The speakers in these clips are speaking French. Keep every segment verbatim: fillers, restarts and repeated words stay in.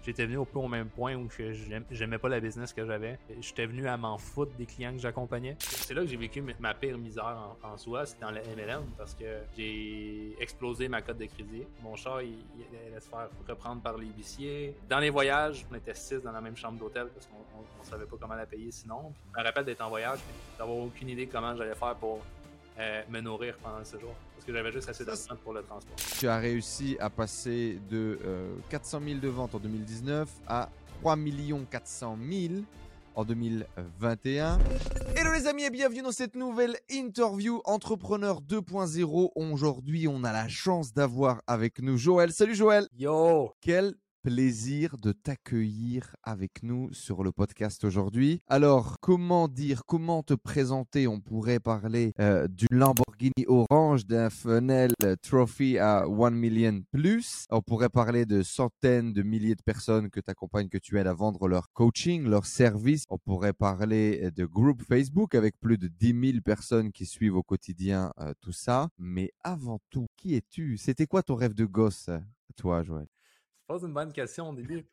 j'étais venu au peu au même point où je, j'aim- j'aimais pas la business que j'avais. J'étais venu à m'en foutre des clients que j'accompagnais. C'est là que j'ai vécu m- ma pire misère en, en soi, c'est dans le M L M parce que j'ai explosé ma cote de crédit. Mon char, il, il allait se faire reprendre par les huissiers. Dans les voyages, on était six dans la même chambre d'hôtel parce qu'on on, on savait pas comment la payer sinon. Puis, je me rappelle d'être en voyage et d'avoir aucune idée comment j'allais faire pour euh, me nourrir pendant ce séjour. Parce que j'avais juste assez d'argent pour le transport. Tu as réussi à passer de euh, quatre cent mille de ventes en deux mille dix-neuf à trois millions quatre cent mille en deux mille vingt et un. Hello les amis et bienvenue dans cette nouvelle interview Entrepreneur deux point zéro. Aujourd'hui, on a la chance d'avoir avec nous Joël. Salut Joël. Yo! Quel plaisir de t'accueillir avec nous sur le podcast aujourd'hui. Alors, comment dire, comment te présenter? On pourrait parler euh, d'une Lamborghini orange, d'un funnel trophy à one million plus. On pourrait parler de centaines de milliers de personnes que tu accompagnes, que tu aides à vendre leur coaching, leur service. On pourrait parler de groupe Facebook avec plus de dix mille personnes qui suivent au quotidien euh, tout ça. Mais avant tout, qui es-tu? C'était quoi ton rêve de gosse, toi, Joël? Tu poses une bonne question au début.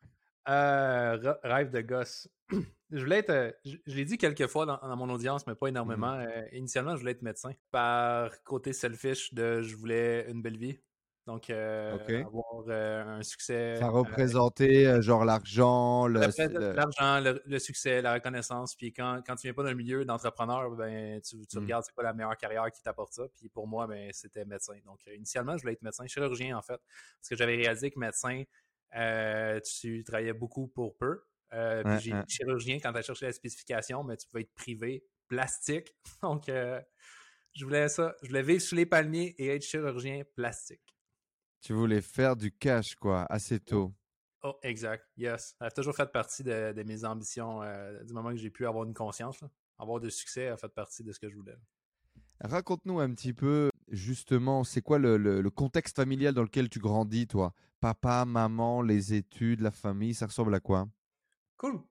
Euh, rêve de gosse. Je voulais être, euh, je, je l'ai dit quelques fois dans, dans mon audience, mais pas énormément. Mhm. Euh, initialement, je voulais être médecin. Par côté selfish, de je voulais une belle vie. Donc, euh, Ok. avoir euh, un succès. Ça Euh, représentait euh, genre l'argent, le, après, le- l'argent, le, le succès, la reconnaissance. Puis quand, quand tu viens pas d'un milieu d'entrepreneur, ben, tu, tu Hmm. regardes c'est quoi la meilleure carrière qui t'apporte ça. Puis pour moi, ben, c'était médecin. Donc, euh, initialement, je voulais être médecin, chirurgien en fait. Parce que j'avais réalisé que médecin, euh, tu travaillais beaucoup pour peu. Euh, puis Ouais, j'ai ouais. dit chirurgien quand tu as cherché la spécification, mais tu pouvais être privé, plastique. Donc, euh, je voulais ça. Je voulais vivre sous les palmiers et être chirurgien plastique. Tu voulais faire du cash, quoi, assez tôt. Oh, exact. Yes. Ça a toujours fait partie de, de mes ambitions euh, du moment que j'ai pu avoir une conscience. Là. Avoir du succès a fait partie de ce que je voulais. Raconte-nous un petit peu, justement, c'est quoi le, le- le contexte familial dans lequel tu grandis, toi? Papa, maman, les études, la famille, ça ressemble à quoi? Cool.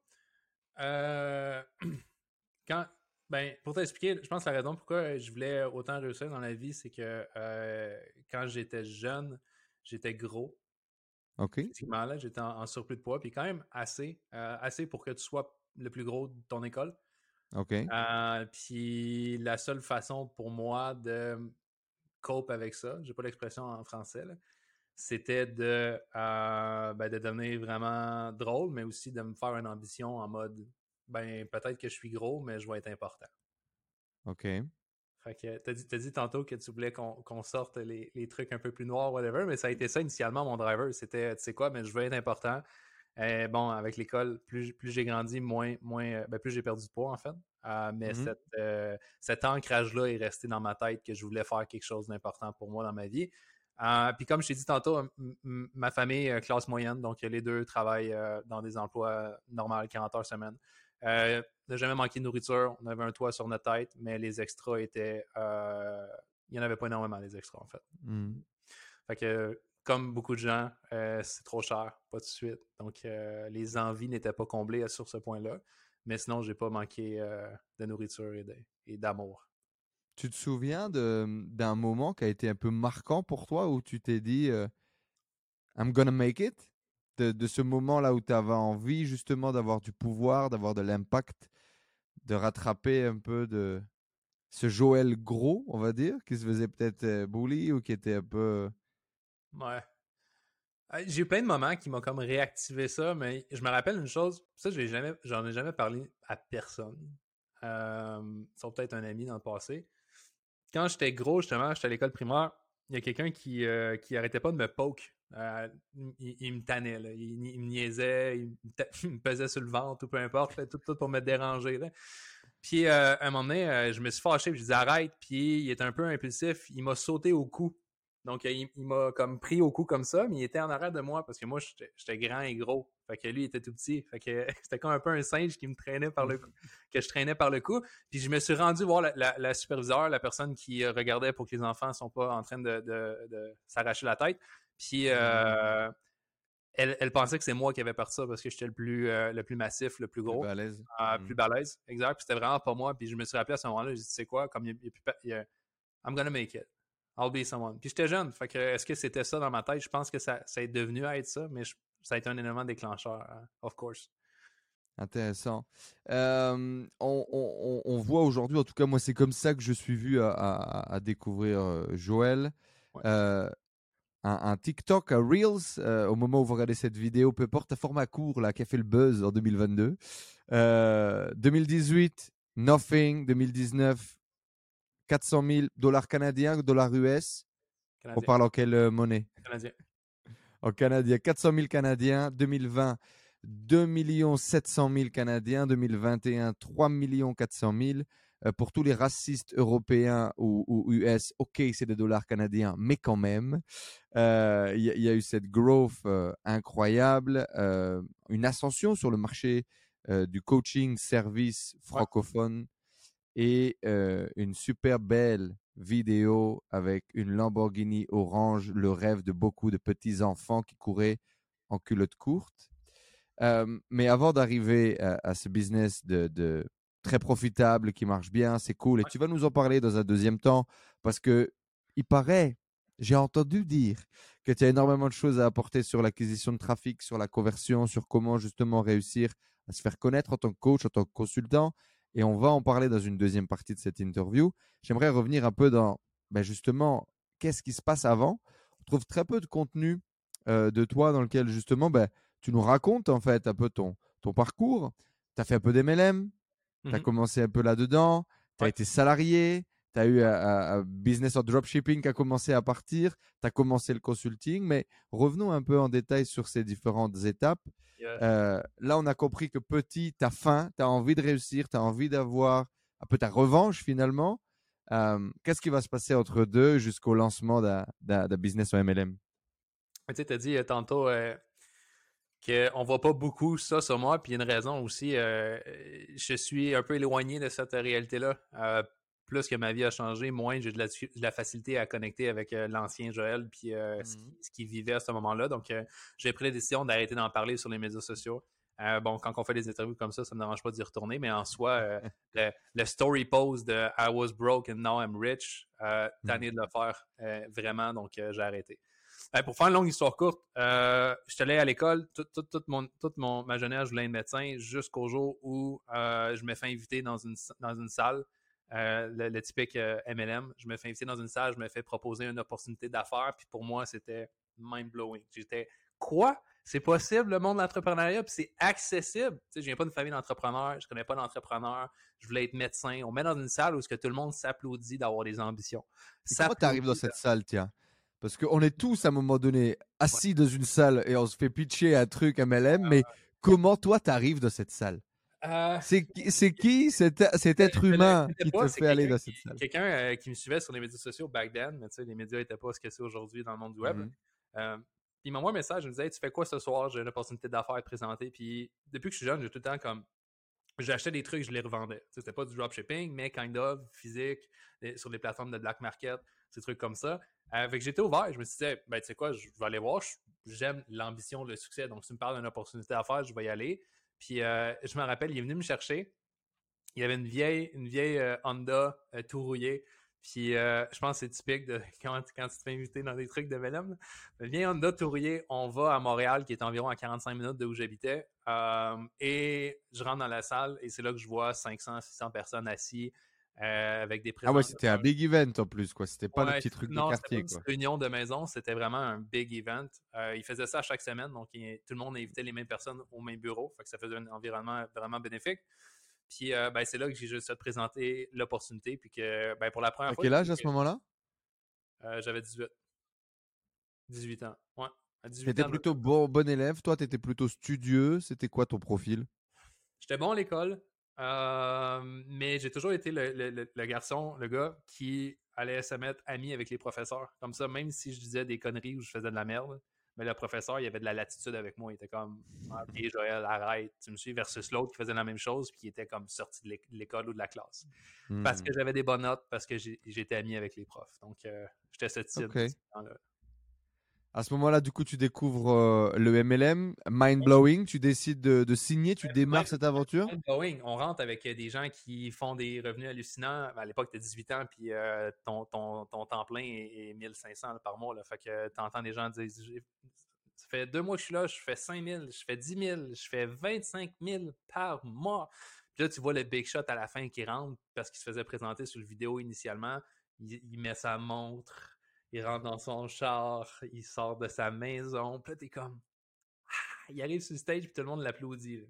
Euh, quand, ben, pour t'expliquer, je pense que la raison pourquoi je voulais autant réussir dans la vie, c'est que euh, quand j'étais jeune, j'étais gros. Ok, Physiquement, là, j'étais en, en surplus de poids, puis quand même assez, euh, assez pour que tu sois le plus gros de ton école. ok. Euh, puis la seule façon pour moi de cope avec ça, j'ai pas l'expression en français, là, c'était de, euh, ben, de devenir vraiment drôle, mais aussi de me faire une ambition en mode, ben peut-être que je suis gros, mais je vais être important. Ok. Fait que t'as dit, t'as dit tantôt que tu voulais qu'on qu'on sorte les, les trucs un peu plus noirs, whatever, mais ça a été ça initialement mon driver. C'était, tu sais quoi, mais je veux être important. Euh, bon, avec l'école, plus, plus j'ai grandi, moins, moins, ben, plus j'ai perdu de poids en fait. Euh, mais Mhm. cette, euh, cet ancrage-là est resté dans ma tête que je voulais faire quelque chose d'important pour moi dans ma vie. Euh, puis comme je t'ai dit tantôt, m- m- ma famille, euh, classe moyenne, donc les deux travaillent euh, dans des emplois normaux, quarante heures semaine. Euh, on n'a jamais manqué de nourriture, on avait un toit sur notre tête, mais les extras étaient... euh, il n'y en avait pas énormément, les extras en fait. Mhm. Fait que, comme beaucoup de gens, euh, c'est trop cher, pas tout de suite. Donc, euh, les envies n'étaient pas comblées sur ce point-là. Mais sinon, j'ai pas manqué euh, de nourriture et, de, et d'amour. Tu te souviens de, d'un moment qui a été un peu marquant pour toi où tu t'es dit euh, I'm gonna make it? De, de ce moment-là où tu avais envie justement d'avoir du pouvoir, d'avoir de l'impact, de rattraper un peu de ce Joël gros, on va dire, qui se faisait peut-être euh, bully ou qui était un peu... Ouais. Euh, J'ai eu plein de moments qui m'ont comme réactivé ça, mais je me rappelle une chose, ça, j'ai jamais, j'en ai jamais parlé à personne. Euh, sauf peut-être un ami dans le passé. Quand j'étais gros, justement, j'étais à l'école primaire, il y a quelqu'un qui, euh, qui arrêtait pas de me poke. Euh, il, il me tannait, là. Il, il me niaisait, il me, ta- il me pesait sur le ventre ou peu importe, là, tout, tout pour me déranger. Là. Puis euh, à un moment donné, euh, je me suis fâché, puis je dis arrête, puis il était un peu impulsif, il m'a sauté au cou. Donc euh, il, il m'a comme pris au cou comme ça, mais il était en arrière de moi parce que moi j'étais, j'étais grand et gros. Fait que lui il était tout petit. Fait que c'était comme un peu un singe qui me traînait par le cou, que je traînais par le cou. Puis je me suis rendu voir la, la, la superviseure, la personne qui euh, regardait pour que les enfants ne sont pas en train de, de, de s'arracher la tête. Puis euh, elle, elle pensait que c'est moi qui avais parti ça parce que j'étais le plus, euh, le plus massif, le plus Plus gros, balèze. euh, Mm. plus balèze. Exact. Puis c'était vraiment pas moi. Puis je me suis rappelé à ce moment-là, j'ai dit, tu sais quoi, comme il n'y a, plus. Il y a, I'm gonna make it. I'll be someone. Puis j'étais jeune. Fait que est-ce que c'était ça dans ma tête? Je pense que ça, ça est devenu à être ça, mais je, ça a été un élément déclencheur, uh, of course. Intéressant. Euh, on, on, on voit aujourd'hui, en tout cas moi c'est comme ça que je suis vu à, à, à découvrir euh, Joël. Ouais. Euh, un, un TikTok, un Reels, euh, au moment où vous regardez cette vidéo, peu importe, un format court là, qui a fait le buzz en deux mille vingt-deux. Euh, deux mille dix-huit, Nothing. deux mille dix-neuf, quatre cent mille dollars canadiens, dollars U S. On Canadien. parle en quelle euh, monnaie? Canadien. En canadien, quatre cent mille canadiens. deux mille vingt, deux millions sept cent mille canadiens. deux mille vingt et un, trois millions quatre cent mille. Euh, pour tous les racistes européens ou, ou U S, ok, c'est des dollars canadiens, mais quand même, euh, il y, y a eu cette growth euh, incroyable, euh, une ascension sur le marché euh, du coaching service Ouais. francophone et euh, une super belle vidéo avec une Lamborghini orange, le rêve de beaucoup de petits enfants qui couraient en culotte courte. Euh, mais avant d'arriver à, à ce business de, de très profitable qui marche bien, c'est cool. Et Ouais. tu vas nous en parler dans un deuxième temps parce que il paraît, j'ai entendu dire que tu as énormément de choses à apporter sur l'acquisition de trafic, sur la conversion, sur comment justement réussir à se faire connaître en tant que coach, en tant que consultant. Et on va en parler dans une deuxième partie de cette interview. J'aimerais revenir un peu dans ben justement qu'est-ce qui se passe avant. On trouve très peu de contenu euh, de toi dans lequel justement ben, tu nous racontes en fait un peu ton, ton parcours. Tu as fait un peu d'M L M, tu as Mm-hmm. commencé un peu là-dedans, tu as Ouais. été salarié, tu as eu un, un business en dropshipping qui a commencé à partir, tu as commencé le consulting, mais revenons un peu en détail sur ces différentes étapes. Yes. Euh, là, on a compris que petit, tu as faim, tu as envie de réussir, tu as envie d'avoir un peu ta revanche finalement. Euh, Qu'est-ce qui va se passer entre deux jusqu'au lancement d'un business en M L M? Tu sais, tu as dit euh, tantôt euh, qu'on voit pas beaucoup ça sur moi, puis il y a une raison aussi. Euh, je suis un peu éloigné de cette réalité-là. Euh, plus que ma vie a changé, moins j'ai de la, de la facilité à connecter avec euh, l'ancien Joël, puis euh, ce Mhm. qu'il qui vivait à ce moment-là. Donc, euh, j'ai pris la décision d'arrêter d'en parler sur les médias sociaux. Euh, bon, quand on fait des interviews comme ça, ça ne me dérange pas d'y retourner, mais en soi, euh, le, le story pose de I was broke and now I'm rich, euh, tanné de le faire, euh, vraiment, donc euh, j'ai arrêté. Euh, pour faire une longue histoire courte, euh, je suis allé à l'école, toute tout, tout mon, tout mon, ma jeunesse, je voulais être médecin jusqu'au jour où euh, je me fais inviter dans une, dans une salle, euh, le, le typique euh, M L M. Je me fais inviter dans une salle, je me fais proposer une opportunité d'affaires, puis pour moi, c'était mind-blowing. J'étais, quoi? C'est possible, le monde de l'entrepreneuriat, puis c'est accessible. Tu sais, je viens pas d'une famille d'entrepreneurs, je connais pas d'entrepreneurs, je voulais être médecin. On met dans une salle où ce que tout le monde s'applaudit d'avoir des ambitions. Et comment tu arrives dans S'applaudit. cette salle, tiens? Parce qu'on est tous à un moment donné Ouais. assis dans une salle et on se fait pitcher un truc M L M, mais comment toi tu arrives dans cette salle? Euh, C'est qui, c'est qui cet, cet Je être ne humain l'inquiétais qui pas, te c'est fait aller quelqu'un dans qui, cette salle? quelqu'un euh, qui me suivait sur les médias sociaux back then, mais tu sais, les médias n'étaient pas ce que c'est aujourd'hui dans le monde du web. Mhm. Euh, puis il m'envoie un message, il me disait hey, tu fais quoi ce soir? J'ai une opportunité d'affaires à te présenter. Puis depuis que je suis jeune, j'ai tout le temps comme. J'achetais des trucs, je les revendais. Tu sais, c'était pas du dropshipping, mais kind of, physique, les- sur les plateformes de black market, ces trucs comme ça. Euh, fait que j'étais ouvert, je me suis dit, ben, tu sais quoi, je vais aller voir, je- j'aime l'ambition, le succès. Donc, si tu me parles d'une opportunité d'affaires, je vais y aller. Puis, euh, je me rappelle, il est venu me chercher. Il y avait une vieille, une vieille euh, Honda euh, tout rouillée. Puis euh, je pense que c'est typique de quand, quand tu te fais inviter dans des trucs de V L M. Une vieille Honda tout rouillée, on va à Montréal, qui est environ à quarante-cinq minutes de où j'habitais. Euh, et je rentre dans la salle et c'est là que je vois cinq cents, six cents personnes assises euh, avec des Ah ouais, c'était un présentateurs. big event en plus, quoi. C'était pas le Ouais, petit truc de non, c'était pas quartier, une petite quoi. réunion de maison, c'était vraiment un big event. Euh, ils faisaient ça chaque semaine, donc il- tout le monde invitait les mêmes personnes au même bureau, fait que ça faisait un environnement vraiment bénéfique. Puis euh, ben, c'est là que j'ai juste à te présenter l'opportunité, puis que ben, pour la première T'as fois, quel j'ai âge vu à que ce moment-là? euh, j'avais dix-huit, dix-huit ans. Ouais, à dix-huit T'étais ans, plutôt bon, bon élève, toi t'étais plutôt studieux. C'était quoi ton profil? j'étais bon à l'école, euh, mais j'ai toujours été le, le- le- le garçon, le gars qui allait se mettre ami avec les professeurs. Comme ça, même si je disais des conneries ou je faisais de la merde, mais le professeur, il avait de la latitude avec moi. Il était comme ah, ok, Joël, arrête, tu me suis, versus l'autre qui faisait la même chose puis qui était comme sorti de l'école ou de la classe. Parce Hmm. que j'avais des bonnes notes, parce que j'ai- j'étais ami avec les profs. Donc, euh, j'étais ce type Ok. d'étudiant-là. À ce moment-là, du coup, tu découvres euh, le M L M, mind blowing. Tu décides de, de signer, tu démarres cette aventure. Mind-blowing. On rentre avec euh, des gens qui font des revenus hallucinants. À l'époque, tu as dix-huit ans, puis euh, ton, ton, ton temps plein est, est mille cinq cents là, par mois. Là. Fait que tu entends des gens dire Ça fait deux mois que je suis là, je fais cinq mille, je fais dix mille, je fais vingt-cinq mille par mois. Puis là, tu vois le big shot à la fin qui rentre parce qu'il se faisait présenter sur le vidéo initialement. Il, il met sa montre, il rentre dans son char, il sort de sa maison. Puis là, t'es comme... Ah! Il arrive sur le stage puis tout le monde l'applaudit.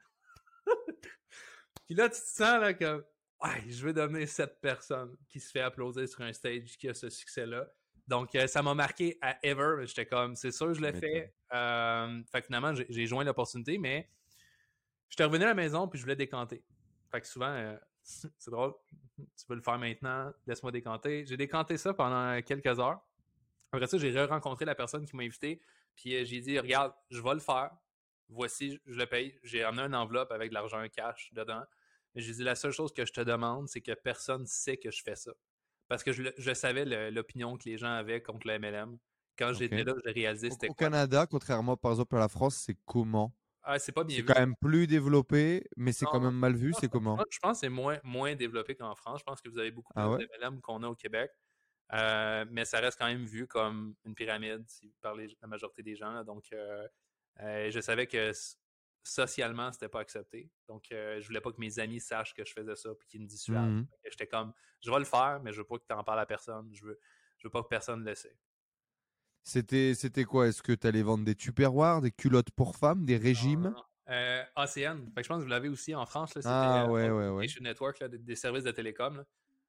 Puis là, tu te sens là comme... Ouais, je veux devenir cette personne qui se fait applaudir sur un stage, qui a ce succès-là. Donc, euh, ça m'a marqué à ever. J'étais comme, c'est sûr, je l'ai fait. Euh, fait que finalement, j'ai, j'ai joint l'opportunité, mais j'étais revenu à la maison puis je voulais décanter. Fait que souvent, euh, c'est drôle, tu veux le faire maintenant, laisse-moi décanter. J'ai décanté ça pendant quelques heures. Après ça, j'ai re-rencontré la personne qui m'a invité, puis euh, j'ai dit, regarde, je vais le faire. Voici, je le paye. J'ai emmené une enveloppe avec de l'argent cash dedans. Mais j'ai dit, la seule chose que je te demande, c'est que personne ne sait que je fais ça. Parce que je, je savais le, l'opinion que les gens avaient contre le M L M. Quand Ok. j'étais là, j'ai réalisé Au, c'était au quoi. Canada, contrairement par exemple à la France, c'est comment? Ah, c'est pas bien C'est vu. quand même plus développé, mais c'est quand Non, même mal vu. non, C'est je comment? pense, je pense que c'est moins, moins développé qu'en France. Je pense que vous avez beaucoup Ah plus ouais? d'M L M qu'on a au Québec. Euh, mais ça reste quand même vu comme une pyramide, si vous parlez de la majorité des gens. Là. Donc, euh, euh, je savais que socialement, c'était pas accepté. Donc, euh, je voulais pas que mes amis sachent que je faisais ça et qu'ils me dissuadent. Mhm. J'étais comme, je vais le faire, mais je veux pas que tu en parles à personne. Je veux, je veux pas que personne le sait. C'était, c'était quoi? Est-ce que tu allais vendre des tupperwares, des culottes pour femmes, des Non, non, régimes? non. Euh, A C N, fait que je pense que vous l'avez aussi en France, là, c'était Ah euh, ouais, ouais, ouais. Automation Network, là, des, des services de télécom. Là.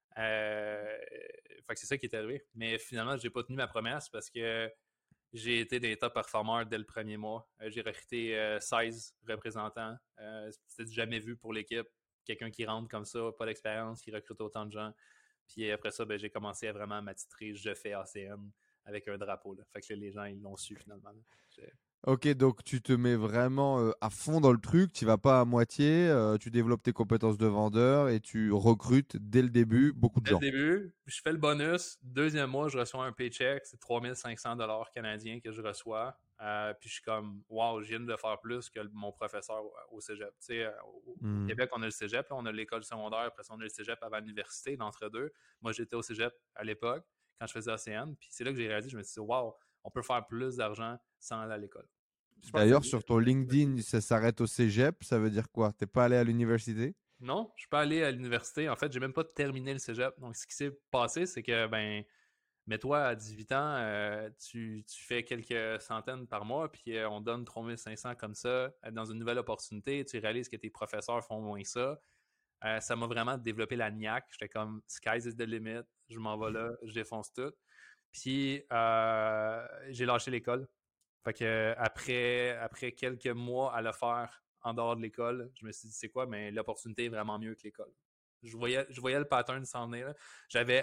Euh, fait que c'est ça qui est arrivé. Mais finalement, j'ai pas tenu ma promesse parce que j'ai été des top performeurs dès le premier mois. Euh, j'ai recruté euh, seize représentants. Euh, c'était jamais vu pour l'équipe. Quelqu'un qui rentre comme ça, pas d'expérience, qui recrute autant de gens. Puis après ça, ben, j'ai commencé à vraiment m'attitrer. Je fais A C N avec un drapeau. Là. Fait que là, les gens, ils l'ont su finalement. J'ai... Ok, donc tu te mets vraiment euh, à fond dans le truc, tu vas pas à moitié, euh, tu développes tes compétences de vendeur et tu recrutes dès le début beaucoup de Dès le gens. début, je fais le bonus. Deuxième mois, je reçois un paycheck. C'est trois mille cinq cents dollars canadiens que je reçois. Euh, puis je suis comme, wow, je viens de faire plus que mon professeur au, au cégep. Tu sais, au, au Mhm. Québec, on a le cégep, là, on a l'école secondaire, après ça, on a le cégep avant l'université, d'entre-deux. Moi, j'étais au cégep à l'époque, quand je faisais A C N. Puis c'est là que j'ai réalisé, je me suis dit, wow, on peut faire plus d'argent sans aller à l'école. Je pense que D'ailleurs, c'est sur ton LinkedIn, ça s'arrête au cégep, ça veut dire quoi? T'es pas allé à l'université? non, je suis pas allé à l'université. En fait, j'ai même pas terminé le cégep. Donc, ce qui s'est passé, c'est que, ben, mets-toi à dix-huit ans, euh, tu, tu fais quelques centaines par mois, puis euh, on donne trois mille cinq cents comme ça euh, dans une nouvelle opportunité. Tu réalises que tes professeurs font moins ça. Euh, ça m'a vraiment développé la niaque. J'étais comme, sky's is the limit. Je m'en vais là, je défonce tout. Puis, euh, j'ai lâché l'école. Fait que euh, après, après quelques mois à le faire en dehors de l'école, je me suis dit, c'est quoi? Mais l'opportunité est vraiment mieux que l'école. Je voyais, je voyais le pattern s'en venir. Là. J'avais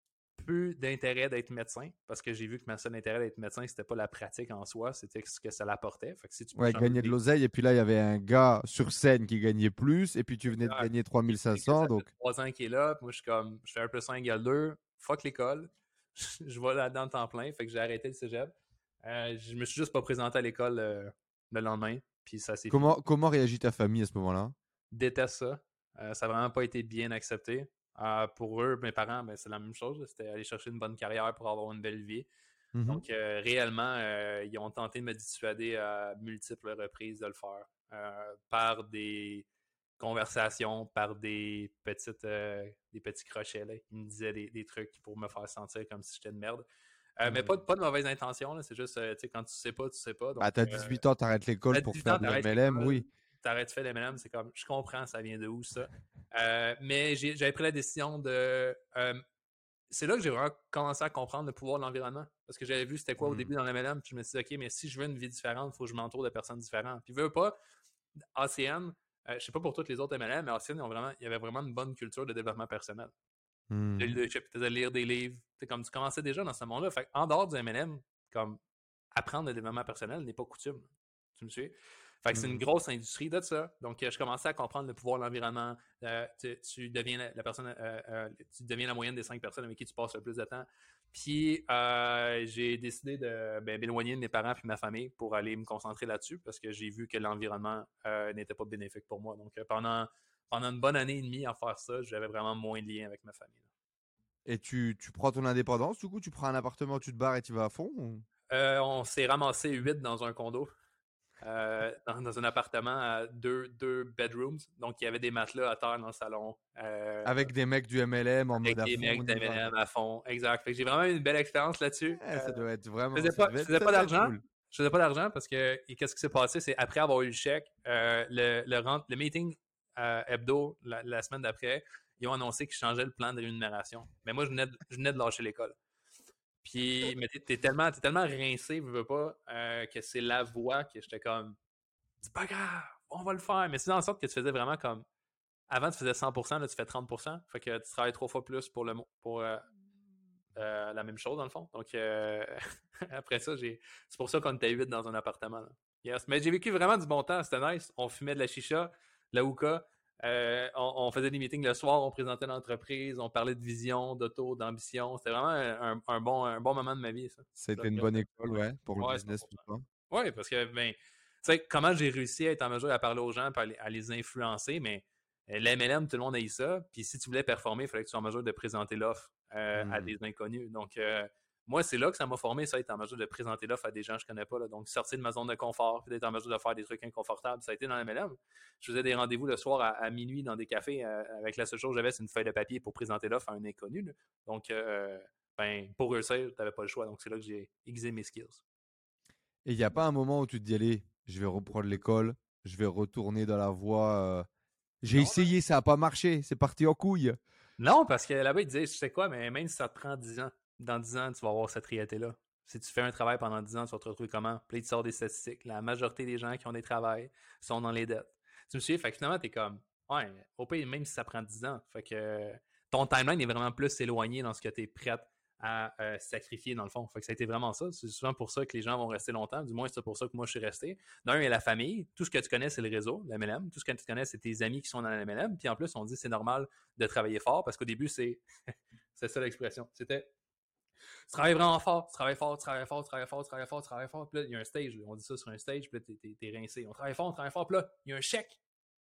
peu d'intérêt d'être médecin parce que j'ai vu que ma seule intérêt d'être médecin, c'était pas la pratique en soi, c'était ce que ça l'apportait. Fait que si tu peux Ouais, changer gagner de des... l'oseille, et puis là, il y avait un gars sur scène qui gagnait plus, et puis tu venais de Exact. gagner Il me dit que trois mille cinq cents, ça fait donc trois ans qu'il est là, puis moi je suis comme, je fais un plus un égale deux, fuck l'école, je vais là-dedans temps plein, fait que j'ai arrêté le cégep. Euh, je me suis juste pas présenté à l'école euh, le lendemain, puis ça s'est fini. comment, comment réagit ta famille à ce moment-là? Déteste ça. Euh, ça n'a vraiment pas été bien accepté. Euh, pour eux, mes parents, ben, c'est la même chose. C'était aller chercher une bonne carrière pour avoir une belle vie. Mhm. Donc, euh, réellement, euh, ils ont tenté de me dissuader à multiples reprises de le faire. Euh, par des conversations, par des petites euh, des petits crochets. Là. Ils me disaient des, des trucs pour me faire sentir comme si j'étais une merde. Euh, mais pas, Mhm. pas de mauvaise intention. Là. C'est juste, euh, tu sais, quand tu sais pas, tu sais pas. Bah, Donc, t'as euh, dix-huit ans, t'arrêtes l'école à pour dix-huit faire ans, de t'arrêtes l'M L M, l'école, oui. t'arrêtes de faire l'M L M, c'est comme, je comprends, ça vient de où ça. Euh, mais j'ai, j'avais pris la décision de. Euh, c'est là que j'ai vraiment commencé à comprendre le pouvoir de l'environnement. Parce que j'avais vu c'était quoi au Mhm. début dans l'M L M, puis je me suis dit, OK, mais si je veux une vie différente, il faut que je m'entoure de personnes différentes. Puis, veux pas, A C N, euh, je sais pas pour toutes les autres M L M, mais A C N, ils ont vraiment, il y avait vraiment une bonne culture de développement personnel. Le Mhm. leadership, de lire des livres. C'est comme tu commençais déjà dans ce monde-là. Fait en dehors du M L M, comme apprendre le développement personnel n'est pas coutume. Tu me suis? Fait que c'est une Mhm. grosse industrie de ça. Donc, euh, je commençais à comprendre le pouvoir de l'environnement. Euh, tu, tu deviens la, la personne, euh, euh, tu deviens la moyenne des cinq personnes avec qui tu passes le plus de temps. Puis, euh, j'ai décidé de ben, m'éloigner de mes parents et de ma famille pour aller me concentrer là-dessus parce que j'ai vu que l'environnement euh, n'était pas bénéfique pour moi. Donc, euh, pendant, pendant une bonne année et demie à faire ça, j'avais vraiment moins de lien avec ma famille. Et tu, tu prends ton indépendance, du coup, tu prends un appartement, tu te barres et tu vas à fond? ou- Euh, on s'est ramassé huit dans un condo, euh, dans, dans un appartement à deux, deux bedrooms. Donc, il y avait des matelas à terre dans le salon. Euh, Avec des mecs du M L M en avec mode à des fond, mecs on y va, d'M L M quoi. à fond. Exact. Fait que j'ai vraiment eu une belle expérience là-dessus. Eh, Euh, ça doit être je vraiment, faisais ça pas, devait je être, faisais ça pas devait être d'argent. cool. Je faisais pas d'argent parce que et qu'est-ce qui s'est passé? C'est après avoir eu le chèque, euh, le, le, rent- le meeting euh, hebdo la, la semaine d'après, ils ont annoncé qu'ils changeaient le plan de rémunération. Mais moi, je venais de, je venais de lâcher l'école. Puis, mais t'es, t'es tellement, t'es tellement rincé, veux, veux pas, euh, que c'est la voix que j'étais comme, c'est pas grave, on va le faire. Mais c'est en sorte que tu faisais vraiment comme, avant tu faisais cent pour cent, là tu fais trente pour cent. Fait que tu travailles trois fois plus pour, le, pour euh, euh, la même chose dans le fond. Donc, euh, après ça, j'ai, c'est pour ça qu'on était huit dans un appartement. Là. Yes. Mais j'ai vécu vraiment du bon temps, c'était nice. On fumait de la chicha, de la hookah. Euh, on, on faisait des meetings le soir, on présentait l'entreprise, on parlait de vision, d'auto, d'ambition. C'était vraiment un, un bon, un bon moment de ma vie, ça. C'était Donc, une euh, bonne école, ouais, pour le ouais, business, tout cent pour cent. ça. Oui, parce que, ben, tu sais, comment j'ai réussi à être en mesure à parler aux gens, à les, à les influencer, mais euh, l'M L M, tout le monde a eu ça. Puis si tu voulais performer, il fallait que tu sois en mesure de présenter l'offre euh, à Hmm. des inconnus. Donc, euh, moi, c'est là que ça m'a formé, ça, être en mesure de présenter l'offre à des gens que je connais pas. Là. Donc, sortir de ma zone de confort, puis d'être en mesure de faire des trucs inconfortables. Ça a été dans l'M L M. Je faisais des rendez-vous le soir à, à minuit dans des cafés euh, avec la seule chose que j'avais, c'est une feuille de papier pour présenter l'offre à un inconnu. Là. Donc, euh, ben, pour réussir, tu n'avais pas le choix. Donc, c'est là que j'ai aiguisé mes skills. Et il n'y a pas un moment où tu te dis, allez, je vais reprendre l'école, je vais retourner dans la voie. euh, J'ai Non, hein? essayé, ça n'a pas marché, c'est parti en couille. Non, parce que là-bas, ils disaient, tu sais quoi, mais même si ça te prend dix ans, dans dix ans, tu vas avoir cette réalité-là. Si tu fais un travail pendant dix ans, tu vas te retrouver comment? Puis là, tu sors des statistiques. La majorité des gens qui ont des travails sont dans les dettes. Tu me suis? Fait que finalement, t'es comme, ouais, au pire, même si ça prend dix ans. Fait que euh, ton timeline est vraiment plus éloigné dans ce que tu es prête à euh, sacrifier, dans le fond. Fait que ça a été vraiment ça. C'est souvent pour ça que les gens vont rester longtemps. Du moins, c'est pour ça que moi, je suis resté. D'un, il y a la famille. Tout ce que tu connais, c'est le réseau, l'M L M. Tout ce que tu connais, c'est tes amis qui sont dans l'M L M. Puis en plus, on dit c'est normal de travailler fort parce qu'au début, c'est c'est ça l'expression. C'était tu travailles vraiment fort, tu travailles fort, tu travailles fort, tu travailles fort, tu travailles fort, tu travailles fort. Puis là, il y a un stage, on dit ça sur un stage, puis là, t'es, t'es, t'es rincé. On travaille fort, on travaille fort, puis là, il y a un chèque.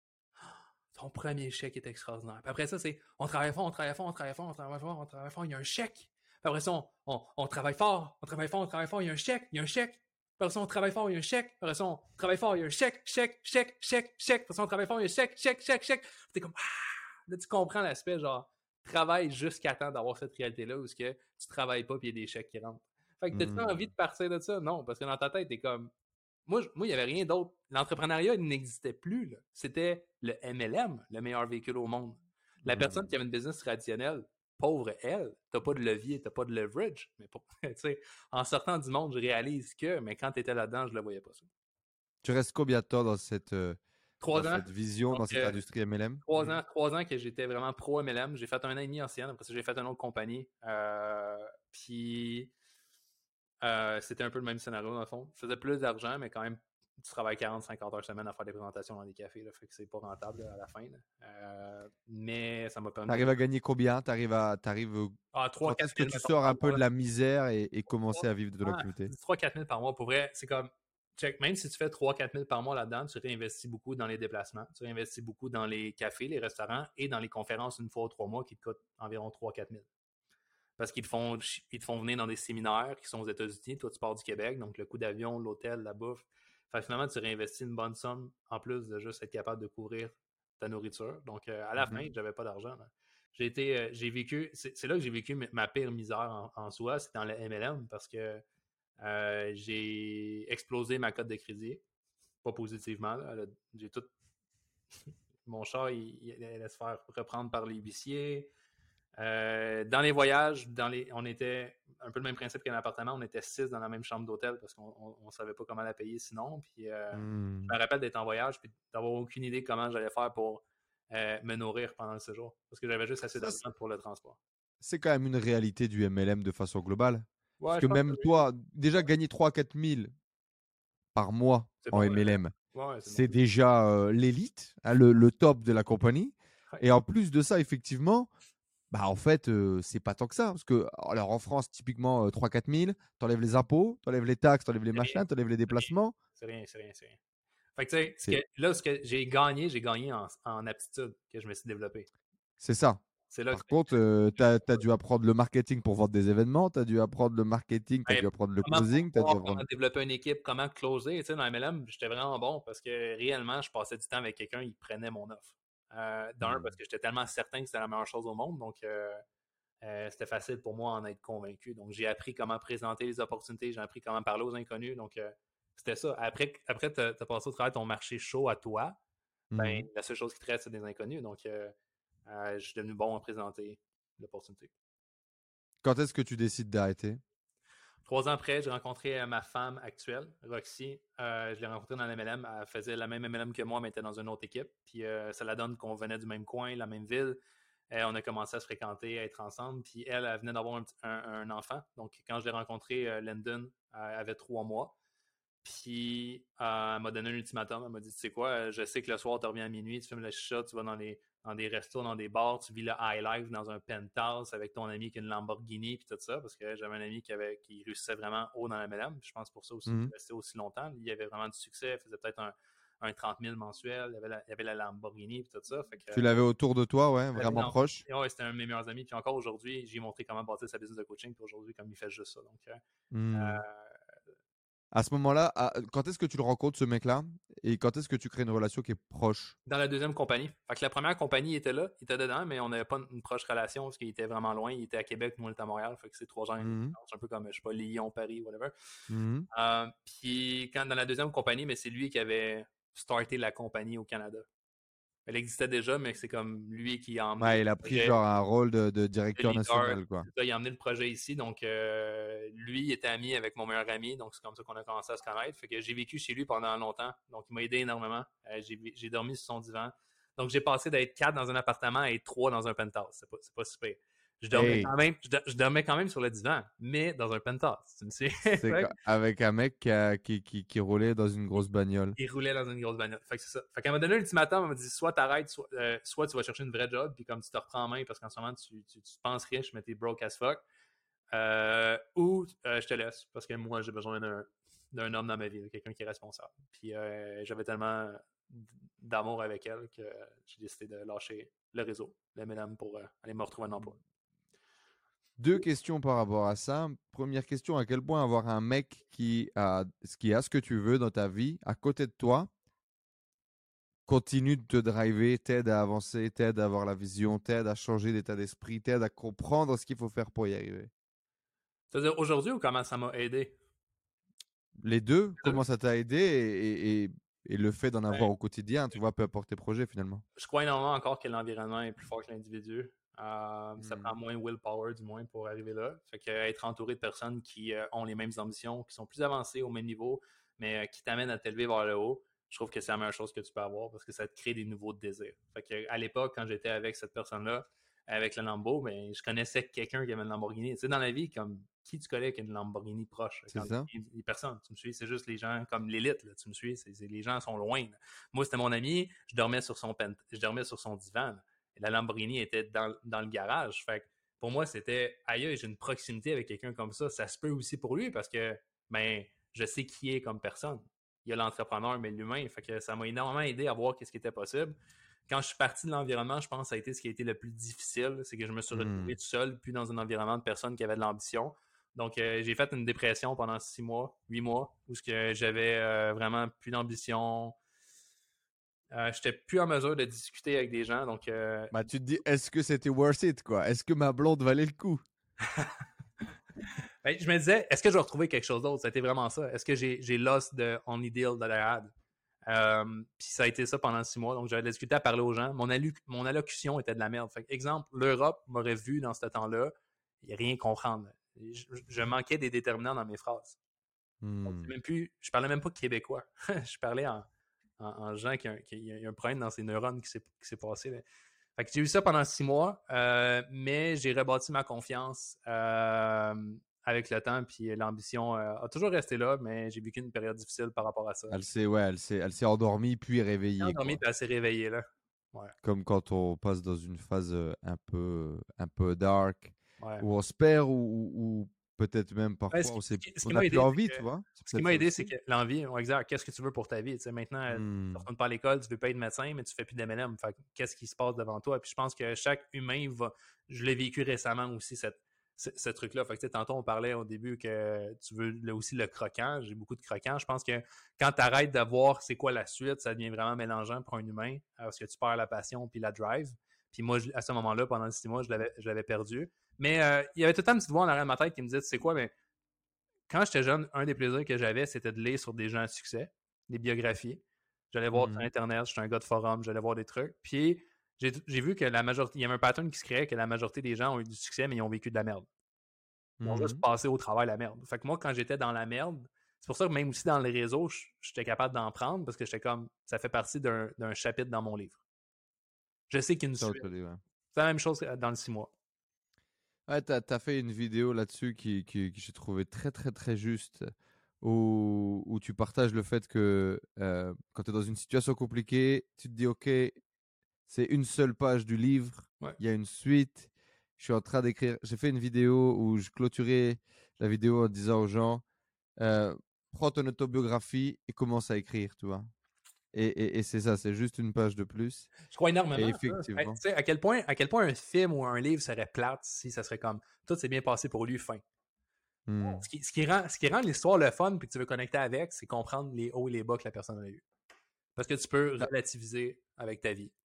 Ton premier chèque est extraordinaire. Puis après ça, c'est on travaille fort, on travaille fort, on travaille fort, on travaille fort, on travaille fort, il y a un chèque. Puis après ça, on, on, on travaille fort, on travaille fort, on travaille fort, il y a un chèque, il y a un chèque. Puis après ça, on travaille fort, il y a un chèque. Puis après ça, on travaille fort, il y a un chèque, chèque, chèque, chèque, chèque. Puis après ça, on travaille fort, il y a un chèque, chèque, chèque, chèque. Puis t'es comme, ah! Là, tu comprends l'aspect, genre, travaille jusqu'à temps d'avoir cette réalité-là où ce que tu travailles pas puis il y a des chèques qui rentrent. Fait que t'as-tu Hmm. envie de partir de ça? Non, parce que dans ta tête, t'es comme, moi, moi, il n'y avait rien d'autre. L'entrepreneuriat, il n'existait plus. Là. C'était le M L M, le meilleur véhicule au monde. La Hmm. personne qui avait une business traditionnelle, pauvre elle, t'as pas de levier, t'as pas de leverage. Mais pour, en sortant du monde, je réalise que, mais quand tu étais là-dedans, je le voyais pas ça. Tu restes combien de temps dans cette, euh, dans Trois ans. cette vision, Donc, dans cette euh, industrie M L M? trois ans, trois ans que j'étais vraiment pro M L M. J'ai fait un an et demi ancienne. Après ça, j'ai fait une autre compagnie. Euh, puis, euh, c'était un peu le même scénario, dans le fond. Je faisais plus d'argent, mais quand même, tu travailles quarante à cinquante heures semaine à faire des présentations dans des cafés. Là, fait que c'est pas rentable là, à la fin. Euh, mais ça m'a permis. Tu arrives à gagner combien? Tu arrives à, t'arrives, euh, Ah, trois quand est-ce quatre que mille, tu mettons, sors par un peu mois. de la misère et, et commencer à vivre de ton Ah, activité? trois quatre mille par mois, pour vrai, c'est comme. Check, même si tu fais trois quatre mille par mois là-dedans, tu réinvestis beaucoup dans les déplacements, tu réinvestis beaucoup dans les cafés, les restaurants et dans les conférences une fois ou trois mois qui te coûtent environ trois quatre mille. Parce qu'ils te font, ils te font venir dans des séminaires qui sont aux États-Unis. Toi, tu pars du Québec, donc le coût d'avion, l'hôtel, la bouffe. Fait que finalement, tu réinvestis une bonne somme en plus de juste être capable de couvrir ta nourriture. Donc, euh, à la Mhm. fin, j'avais pas d'argent. Là. J'ai été, euh, j'ai vécu, c'est, c'est là que j'ai vécu ma pire misère en, en soi, c'est dans le M L M parce que euh, j'ai explosé ma cote de crédit. Pas positivement. Là. J'ai tout. Mon char, il, il allait se faire reprendre par les huissiers. Euh, dans les voyages, dans les, on était un peu le même principe qu'un appartement, on était six dans la même chambre d'hôtel parce qu'on ne savait pas comment la payer sinon. Puis, euh, Hmm. je me rappelle d'être en voyage et d'avoir aucune idée comment j'allais faire pour euh, me nourrir pendant le séjour parce que j'avais juste assez Ça, d'argent pour le transport. c'est quand même une réalité du M L M de façon globale. Parce Ouais, que je pense que même oui. toi, déjà gagner trois à quatre mille par mois C'est en bon. Ouais, M L M, ouais, c'est bon. c'est déjà euh, l'élite, hein, le, le top de la compagnie. Ouais. Et en plus de ça, effectivement, bah en fait, euh, c'est pas tant que ça. Parce que, alors en France, typiquement, euh, trois à quatre mille, t'enlèves les impôts, t'enlèves les taxes, t'enlèves les C'est rien. machins, t'enlèves les déplacements. C'est rien, c'est rien, c'est rien. Fait que, tu sais, ce C'est que, là, ce que j'ai gagné, j'ai gagné en, en aptitude que je me suis développé. c'est ça. C'est là que Par contre, euh, tu as dû apprendre le marketing pour vendre des événements, tu as dû apprendre le marketing, tu as ben, dû apprendre le comment closing, tu as dû pouvoir, comment apprendre. développer une équipe, comment closer. Tu sais, dans M L M, j'étais vraiment bon parce que réellement, je passais du temps avec quelqu'un, il prenait mon offre. Euh, d'un, parce Hmm. que j'étais tellement certain que c'était la meilleure chose au monde. Donc, euh, euh, c'était facile pour moi en être convaincu. Donc, j'ai appris comment présenter les opportunités, j'ai appris comment parler aux inconnus. Donc, euh, c'était ça. Après, après tu as passé au travers de ton marché chaud à toi, ben, Mhm. la seule chose qui te reste, c'est des inconnus. Donc, euh, euh, je suis devenu bon à présenter l'opportunité. Quand est-ce que tu décides d'arrêter? Trois ans après, j'ai rencontré euh, ma femme actuelle, Roxy. Euh, je l'ai rencontrée dans la M L M. Elle faisait la même M L M que moi, mais était dans une autre équipe. Puis euh, ça la donne qu'on venait du même coin, la même ville. Euh, on a commencé à se fréquenter, à être ensemble. Puis elle, elle venait d'avoir un, un, un enfant. Donc quand je l'ai rencontrée, euh, Lyndon euh, avait trois mois. Puis euh, elle m'a donné un ultimatum. Elle m'a dit, tu sais quoi, je sais que le soir, tu reviens à minuit, tu fumes le chicha, tu vas dans les dans des restos, dans des bars, tu vis le high life dans un penthouse avec ton ami qui a une Lamborghini puis tout ça, parce que j'avais un ami qui avait qui réussissait vraiment haut dans la M L M. Je pense pour ça aussi qu'il Mhm. est resté aussi longtemps. Il avait vraiment du succès, il faisait peut-être un, un trente mille mensuel, il avait la, il avait la Lamborghini puis tout ça. Fait que, Tu l'avais autour de toi, ouais, j'avais vraiment dans- proche. ouais, c'était un de mes meilleurs amis. Puis encore aujourd'hui, j'ai montré comment bâtir sa business de coaching. Puis aujourd'hui, comme il fait juste ça. Donc, euh, Hmm. euh, À ce moment-là, à- quand est-ce que tu le rencontres, ce mec-là? Et quand est-ce que tu crées une relation qui est proche? dans la deuxième compagnie. Fait que la première compagnie il était là, il était dedans, mais on n'avait pas une proche relation parce qu'il était vraiment loin. Il était à Québec, nous on était à Montréal. Fait que c'est trois ans et demi. Mhm. C'est un peu comme, je sais pas, Lyon, Paris, whatever. Mhm. Euh, puis quand dans la deuxième compagnie, mais c'est lui qui avait starté la compagnie au Canada. Elle existait déjà, mais c'est comme lui qui a emmené Ouais, le il a pris projet genre un rôle de, de de directeur leader. national, quoi. Ça, il a emmené le projet ici. Donc, euh, lui il était ami avec mon meilleur ami. Donc, c'est comme ça qu'on a commencé à se connaître. Fait que j'ai vécu chez lui pendant longtemps. Donc, il m'a aidé énormément. Euh, j'ai, j'ai dormi sur son divan. Donc, j'ai passé d'être quatre dans un appartement à être trois dans un penthouse. C'est pas, c'est pas super. Je dormais Hey, quand même, je, je dormais quand même sur le divan, mais dans un penthouse. Tu me sais? c'est Fait co- que avec un mec qui, a- qui, qui, qui roulait dans une grosse bagnole. il roulait dans une grosse bagnole. Fait que c'est ça. Fait qu'elle m'a donné un ultimatum. Elle m'a dit soit t'arrêtes, soit, euh, soit tu vas chercher une vraie job, puis comme tu te reprends en main parce qu'en ce moment, tu, tu, tu te penses riche, mais t'es broke as fuck. Euh, ou euh, je te laisse parce que moi, j'ai besoin d'un, d'un homme dans ma vie, quelqu'un qui est responsable. Puis euh, j'avais tellement d'amour avec elle que j'ai décidé de lâcher le réseau, le M L M, pour euh, aller me retrouver un emploi. Deux questions par rapport à ça. Première question, à quel point avoir un mec qui a, qui a ce que tu veux dans ta vie à côté de toi continue de te driver, t'aide à avancer, t'aide à avoir la vision, t'aide à changer d'état d'esprit, t'aide à comprendre ce qu'il faut faire pour y arriver. C'est-à-dire aujourd'hui ou comment ça m'a aidé? Les deux, Les deux. comment ça t'a aidé et, et- et le fait d'en avoir Ben, au quotidien, tu vois, peu importe tes projets finalement. je crois énormément encore que l'environnement est plus fort que l'individu. Euh, ça prend Hmm. moins willpower, du moins, pour arriver là. Fait que être entouré de personnes qui euh, ont les mêmes ambitions, qui sont plus avancées au même niveau, mais euh, qui t'amènent à t'élever vers le haut, je trouve que c'est la meilleure chose que tu peux avoir parce que ça te crée des nouveaux désirs. Fait que à l'époque, quand j'étais avec cette personne-là, avec le Lambo, ben, je connaissais quelqu'un qui avait une Lamborghini. Tu sais, dans la vie, comme qui tu connais qui a une Lamborghini proche? C'est Quand ça? les personnes, tu me suis, c'est juste les gens comme l'élite, là, tu me suis, c'est, c'est, les gens sont loin. Là. Moi, c'était mon ami, je dormais sur son, pen, je dormais sur son divan. Là. Et la Lamborghini était dans, dans le garage. Fait que pour moi, c'était aïe, j'ai une proximité avec quelqu'un comme ça. Ça se peut aussi pour lui parce que ben, je sais qui est comme personne. Il y a l'entrepreneur, mais l'humain. Fait que ça m'a énormément aidé à voir qu'est-ce qui était possible. Quand je suis parti de l'environnement, je pense que ça a été ce qui a été le plus difficile. C'est que je me suis retrouvé Hmm. tout seul, puis dans un environnement de personnes qui avaient de l'ambition. Donc, euh, j'ai fait une dépression pendant six mois, huit mois, où ce que j'avais euh, vraiment plus d'ambition. Euh, j'étais plus en mesure de discuter avec des gens. Donc, euh, Bah, tu te dis, est-ce que c'était worth it, quoi? Est-ce que ma blonde valait le coup? ben, je me disais, est-ce que je vais retrouver quelque chose d'autre? Ça a été vraiment ça. Est-ce que j'ai, j'ai lost the only deal that I had? Euh, puis ça a été ça pendant six mois. Donc, j'avais discuté à parler aux gens. Mon, allu- mon allocution était de la merde. Fait que, exemple, l'Europe m'aurait vu dans ce temps-là et rien comprendre. Je, je manquais des déterminants dans mes phrases. Donc, Hmm. c'est même plus, je parlais même pas québécois. Je parlais en, en, en gens qui ont qui a un problème dans ses neurones qui s'est, qui s'est passé. Là. Fait que j'ai eu ça pendant six mois, euh, mais j'ai rebâti ma confiance euh, avec le temps, puis l'ambition euh, a toujours resté là, mais j'ai vécu une période difficile par rapport à ça. Elle s'est, ouais, elle s'est, elle s'est endormie puis J'ai réveillée, endormi, quoi. puis elle s'est réveillée, là. Ouais, Comme quand on passe dans une phase euh, un peu, un peu dark, ouais. où on se perd, ou, ou, ou peut-être même Ouais, ce parfois, qui on ce sait, qui ce qui on m'a n'a plus aidé, c'est envie, que tu vois? C'est ce qui peut-être m'a ça aidé, c'est aussi. que l'envie ouais, exact. Qu'est-ce que tu veux pour ta vie? Tu sais, maintenant, heu, tu Mmh. retournes pas à l'école, tu veux pas être médecin, mais tu fais plus d'M L M. Fait que qu'est-ce qui se passe devant toi? Puis je pense que chaque humain va je l'ai vécu récemment aussi, cette ce ce truc-là. Fait que, tu sais, tantôt, on parlait au début que tu veux le aussi le croquant. J'ai beaucoup de croquants. Je pense que quand tu arrêtes de voir c'est quoi la suite, ça devient vraiment mélangeant pour un humain, heu, parce que tu perds la passion puis la drive. Puis moi, je à ce moment-là, pendant les six mois, je l'avais je l'avais perdu. Mais, heu, il y avait tout le temps une petite voix en arrière de ma tête qui me disait: «Tu sais quoi? Mais quand j'étais jeune, un des plaisirs que j'avais, c'était de lire sur des gens à succès, des biographies. J'allais voir sur Mmh. Internet, j'étais un gars de forum, j'allais voir des trucs. Puis j'ai j'ai vu que la majorité, il y avait un pattern qui se créait que la majorité des gens ont eu du succès, mais ils ont vécu de la merde. Ils ont juste Mmh. passé au travail la merde. Fait que moi, quand j'étais dans la merde, c'est pour ça que même aussi dans les réseaux, j'étais capable d'en prendre parce que j'étais comme, ça fait partie d'un d'un chapitre dans mon livre. Je sais qu'il y a une suite. Totally, ouais. C'est la même chose dans le six mois. Ouais, tu as fait une vidéo là-dessus qui qui que j'ai trouvé très, très, très juste, où où tu partages le fait que, heu, quand tu es dans une situation compliquée, tu te dis: «OK, c'est une seule page du livre, Ouais. il y a une suite, je suis en train d'écrire». J'ai fait une vidéo où je clôturais la vidéo en disant aux gens, heu: «Prends ton autobiographie et commence à écrire», tu vois? Et et et c'est ça, c'est juste une page de plus Je crois et énormément à ça. Hey, tu effectivement. sais, à quel point, à quel point un film ou un livre serait plate si ça serait comme tout s'est bien passé pour lui, fin. Mmh. Ce qui, ce qui rend, ce qui rend l'histoire le fun puis que tu veux connecter avec, c'est comprendre les hauts et les bas que la personne a eu. Parce que tu peux Tu relativiser avec ta vie.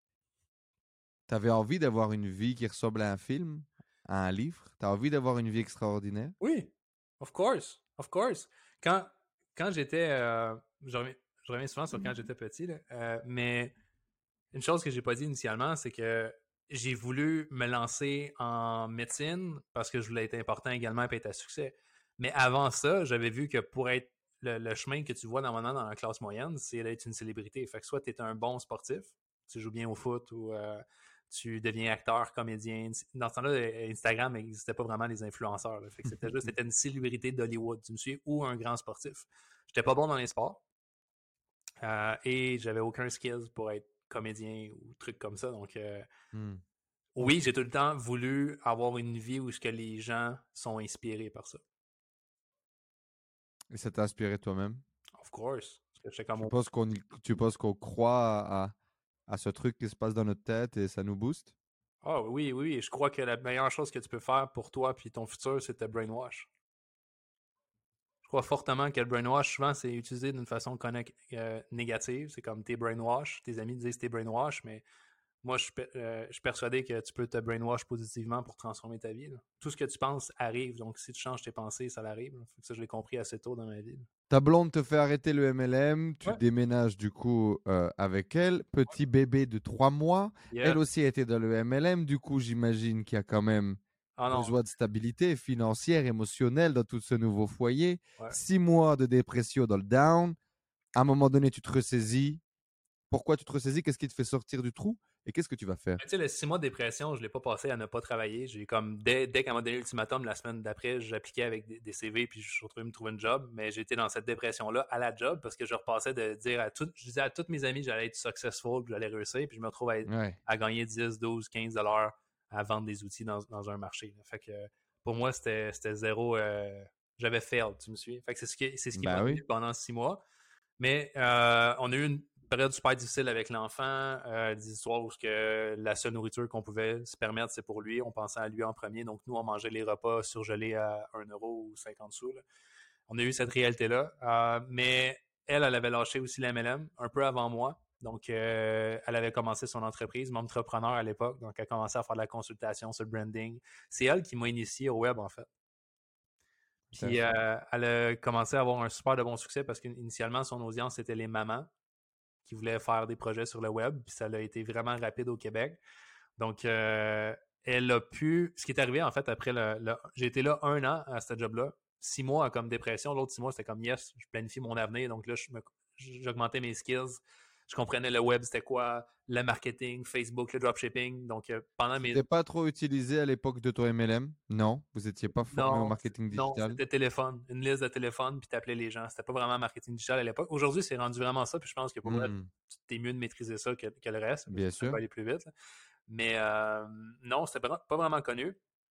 avais envie d'avoir une vie qui ressemble à un film, à un livre? Tu as envie d'avoir une vie extraordinaire? Oui, of course, of course. Quand, quand j'étais, euh, je, reviens, je reviens souvent sur quand j'étais petit, là, euh, mais une chose que j'ai pas dit initialement, c'est que j'ai voulu me lancer en médecine parce que je voulais être important également et être à succès. Mais avant ça, j'avais vu que pour être le, le chemin que tu vois normalement dans la classe moyenne, c'est d'être une célébrité. Fait que soit tu es un bon sportif, tu joues bien au foot ou euh, tu deviens acteur, comédien. Dans ce temps-là, Instagram n'existait pas vraiment les influenceurs. Là. Fait que c'était juste, c'était une célébrité d'Hollywood, tu me suis, ou un grand sportif. J'étais pas bon dans les sports. Euh, et j'avais aucun skills pour être comédien ou trucs comme ça. Donc, euh, Mmh. oui, j'ai tout le temps voulu avoir une vie où ce que les gens sont inspirés par ça. Et ça t'a inspiré toi-même? Of course. Parce que j'étais comme, Tu penses qu'on y tu penses qu'on croit à à ce truc qui se passe dans notre tête et ça nous booste? ah oui, oui, oui, je crois que la meilleure chose que tu peux faire pour toi et ton futur, c'est te brainwash. Je crois fortement que le brainwash, souvent, c'est utilisé d'une façon connect, euh, négative. C'est comme t'es brainwash. Tes amis disent t'es brainwash, mais moi, je suis, euh, je suis persuadé que tu peux te brainwash positivement pour transformer ta vie. Là. Tout ce que tu penses arrive. Donc, si tu changes tes pensées, ça l'arrive. Ça, je l'ai compris assez tôt dans ma vie. Là. Ta blonde te fait arrêter le M L M, tu Ouais. déménages du coup euh, avec elle, petit bébé de trois mois. Yeah. Elle aussi était dans le M L M, du coup j'imagine qu'il y a quand même Ah non. besoin de stabilité financière, émotionnelle dans tout ce nouveau foyer. Ouais. Six mois de dépression dans le down. À un moment donné, tu te ressaisis. Pourquoi tu te ressaisis? Qu'est-ce qui te fait sortir du trou? Et qu'est-ce que tu vas faire? Tu sais, le six mois de dépression, je ne l'ai pas passé à ne pas travailler. J'ai comme, dès, dès qu'elle m'a donné l'ultimatum, la semaine d'après, j'appliquais avec des, des C V puis je suis retrouvé me trouver une job. Mais j'étais dans cette dépression-là à la job parce que je repassais de dire à tout, je disais à tous mes amis que j'allais être successful, que j'allais réussir, puis je me retrouve à, être, Ouais. à gagner dix, douze, quinze dollars à vendre des outils dans, dans un marché. Là. Fait que pour moi, c'était, c'était zéro. Euh, j'avais failed, tu me suis. Fait que c'est ce qui, c'est ce qui m'a Bah oui. tenu pendant six mois. Mais euh, on a eu une période super difficile avec l'enfant, euh, des histoires où que la seule nourriture qu'on pouvait se permettre, c'est pour lui. On pensait à lui en premier. Donc, nous, on mangeait les repas surgelés à un euro ou cinquante sous. Là. On a eu cette réalité-là. Euh, mais elle, elle avait lâché aussi la M L M un peu avant moi. Donc, euh, elle avait commencé son entreprise, mon entrepreneur à l'époque. Donc, elle a commencé à faire de la consultation sur le branding. C'est elle qui m'a initié au web, en fait. Puis, Intéressant. euh, elle a commencé à avoir un super de bon succès parce qu'initialement, son audience, c'était les mamans qui voulaient faire des projets sur le web. Puis, ça a été vraiment rapide au Québec. Donc, euh, elle a pu... Ce qui est arrivé, en fait, après le... le... J'ai été là un an à ce job-là. Six mois comme dépression. L'autre six mois, c'était comme, yes, je planifie mon avenir. Donc là, je me... j'augmentais mes skills. Je comprenais le web, c'était quoi, le marketing, Facebook, le dropshipping. Donc, euh, pendant mes... C'était pas trop utilisé à l'époque de ton M L M? Non, vous étiez pas formé au Non, marketing non, digital? c'était téléphone. Une liste de téléphone, puis t'appelais les gens. C'était pas vraiment marketing digital à l'époque. Aujourd'hui, c'est rendu vraiment ça, puis je pense que pour vrai, Hmm, t'es mieux de maîtriser ça que, que le reste, parce bien que ça sûr. peut aller plus vite. Là. Mais euh, non, c'était pas vraiment connu.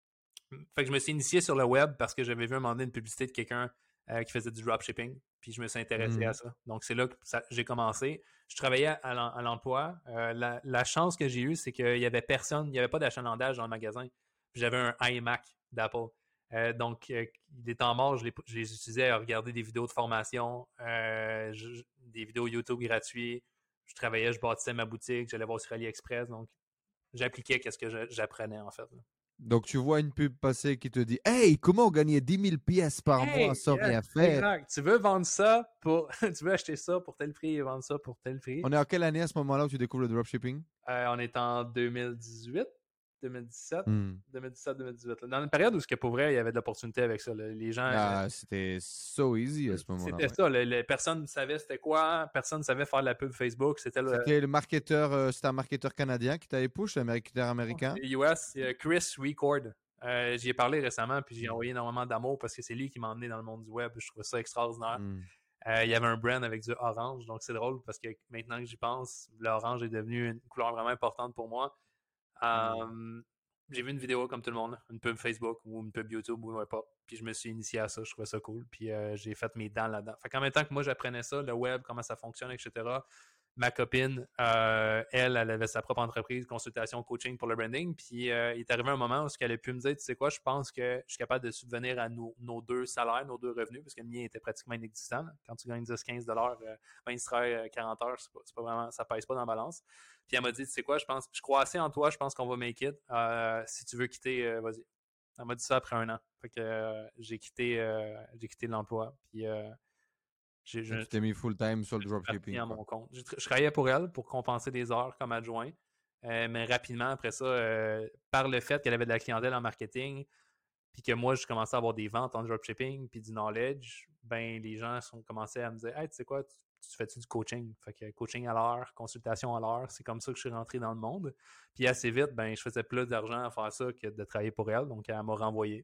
fait que je me suis initié sur le web parce que j'avais vu un moment donné une publicité de quelqu'un euh, qui faisait du dropshipping. Puis je me suis intéressé à Mhm. ça. Donc c'est là que ça- j'ai commencé. Je travaillais à, l'em- à l'emploi. Euh, la, la chance que j'ai eue, c'est qu'il n'y avait personne, il n'y avait pas d'achalandage dans le magasin. Puis j'avais un iMac d'Apple. Euh, donc, euh, des temps morts, je les, je les utilisais à regarder des vidéos de formation, euh, je- des vidéos YouTube gratuites. Je travaillais, je bâtissais ma boutique, j'allais voir sur AliExpress. Donc, j'appliquais qu'est-ce que je- j'apprenais en fait. Là. Donc, tu vois une pub passer qui te dit Hey, comment gagner dix mille pièces par mois Hey, sans yes, rien faire? exact. Tu veux vendre ça pour. Tu veux acheter ça pour tel prix et vendre ça pour tel prix. On est en quelle année à ce moment-là où tu découvres le dropshipping? Euh, on est en deux mille dix-huit, deux mille dix-sept, Hmm. deux mille dix-sept, deux mille dix-huit. là. Dans une période où, ce que pour vrai, il y avait de l'opportunité avec ça. là. Les gens. euh, Ah, c'était so easy à ce moment-là. C'était Ouais. ça. le- le- personne ne savait c'était quoi. Personne ne savait faire de la pub Facebook. C'était le C'était le marketeur, euh, c'était un marketeur canadien qui t'avait push, un marketeur américain. le U S, euh, Chris Record. Euh, j'y ai parlé récemment, puis j'ai envoyé énormément d'amour parce que c'est lui qui m'a emmené dans le monde du web. Je trouve ça extraordinaire. Hmm. Euh, il y avait un brand avec du orange, donc c'est drôle parce que maintenant que j'y pense, l'orange est devenu une couleur vraiment importante pour moi. Hmm. Euh, j'ai vu une vidéo comme tout le monde, une pub Facebook ou une pub YouTube ou pas. Puis je me suis initié à ça, je trouvais ça cool. Puis euh, j'ai fait mes dents là-dedans. Fait qu'en même temps que moi j'apprenais ça, le web, comment ça fonctionne, et cetera. Ma copine, euh, elle, elle avait sa propre entreprise, consultation, coaching pour le branding. Puis euh, il est arrivé un moment où elle a pu me dire, tu sais quoi, je pense que je suis capable de subvenir à nos, nos deux salaires, nos deux revenus, parce que le mien était pratiquement inexistant. Là. Quand tu gagnes dix à quinze dollars, euh, ben, tu travailles quarante heures, c'est pas, c'est pas vraiment, ça pèse pas dans la balance. Puis elle m'a dit, tu sais quoi, je pense, je crois assez en toi, je pense qu'on va make it. Euh, si tu veux quitter, euh, vas-y. Elle m'a dit ça après un an. Fait que euh, j'ai quitté, euh, j'ai quitté l'emploi. Puis euh, j'ai, je, Et tu t'es mis full time sur le je suis parti dropshipping, à quoi. mon compte. Je, je travaillais pour elle pour compenser des heures comme adjoint. Euh, mais rapidement, après ça, euh, par le fait qu'elle avait de la clientèle en marketing, puis que moi, je commençais à avoir des ventes en dropshipping, puis du knowledge, ben les gens sont commencé à me dire, hey, tu sais quoi, tu, tu fais-tu du coaching? Fait que coaching à l'heure, consultation à l'heure, c'est comme ça que je suis rentré dans le monde. Puis assez vite, ben je faisais plus d'argent à faire ça que de travailler pour elle, donc elle m'a renvoyé.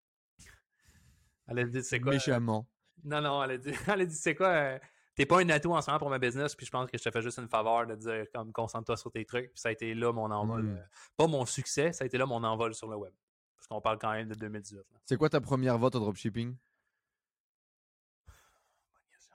Elle a dit, c'est quoi? Méchamment. Non, non, elle a dit, elle a dit c'est quoi? euh, T'es pas un atout en ce moment pour ma business, puis je pense que je te fais juste une faveur de dire, comme, concentre-toi sur tes trucs. Puis ça a été là mon envol. Hmm. euh, pas mon succès, ça a été là mon envol sur le web. Parce qu'on parle quand même de deux mille dix-huit. Là. C'est quoi ta première vente en dropshipping? Bonne question.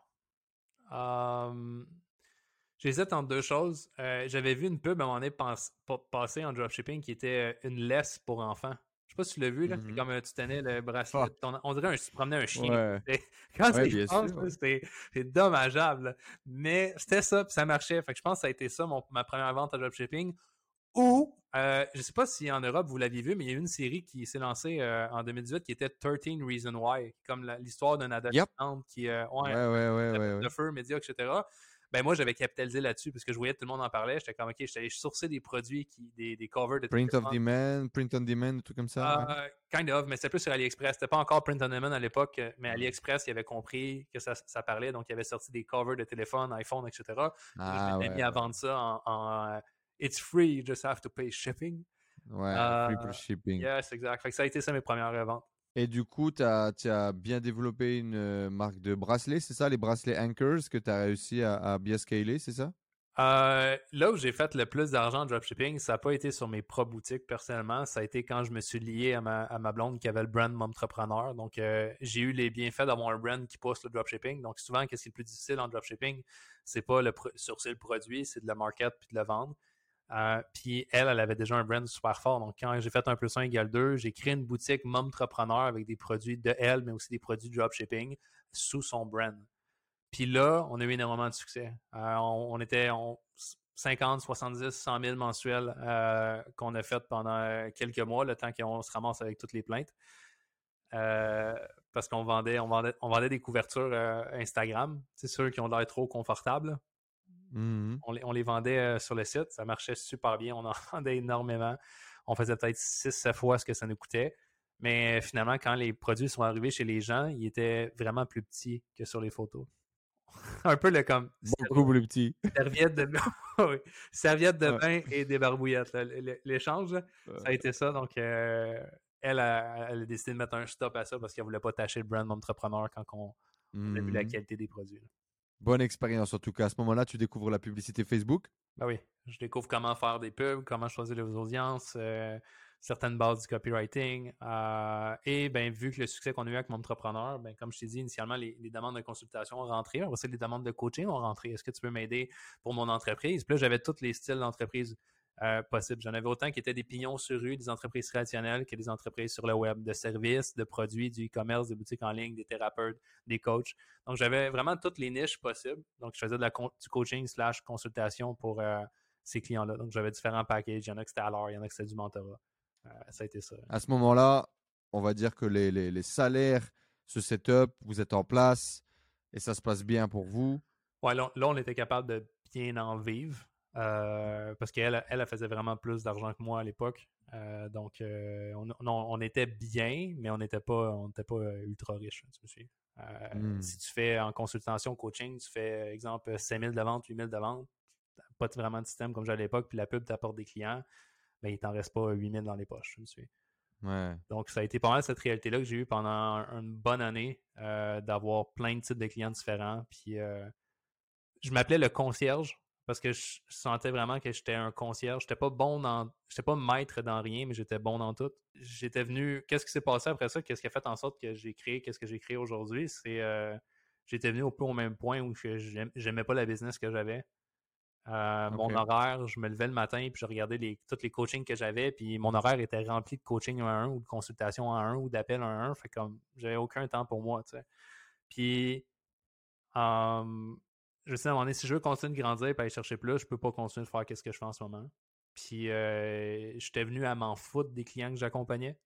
Euh, J'hésite entre deux choses. Euh, J'avais vu une pub à un moment donné passe- pa- passer en dropshipping qui était euh, une laisse pour enfants. Je sais pas si tu l'as vu, là. C'est Mhm. comme euh, tu tenais le bracelet. Ah, de ton- On dirait un, tu promenais un chien. ouais, C'est- Quand ouais, tu y bien penses, sûr. là, Ouais. c'est c'est dommageable. là. Mais c'était ça, puis ça marchait. Fait que je pense que ça a été ça, mon- ma première vente en dropshipping. Ou, euh, je sais pas si en Europe vous l'aviez vu, mais il y a eu une série qui s'est lancée euh, en deux mille dix-huit qui était treize Reasons Why, comme la- l'histoire d'une Yep. adolescente qui, euh, Ouais, ouais, ouais, ouais, de, ouais, de ouais. feu, médias, et cetera. Ben moi, j'avais capitalisé là-dessus parce que je voyais que tout le monde en parlait. J'étais comme, OK, j'étais allé sourcer des produits, qui, des, des covers de Print of téléphone. demand, print on demand, tout comme ça. Ouais. Euh, kind of, mais c'était plus sur AliExpress. C'était pas encore Print on Demand à l'époque, mais Hmm. AliExpress, il avait compris que ça, ça parlait, donc il avait sorti des covers de téléphone, iPhone, et cetera. Puis là, je Ah m'étais ouais, mis à ouais. vendre ça en, en, euh, It's free, you just have to pay shipping. Ouais, Euh, free plus shipping. yes, exact. Fait que ça a été ça mes premières ventes. Et du coup, tu as, tu as bien développé une euh, marque de bracelets, c'est ça? Les bracelets Anchors que tu as réussi à, à bien scaler, c'est ça? Euh, là où j'ai fait le plus d'argent en dropshipping, ça n'a pas été sur mes propres boutiques personnellement. Ça a été quand je me suis lié à ma, à ma blonde qui avait le brand Momtrepreneur. Donc, euh, j'ai eu les bienfaits d'avoir un brand qui pousse le dropshipping. Donc, souvent, qu'est-ce qui est le plus difficile en dropshipping? C'est pas le pro- sourcer le produit, c'est de le market puis de le vendre. Euh, puis elle, elle avait déjà un brand super fort. Donc, quand j'ai fait un plus un égale deux, j'ai créé une boutique Momtrepreneur avec des produits de elle, mais aussi des produits de dropshipping sous son brand. Puis là, on a eu énormément de succès. Euh, on, on était on, cinquante, soixante-dix, cent mille mensuels euh, qu'on a fait pendant quelques mois, le temps qu'on se ramasse avec toutes les plaintes. Euh, parce qu'on vendait, on vendait, on vendait des couvertures euh, Instagram. C'est ceux qui ont l'air trop confortables. Mhm. On les, on les vendait euh, sur le site. Ça marchait super bien. On en vendait énormément. On faisait peut-être six, sept fois ce que ça nous coûtait. Mais finalement, quand les produits sont arrivés chez les gens, ils étaient vraiment plus petits que sur les photos. Un peu le comme Beaucoup plus petit. serviette de oui. serviette de Ouais. bain et des barbouillettes. là. L'échange, là, Ouais. ça a été ça. Donc, euh, elle, a, elle a décidé de mettre un stop à ça parce qu'elle voulait pas tâcher le brand entrepreneur quand on, on a vu la Mhm. qualité des produits. là. Bonne expérience en tout cas. À ce moment-là, tu découvres la publicité Facebook. Ben oui, je découvre comment faire des pubs, comment choisir les audiences. euh, certaines bases du copywriting. Euh, et ben, vu que le succès qu'on a eu avec mon entrepreneur, ben, comme je t'ai dit, initialement, les, les demandes de consultation ont rentré. Aussi, les demandes de coaching ont rentré. Est-ce que tu peux m'aider pour mon entreprise? Puis là, j'avais tous les styles d'entreprise euh, possibles. J'en avais autant qui étaient des pignons sur rue, des entreprises traditionnelles, que des entreprises sur le web, de services, de produits, du e-commerce, des boutiques en ligne, des thérapeutes, des coachs. Donc, j'avais vraiment toutes les niches possibles. Donc, je faisais de la, du coaching slash consultation pour euh, ces clients-là. Donc, j'avais différents packages. Il y en a qui c'était à l'heure, il y en a qui c'était du mentorat. Euh, ça a été ça. À ce moment-là, on va dire que les, les, les salaires, ce setup, vous êtes en place et ça se passe bien pour vous. Ouais, là, là on était capable de bien en vivre euh, parce qu'elle elle, elle faisait vraiment plus d'argent que moi à l'époque. Euh, donc, euh, on, on, on était bien, mais on n'était pas, on n'était pas ultra riche, tu me suis. Euh, mm. Si tu fais en consultation, coaching, tu fais, exemple, cinq mille de vente, huit mille de vente, pas vraiment de système comme j'avais à l'époque, puis la pub t'apporte des clients, ben, il t'en reste pas huit mille dans les poches, je me suis. Ouais. Donc, ça a été pas mal cette réalité-là que j'ai eue pendant une bonne année, euh, d'avoir plein de types de clients différents. Puis, euh, je m'appelais le concierge parce que je sentais vraiment que j'étais un concierge. J'étais pas bon dans, j'étais pas maître dans rien, mais j'étais bon dans tout. J'étais venu, qu'est-ce qui s'est passé après ça? Qu'est-ce qui a fait en sorte que j'ai créé, qu'est-ce que j'ai créé aujourd'hui? C'est, euh, j'étais venu au peu au même point où je, j'aimais pas la business que j'avais. Euh, okay. Mon horaire, je me levais le matin puis je regardais les, tous les coachings que j'avais, puis mon horaire était rempli de coaching un à un ou de consultation un à un ou d'appel un à un. Fait comme j'avais aucun temps pour moi, tu sais. Puis um, je sais à un moment donné, si je veux continuer de grandir et aller chercher plus, je peux pas continuer de faire ce que je fais en ce moment. Puis euh, j'étais venu à m'en foutre des clients que j'accompagnais.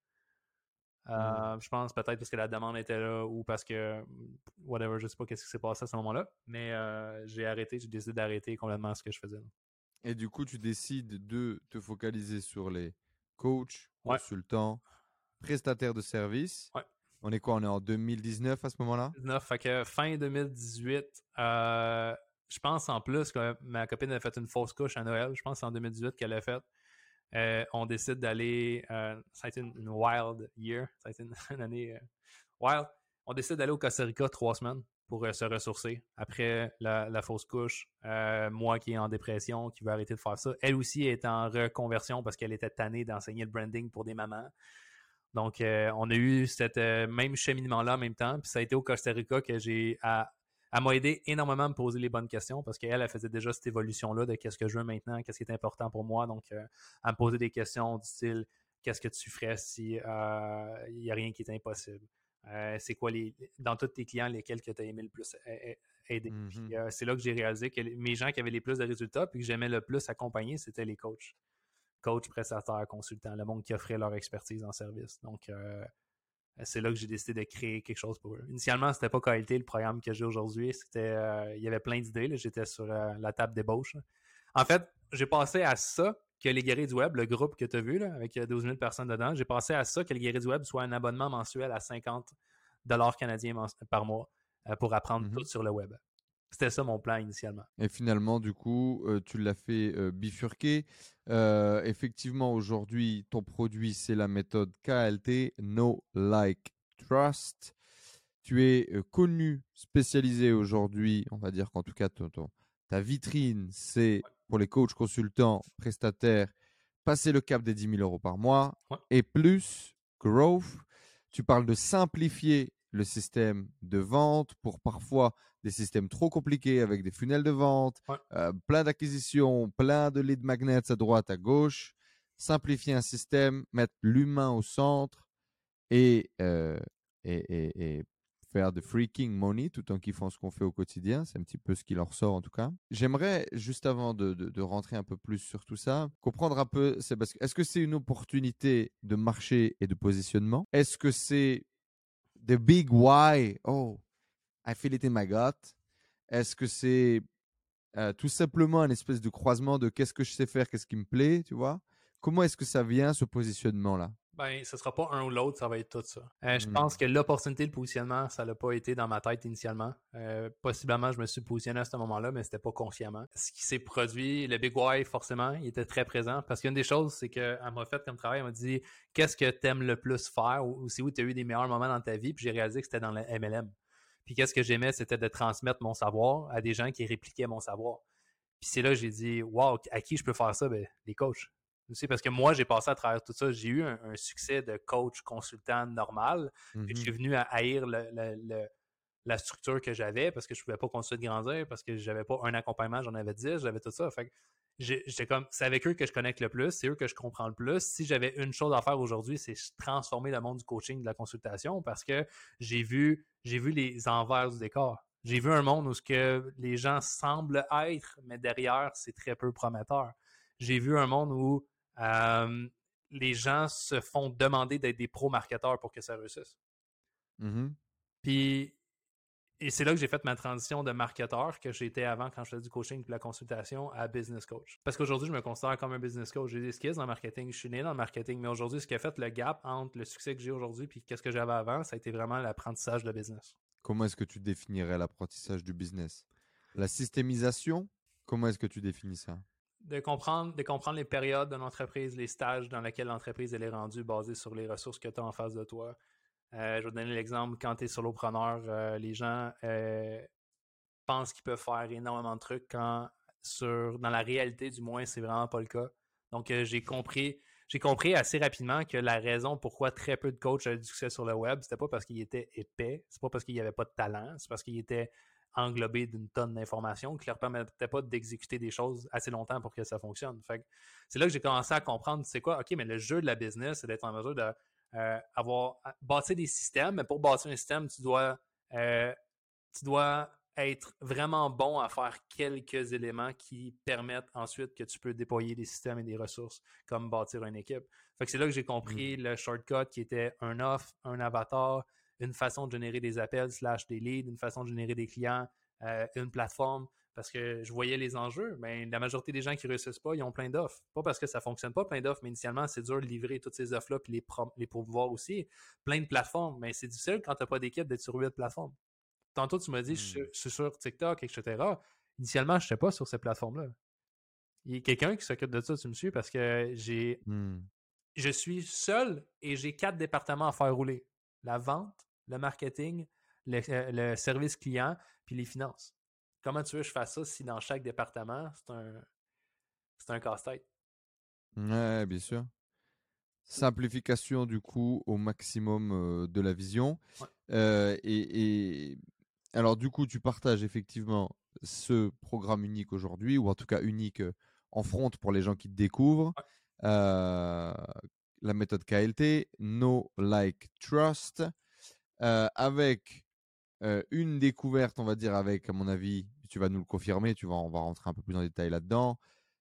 Euh, mm. Je pense peut-être parce que la demande était là ou parce que whatever, je sais pas qu'est-ce qui s'est passé à ce moment-là, mais euh, j'ai arrêté, j'ai décidé d'arrêter complètement ce que je faisais. Là. Et du coup, tu décides de te focaliser sur les coachs, ouais. consultants, prestataires de services. Ouais. On est quoi? On est en deux mille dix-neuf à ce moment-là? dix-neuf, fait que fin deux mille dix-huit, euh, je pense en plus que ma copine a fait une fausse couche à Noël. Je pense que c'est en deux mille dix-huit qu'elle l'a fait. Euh, on décide d'aller, euh, ça a été une, une wild year, ça a été une, une année euh, wild. On décide d'aller au Costa Rica trois semaines pour euh, se ressourcer après la, la fausse couche. Euh, moi qui est en dépression, qui veut arrêter de faire ça. Elle aussi est en reconversion parce qu'elle était tannée d'enseigner le branding pour des mamans. Donc, euh, on a eu cet euh, même cheminement-là en même temps. Puis ça a été au Costa Rica que j'ai... À, Elle m'a aidé énormément à me poser les bonnes questions parce qu'elle, elle faisait déjà cette évolution-là de qu'est-ce que je veux maintenant, qu'est-ce qui est important pour moi. Donc, euh, à me poser des questions du style qu'est-ce que tu ferais si il euh, n'y a rien qui est impossible. Euh, c'est quoi les dans tous tes clients lesquels que tu as aimé le plus aider. Mm-hmm. Puis, euh, c'est là que j'ai réalisé que les, mes gens qui avaient les plus de résultats puis que j'aimais le plus accompagner, c'était les coachs. Coachs, prestataires, consultants, le monde qui offrait leur expertise en service. Donc, euh, c'est là que j'ai décidé de créer quelque chose pour eux. Initialement, c'était pas qualité le programme que j'ai aujourd'hui. C'était, euh, il y avait plein d'idées. Là. J'étais sur euh, la table d'ébauche. Là. En fait, j'ai passé à ça que les guerriers du web, le groupe que tu as vu là, avec douze mille personnes dedans, j'ai passé à ça que les guerriers du web soit un abonnement mensuel à cinquante dollars canadiens par mois euh, pour apprendre mm-hmm. tout sur le web. C'était ça mon plan initialement. Et finalement, du coup, euh, tu l'as fait euh, bifurquer. Euh, effectivement, aujourd'hui, ton produit, c'est la méthode K L T, Know, Like, Trust. Tu es euh, connu, spécialisé aujourd'hui, on va dire qu'en tout cas, ton, ton, ta vitrine, c'est ouais. pour les coachs, consultants, prestataires, passer le cap des dix mille euros par mois ouais. et plus, growth. Tu parles de simplifier le système de vente pour parfois des systèmes trop compliqués avec des funnels de vente, ouais. euh, plein d'acquisitions, plein de lead magnets à droite, à gauche, simplifier un système, mettre l'humain au centre et, euh, et, et, et faire de freaking money tout en kiffant ce qu'on fait au quotidien. C'est un petit peu ce qui leur sort en tout cas. J'aimerais, juste avant de, de, de rentrer un peu plus sur tout ça, comprendre un peu, c'est parce que, est-ce que c'est une opportunité de marché et de positionnement? Est-ce que c'est the big why? Oh, I feel it in my gut. Est-ce que c'est euh, tout simplement un espèce de croisement de qu'est-ce que je sais faire, qu'est-ce qui me plaît, tu vois? Comment est-ce que ça vient, ce positionnement-là? Ben, ce sera pas un ou l'autre, ça va être tout ça. Euh, mm. Je pense que l'opportunité de positionnement, ça l'a pas été dans ma tête initialement. Euh, possiblement, je me suis positionné à ce moment-là, mais c'était pas consciemment. Ce qui s'est produit, le Big Why, forcément, il était très présent. Parce qu'une des choses, c'est qu'elle m'a fait comme travail, elle m'a dit qu'est-ce que tu aimes le plus faire ou, ou c'est où tu as eu des meilleurs moments dans ta vie, puis j'ai réalisé que c'était dans le M L M. Puis qu'est-ce que j'aimais, c'était de transmettre mon savoir à des gens qui répliquaient mon savoir. Puis c'est là que j'ai dit wow, à qui je peux faire ça? Ben, les coachs. aussi, parce que moi, j'ai passé à travers tout ça. J'ai eu un, un succès de coach consultant normal. Puis je Mhm. suis venu à haïr le, le, le, la structure que j'avais parce que je ne pouvais pas continuer de grandir, parce que j'avais pas un accompagnement, j'en avais dix, j'avais tout ça. Fait que j'étais comme, c'est avec eux que je connecte le plus, c'est eux que je comprends le plus. Si j'avais une chose à faire aujourd'hui, c'est transformer le monde du coaching, de la consultation, parce que j'ai vu, j'ai vu les envers du décor. J'ai vu un monde où ce que les gens semblent être, mais derrière, c'est très peu prometteur. J'ai vu un monde où euh, les gens se font demander d'être des pro-marketeurs pour que ça réussisse. Mhm. Puis, et c'est là que j'ai fait ma transition de marketeur que j'étais avant quand je faisais du coaching et de la consultation à business coach. Parce qu'aujourd'hui, je me considère comme un business coach. J'ai des skills dans le marketing, je suis né dans le marketing, mais aujourd'hui, ce qui a fait le gap entre le succès que j'ai aujourd'hui et qu'est-ce que j'avais avant, ça a été vraiment l'apprentissage de business. Comment est-ce que tu définirais l'apprentissage du business? La systémisation? Comment est-ce que tu définis ça? De comprendre, de comprendre les périodes de l'entreprise, les stages dans lesquels l'entreprise elle est rendue basée sur les ressources que tu as en face de toi. Euh, je vais te donner l'exemple, quand tu es solopreneur, euh, les gens euh, pensent qu'ils peuvent faire énormément de trucs quand sur dans la réalité, du moins, c'est vraiment pas le cas. Donc, euh, j'ai compris j'ai compris assez rapidement que la raison pourquoi très peu de coachs avaient du succès sur le web, c'était pas parce qu'ils étaient épais, c'est pas parce qu'il n'y avait pas de talent, c'est parce qu'ils étaient englobés d'une tonne d'informations qui leur permettaient pas d'exécuter des choses assez longtemps pour que ça fonctionne. Fait que c'est là que j'ai commencé à comprendre, c'est quoi, OK, mais le jeu de la business, c'est d'être en mesure de euh, avoir bâtir des systèmes, mais pour bâtir un système, tu dois euh, tu dois être vraiment bon à faire quelques éléments qui permettent ensuite que tu peux déployer des systèmes et des ressources comme bâtir une équipe. Fait que c'est là que j'ai compris Mhm. le shortcut qui était un offre, un avatar, une façon de générer des appels slash des leads, une façon de générer des clients, euh, une plateforme, parce que je voyais les enjeux. Mais la majorité des gens qui ne réussissent pas, ils ont plein d'offres. Pas parce que ça ne fonctionne pas, plein d'offres, mais initialement, c'est dur de livrer toutes ces offres-là puis les, prom- les pourvoir aussi. Plein de plateformes, mais c'est difficile quand tu n'as pas d'équipe d'être sur huit plateformes. Tantôt, tu m'as dit, je suis, Mhm. je suis sur TikTok, et cetera. Initialement, je ne sais pas sur ces plateformes-là. Il y a quelqu'un qui s'occupe de ça, tu me suis, parce que j'ai, Mhm. je suis seul et j'ai quatre départements à faire rouler. La vente, le marketing, le, euh, le service client, puis les finances. Comment tu veux que je fasse ça si dans chaque département, c'est un, c'est un casse-tête? Ouais, bien sûr. Simplification du coup au maximum euh, de la vision. Ouais. Euh, et, et alors du coup, tu partages effectivement ce programme unique aujourd'hui, ou en tout cas unique euh, en front pour les gens qui te découvrent. Ouais. Euh, la méthode K L T, Know, Like, Trust, euh, avec euh, une découverte, on va dire, avec, à mon avis, tu vas nous le confirmer, tu vas, on va rentrer un peu plus en détail là-dedans.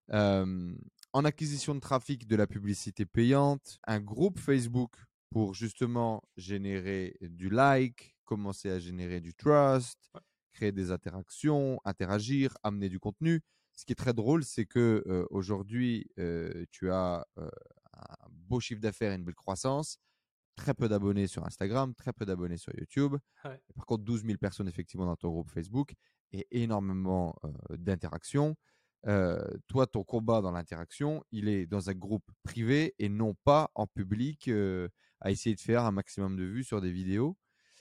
Euh, en acquisition de trafic, de la publicité payante, un groupe Facebook pour justement générer du like, commencer à générer du trust, Ouais. créer des interactions, interagir, amener du contenu. Ce qui est très drôle, c'est que euh, aujourd'hui, euh, tu as euh, un beau chiffre d'affaires et une belle croissance, très peu d'abonnés sur Instagram, très peu d'abonnés sur YouTube. Ouais. Par contre, douze mille personnes effectivement dans ton groupe Facebook et énormément euh, d'interactions. Euh, toi, ton combat dans l'interaction, il est dans un groupe privé et non pas en public euh, à essayer de faire un maximum de vues sur des vidéos.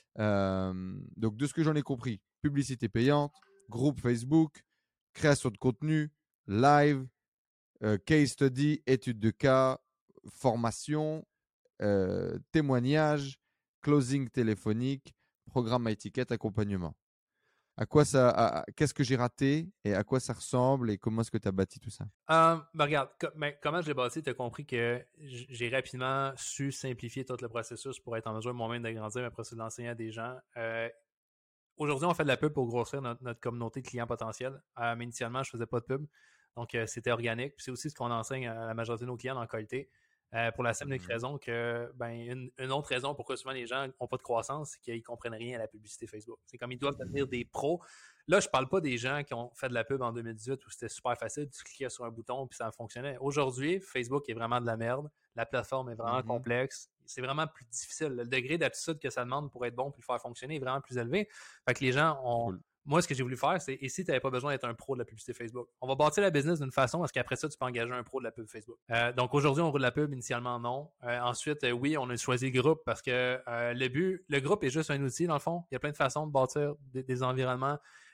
Euh, donc, de ce que j'en ai compris, publicité payante, groupe Facebook, création de contenu, live, euh, case study, étude de cas, formation, euh, témoignage, closing téléphonique, programme à étiquette, accompagnement. À quoi ça, à- à- qu'est-ce que j'ai raté et à quoi ça ressemble et comment est-ce que tu as bâti tout ça? Euh, ben regarde, co- ben, comment je l'ai bâti, tu as compris que j- j'ai rapidement su simplifier tout le processus pour être en mesure moi-même d'agrandir, mais après ça, de l'enseigner à des gens. Euh, Aujourd'hui, on fait de la pub pour grossir notre, notre communauté de clients potentiels. Euh, mais initialement, je ne faisais pas de pub. Donc, euh, c'était organique. Puis c'est aussi ce qu'on enseigne à la majorité de nos clients en qualité. Euh, pour la simple Mhm. raison que, ben, une, une autre raison pourquoi souvent les gens n'ont pas de croissance, c'est qu'ils ne comprennent rien à la publicité Facebook. C'est comme ils doivent devenir des pros. Là, je ne parle pas des gens qui ont fait de la pub en deux mille dix-huit où c'était super facile, tu cliquais sur un bouton puis ça fonctionnait. Aujourd'hui, Facebook est vraiment de la merde. La plateforme est vraiment Mhm. complexe. C'est vraiment plus difficile. Le degré d'aptitude que ça demande pour être bon puis le faire fonctionner est vraiment plus élevé. Fait que les gens ont. Cool. Moi, ce que j'ai voulu faire, c'est et si tu n'avais pas besoin d'être un pro de la publicité Facebook? On va bâtir la business d'une façon parce qu'après ça, tu peux engager un pro de la pub Facebook. Euh, donc aujourd'hui, on roule la pub, initialement non. Euh, ensuite, euh, oui, on a choisi le groupe parce que euh, le but, le groupe est juste un outil, dans le fond. Il y a plein de façons de bâtir des, des environnements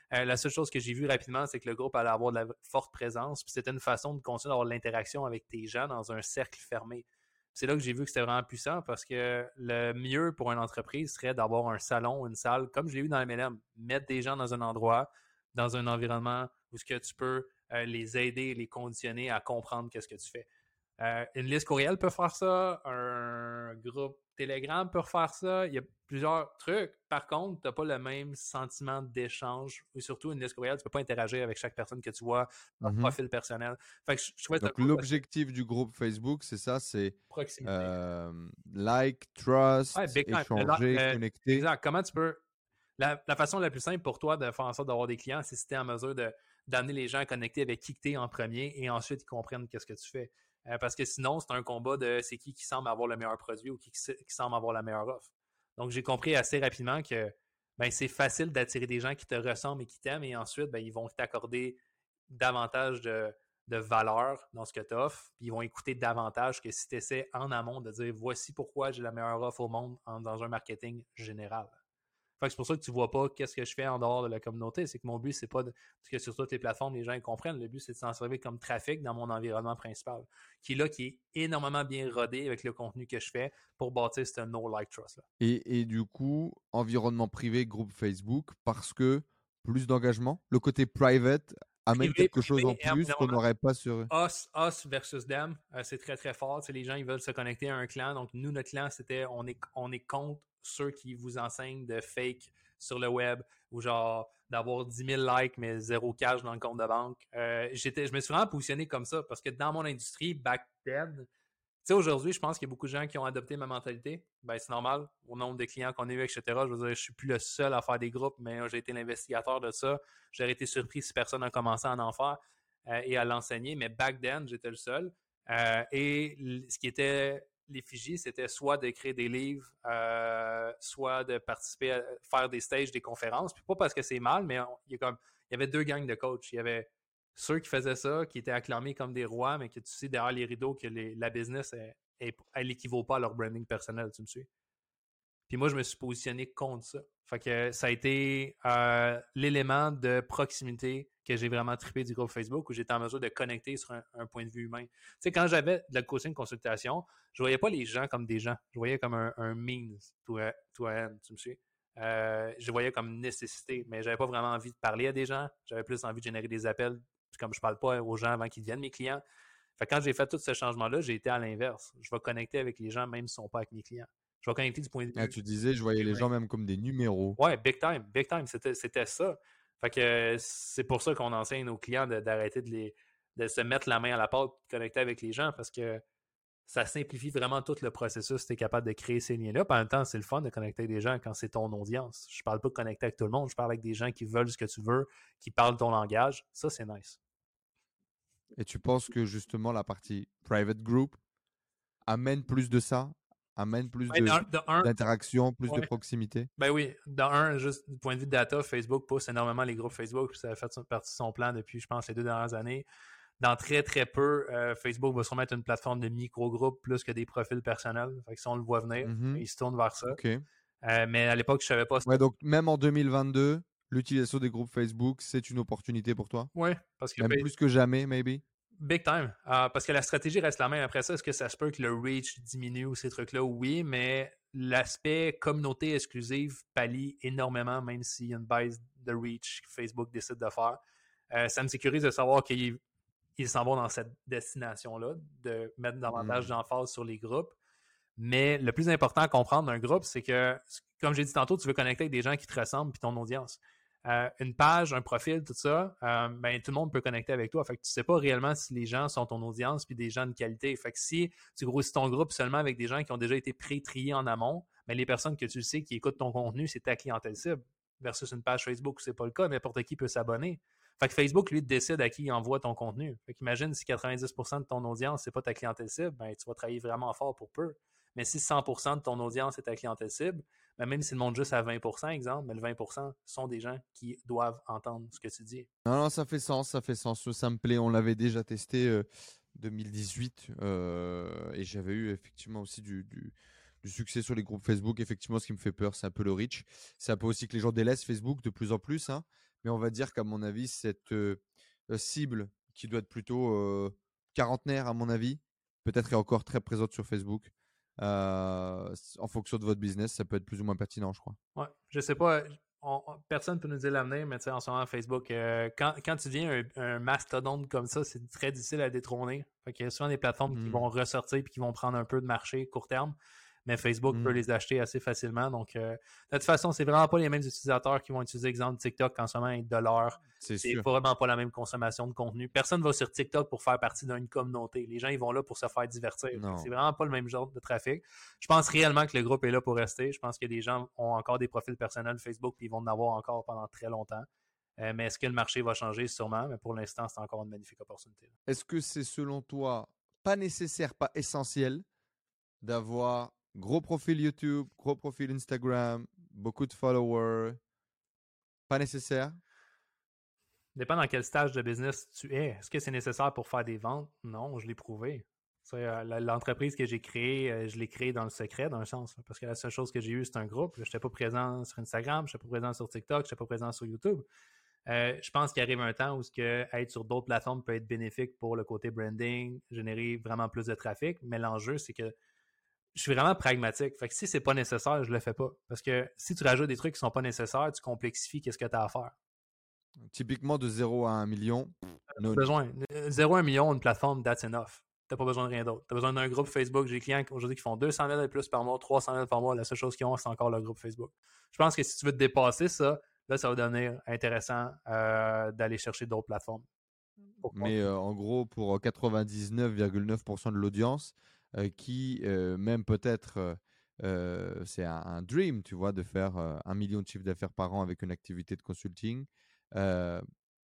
Euh, la seule chose que j'ai vue rapidement, c'est que le groupe allait avoir de la forte présence. Puis c'était une façon de continuer d'avoir de l'interaction avec tes gens dans un cercle fermé. Puis c'est là que j'ai vu que c'était vraiment puissant parce que le mieux pour une entreprise serait d'avoir un salon, une salle, comme je l'ai eu dans M L M, mettre des gens dans un endroit, dans un environnement où ce que tu peux euh, les aider, les conditionner à comprendre qu'est-ce que tu fais. Euh, une liste courriel peut faire ça, un groupe Telegram peut faire ça, il y a plusieurs trucs. Par contre, tu n'as pas le même sentiment d'échange, et surtout une liste courriel, tu ne peux pas interagir avec chaque personne que tu vois, leur Mmh. profil personnel. Fait que je, je trouvais ça Donc cool parce que l'objectif du groupe Facebook, c'est ça, c'est proximité. euh, like, Ouais, trust, big time. Le, échanger, le- connecter. exact. Comment tu peux. La, la façon la plus simple pour toi de faire en sorte d'avoir des clients, c'est si tu es en mesure de, d'amener les gens à connecter avec qui tu es en premier et ensuite ils comprennent qu'est-ce que tu fais. Euh, parce que sinon, c'est un combat de c'est qui qui semble avoir le meilleur produit ou qui, qui semble avoir la meilleure offre. Donc, j'ai compris assez rapidement que ben, c'est facile d'attirer des gens qui te ressemblent et qui t'aiment et ensuite, ben, ils vont t'accorder davantage de, de valeur dans ce que tu offres, puis ils vont écouter davantage que si tu essaies en amont de dire voici pourquoi j'ai la meilleure offre au monde en, dans un marketing général. Fait que c'est pour ça que tu vois pas qu'est-ce que je fais en dehors de la communauté. C'est que mon but, c'est pas de, parce que sur toutes les plateformes, les gens ils comprennent. Le but, c'est de s'en servir comme trafic dans mon environnement principal, qui est là, qui est énormément bien rodé avec le contenu que je fais pour bâtir ce no like trust là. Et, et du coup, environnement privé, groupe Facebook, parce que plus d'engagement. Le côté private amène Privé, quelque chose privé, en plus qu'on énormément. n'aurait pas sur. Us, us versus them, euh, c'est très très fort. Tu sais, les gens ils veulent se connecter à un clan. Donc nous, notre clan, c'était on est, on est contre ceux qui vous enseignent de fake sur le web ou genre d'avoir dix mille likes mais zéro cash dans le compte de banque. Euh, j'étais, je me suis vraiment positionné comme ça parce que dans mon industrie, back then, tu sais, aujourd'hui, je pense qu'il y a beaucoup de gens qui ont adopté ma mentalité. Ben, c'est normal, au nombre de clients qu'on a eu, et cetera. Je veux dire, je suis plus le seul à faire des groupes, mais j'ai été l'investigateur de ça. J'aurais été surpris si personne n'a commencé à en faire euh, et à l'enseigner, mais back then, j'étais le seul. Euh, et ce qui était l'effigie, c'était soit de créer des livres, euh, soit de participer à faire des stages, des conférences. Puis pas parce que c'est mal, mais on, il, y a comme, il y avait deux gangs de coachs. Il y avait ceux qui faisaient ça, qui étaient acclamés comme des rois, mais que tu sais derrière les rideaux que les, la business, est, est, elle n'équivaut pas à leur branding personnel, tu me suis. Puis moi, je me suis positionné contre ça. Fait que ça a été euh, l'élément de proximité que j'ai vraiment trippé du groupe Facebook, où j'étais en mesure de connecter sur un, un point de vue humain. Tu sais, quand j'avais de la coaching consultation, je voyais pas les gens comme des gens. Je voyais comme un, un means to, a, to an end, tu me suis. Euh, je voyais comme une nécessité, mais j'avais pas vraiment envie de parler à des gens. J'avais plus envie de générer des appels, comme je parle pas aux gens avant qu'ils deviennent mes clients. Fait que quand j'ai fait tout ce changement-là, j'ai été à l'inverse. Je vais connecter avec les gens, même s'ils ne sont pas avec mes clients. Je vais connecter du point de Ah, vue tu disais, je voyais les humain. gens même comme des numéros. Ouais, big time, big time. C'était, c'était ça. Fait que c'est pour ça qu'on enseigne aux clients de, d'arrêter de, les, de se mettre la main à la pâte et de connecter avec les gens parce que ça simplifie vraiment tout le processus si tu es capable de créer ces liens-là. Puis en même temps, c'est le fun de connecter avec des gens quand c'est ton audience. Je parle pas de connecter avec tout le monde, je parle avec des gens qui veulent ce que tu veux, qui parlent ton langage. Ça, c'est nice. Et tu penses que justement la partie private group amène plus de ça, amène plus Ouais, de, de de un, d'interaction, plus de ouais. proximité? Ben oui, dans un, juste du point de vue de data, Facebook pousse énormément les groupes Facebook, puis ça a fait partie de son plan depuis, je pense, les deux dernières années. Dans très, très peu, euh, Facebook va sûrement être une plateforme de micro-groupes plus que des profils personnels. Fait que si on le voit venir, Mhm. il se tourne vers ça. Ok. Euh, mais à l'époque, je savais pas. Ouais, donc même en deux mille vingt-deux, l'utilisation des groupes Facebook, c'est une opportunité pour toi? Oui, parce que Même plus que jamais, maybe? big time. Euh, parce que la stratégie reste la même. Après ça, est-ce que ça se peut que le reach diminue ou ces trucs-là? Oui, mais l'aspect communauté exclusive pallie énormément, même s'il y a une baisse de reach que Facebook décide de faire. Euh, ça me sécurise de savoir qu'ils ils s'en vont dans cette destination-là, de mettre davantage Mm. d'emphase sur les groupes. Mais le plus important à comprendre d'un groupe, c'est que, comme j'ai dit tantôt, tu veux connecter avec des gens qui te ressemblent puis ton audience. Euh, une page, un profil, tout ça, euh, ben, tout le monde peut connecter avec toi. Fait que tu ne sais pas réellement si les gens sont ton audience puis des gens de qualité. Fait que si tu grossis ton groupe seulement avec des gens qui ont déjà été pré-triés en amont, ben, les personnes que tu sais qui écoutent ton contenu, c'est ta clientèle cible. Versus une page Facebook où c'est pas le cas, n'importe qui peut s'abonner. Fait que Facebook, lui, décide à qui il envoie ton contenu. Fait qu'imagine si quatre-vingt-dix pour cent de ton audience, c'est pas ta clientèle cible, ben, tu vas travailler vraiment fort pour peu. Mais si cent pour cent de ton audience est ta clientèle cible, ben même s'il monte juste à vingt pour cent, exemple, mais le vingt pour cent sont des gens qui doivent entendre ce que tu dis. Non, non, ça fait sens, ça fait sens. Ça me plaît. On l'avait déjà testé euh, deux mille dix-huit euh, et j'avais eu effectivement aussi du, du, du succès sur les groupes Facebook. Effectivement, ce qui me fait peur, c'est un peu le reach. C'est un peu aussi que les gens délaissent Facebook de plus en plus, hein. mais on va dire qu'à mon avis, cette euh, euh, cible qui doit être plutôt euh, quarantenaire, à mon avis, peut-être est encore très présente sur Facebook. Euh, en fonction de votre business, ça peut être plus ou moins pertinent, je crois. Ouais, je sais pas. On, on, personne ne peut nous dire l'avenir, mais tu sais, en ce moment, Facebook, euh, quand, quand tu deviens un, un mastodonte comme ça, c'est très difficile à détrôner. Fait qu'il y a souvent des plateformes mmh. qui vont ressortir et qui vont prendre un peu de marché court terme. Mais Facebook mmh. peut les acheter assez facilement. Donc, euh, de toute façon, c'est vraiment pas les mêmes utilisateurs qui vont utiliser, exemple, TikTok en ce moment avec de l'heure. C'est, c'est vraiment pas la même consommation de contenu. Personne ne va sur TikTok pour faire partie d'une communauté. Les gens, ils vont là pour se faire divertir. C'est vraiment pas le même genre de trafic. Je pense réellement que le groupe est là pour rester. Je pense que des gens ont encore des profils personnels Facebook et ils vont en avoir encore pendant très longtemps. Euh, mais est-ce que le marché va changer? Sûrement. Mais pour l'instant, c'est encore une magnifique opportunité. Est-ce que c'est selon toi pas nécessaire, pas essentiel d'avoir gros profil YouTube, gros profil Instagram, beaucoup de followers? Pas nécessaire? Dépend dans quel stage de business tu es. Est-ce que c'est nécessaire pour faire des ventes? Non, je l'ai prouvé. L'entreprise que j'ai créée, je l'ai créée dans le secret, dans un sens. Parce que la seule chose que j'ai eue, c'est un groupe. Je n'étais pas présent sur Instagram, je n'étais pas présent sur TikTok, je n'étais pas présent sur YouTube. Euh, je pense qu'il arrive un temps où ce que être sur d'autres plateformes peut être bénéfique pour le côté branding, générer vraiment plus de trafic. Mais l'enjeu, c'est que je suis vraiment pragmatique. Fait que si c'est pas nécessaire, je le fais pas. Parce que si tu rajoutes des trucs qui sont pas nécessaires, tu complexifies qu'est-ce que tu as à faire. Typiquement de zéro à un million. No besoin. zéro à un million, une plateforme, that's enough. T'as pas besoin de rien d'autre. T'as besoin d'un groupe Facebook. J'ai des clients aujourd'hui qui font deux cent mille et plus par mois, trois cent mille par mois. La seule chose qu'ils ont, c'est encore le groupe Facebook. Je pense que si tu veux te dépasser ça, là, ça va devenir intéressant euh, d'aller chercher d'autres plateformes. Mais euh, en gros, pour quatre-vingt-dix-neuf virgule neuf pour cent de l'audience, euh, qui euh, même peut-être, euh, c'est un, un dream, tu vois, de faire euh, un million de chiffre d'affaires par an avec une activité de consulting. Euh,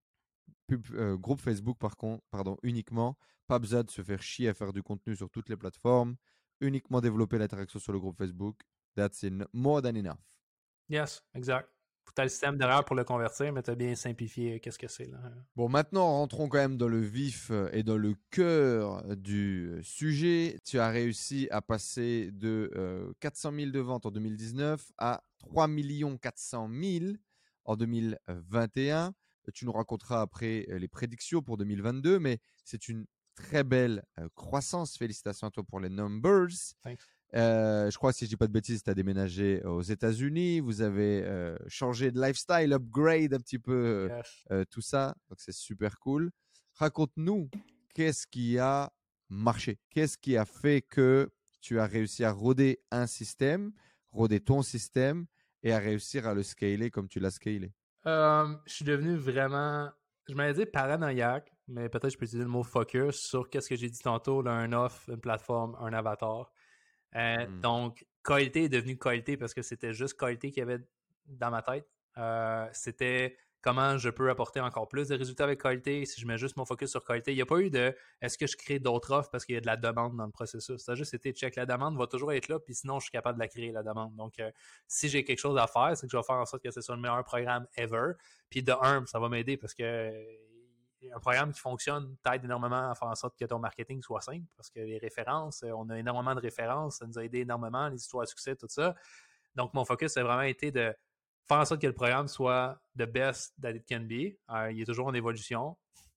pub, euh, groupe Facebook, par contre, pardon, uniquement, pas besoin de se faire chier à faire du contenu sur toutes les plateformes, uniquement développer l'interaction sur le groupe Facebook. That's in more than enough. Yes, exact. Tu as le système derrière pour le convertir, mais tu as bien simplifié qu'est-ce que c'est là. Bon, maintenant, rentrons quand même dans le vif et dans le cœur du sujet. Tu as réussi à passer de euh, quatre cent mille de ventes en deux mille dix-neuf à trois millions quatre cent mille en deux mille vingt et un. Tu nous raconteras après les prédictions pour deux mille vingt-deux, mais c'est une très belle euh, croissance. Félicitations à toi pour les numbers. Thanks. Euh, je crois, si je dis pas de bêtises, tu as déménagé aux États-Unis, vous avez euh, changé de lifestyle, upgrade un petit peu euh, yes. euh, tout ça, donc c'est super cool. Raconte-nous, qu'est-ce qui a marché? Qu'est-ce qui a fait que tu as réussi à roder un système, roder ton système et à réussir à le scaler comme tu l'as scalé? Euh, je suis devenu vraiment, je m'allais dire paranoïaque, mais peut-être je peux utiliser le mot focus sur qu'est-ce que j'ai dit tantôt, là, un offre, une plateforme, un avatar. Euh, mm. Donc, qualité est devenu qualité parce que c'était juste qualité qu'il y avait dans ma tête. Euh, c'était comment je peux apporter encore plus de résultats avec qualité si je mets juste mon focus sur qualité. Il n'y a pas eu de est-ce que je crée d'autres offres parce qu'il y a de la demande dans le processus. Ça a juste été check. La demande va toujours être là, puis sinon, je suis capable de la créer, la demande. Donc, euh, si j'ai quelque chose à faire, c'est que je vais faire en sorte que ce soit le meilleur programme ever. Puis de un, ça va m'aider parce que un programme qui fonctionne t'aide énormément à faire en sorte que ton marketing soit simple parce que les références, on a énormément de références, ça nous a aidé énormément, les histoires à succès, tout ça. Donc, mon focus a vraiment été de faire en sorte que le programme soit the best that it can be. Euh, il est toujours en évolution.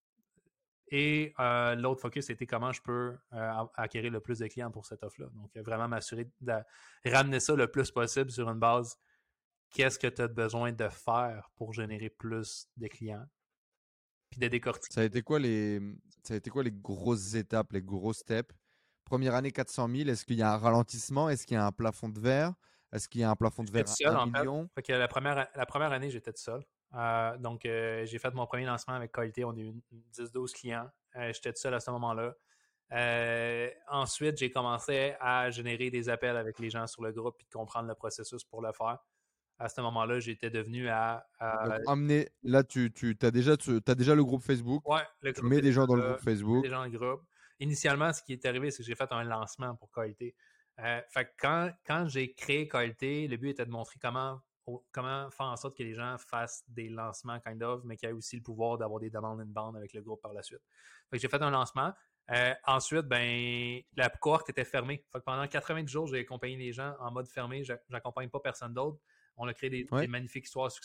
Et euh, l'autre focus, c'était comment je peux euh, acquérir le plus de clients pour cette offre-là. Donc, vraiment m'assurer de ramener ça le plus possible sur une base. Qu'est-ce que tu as besoin de faire pour générer plus de clients? Puis de décortiquer. Ça a été quoi les, ça a été quoi les grosses étapes, les gros steps? Première année, quatre cent mille. Est-ce qu'il y a un ralentissement? Est-ce qu'il y a un plafond de verre? Est-ce qu'il y a un plafond de verre à un million? Fait que la, première, la première année, j'étais tout seul. Euh, donc, euh, j'ai fait mon premier lancement avec qualité. On a eu dix douze clients. Euh, j'étais tout seul à ce moment-là. Euh, ensuite, j'ai commencé à générer des appels avec les gens sur le groupe et de comprendre le processus pour le faire. À ce moment-là, j'étais devenu à... à... Donc, emmener, là, tu, tu as, déjà, tu as déjà le groupe Facebook. Ouais, le tu groupe mets des gens dans là, le groupe Facebook. Des gens dans le groupe. Initialement, ce qui est arrivé, c'est que j'ai fait un lancement pour qualité. Euh, fait que quand, quand j'ai créé qualité, le but était de montrer comment, comment faire en sorte que les gens fassent des lancements, kind of, mais qu'il y ait aussi le pouvoir d'avoir des demandes inbound avec le groupe par la suite. Fait que j'ai fait un lancement. Euh, ensuite, ben, la cohorte était fermée. Fait que pendant quatre-vingt-dix jours, j'ai accompagné les gens en mode fermé. J'accompagne pas personne d'autre. On a créé des, ouais. des magnifiques histoires de succès.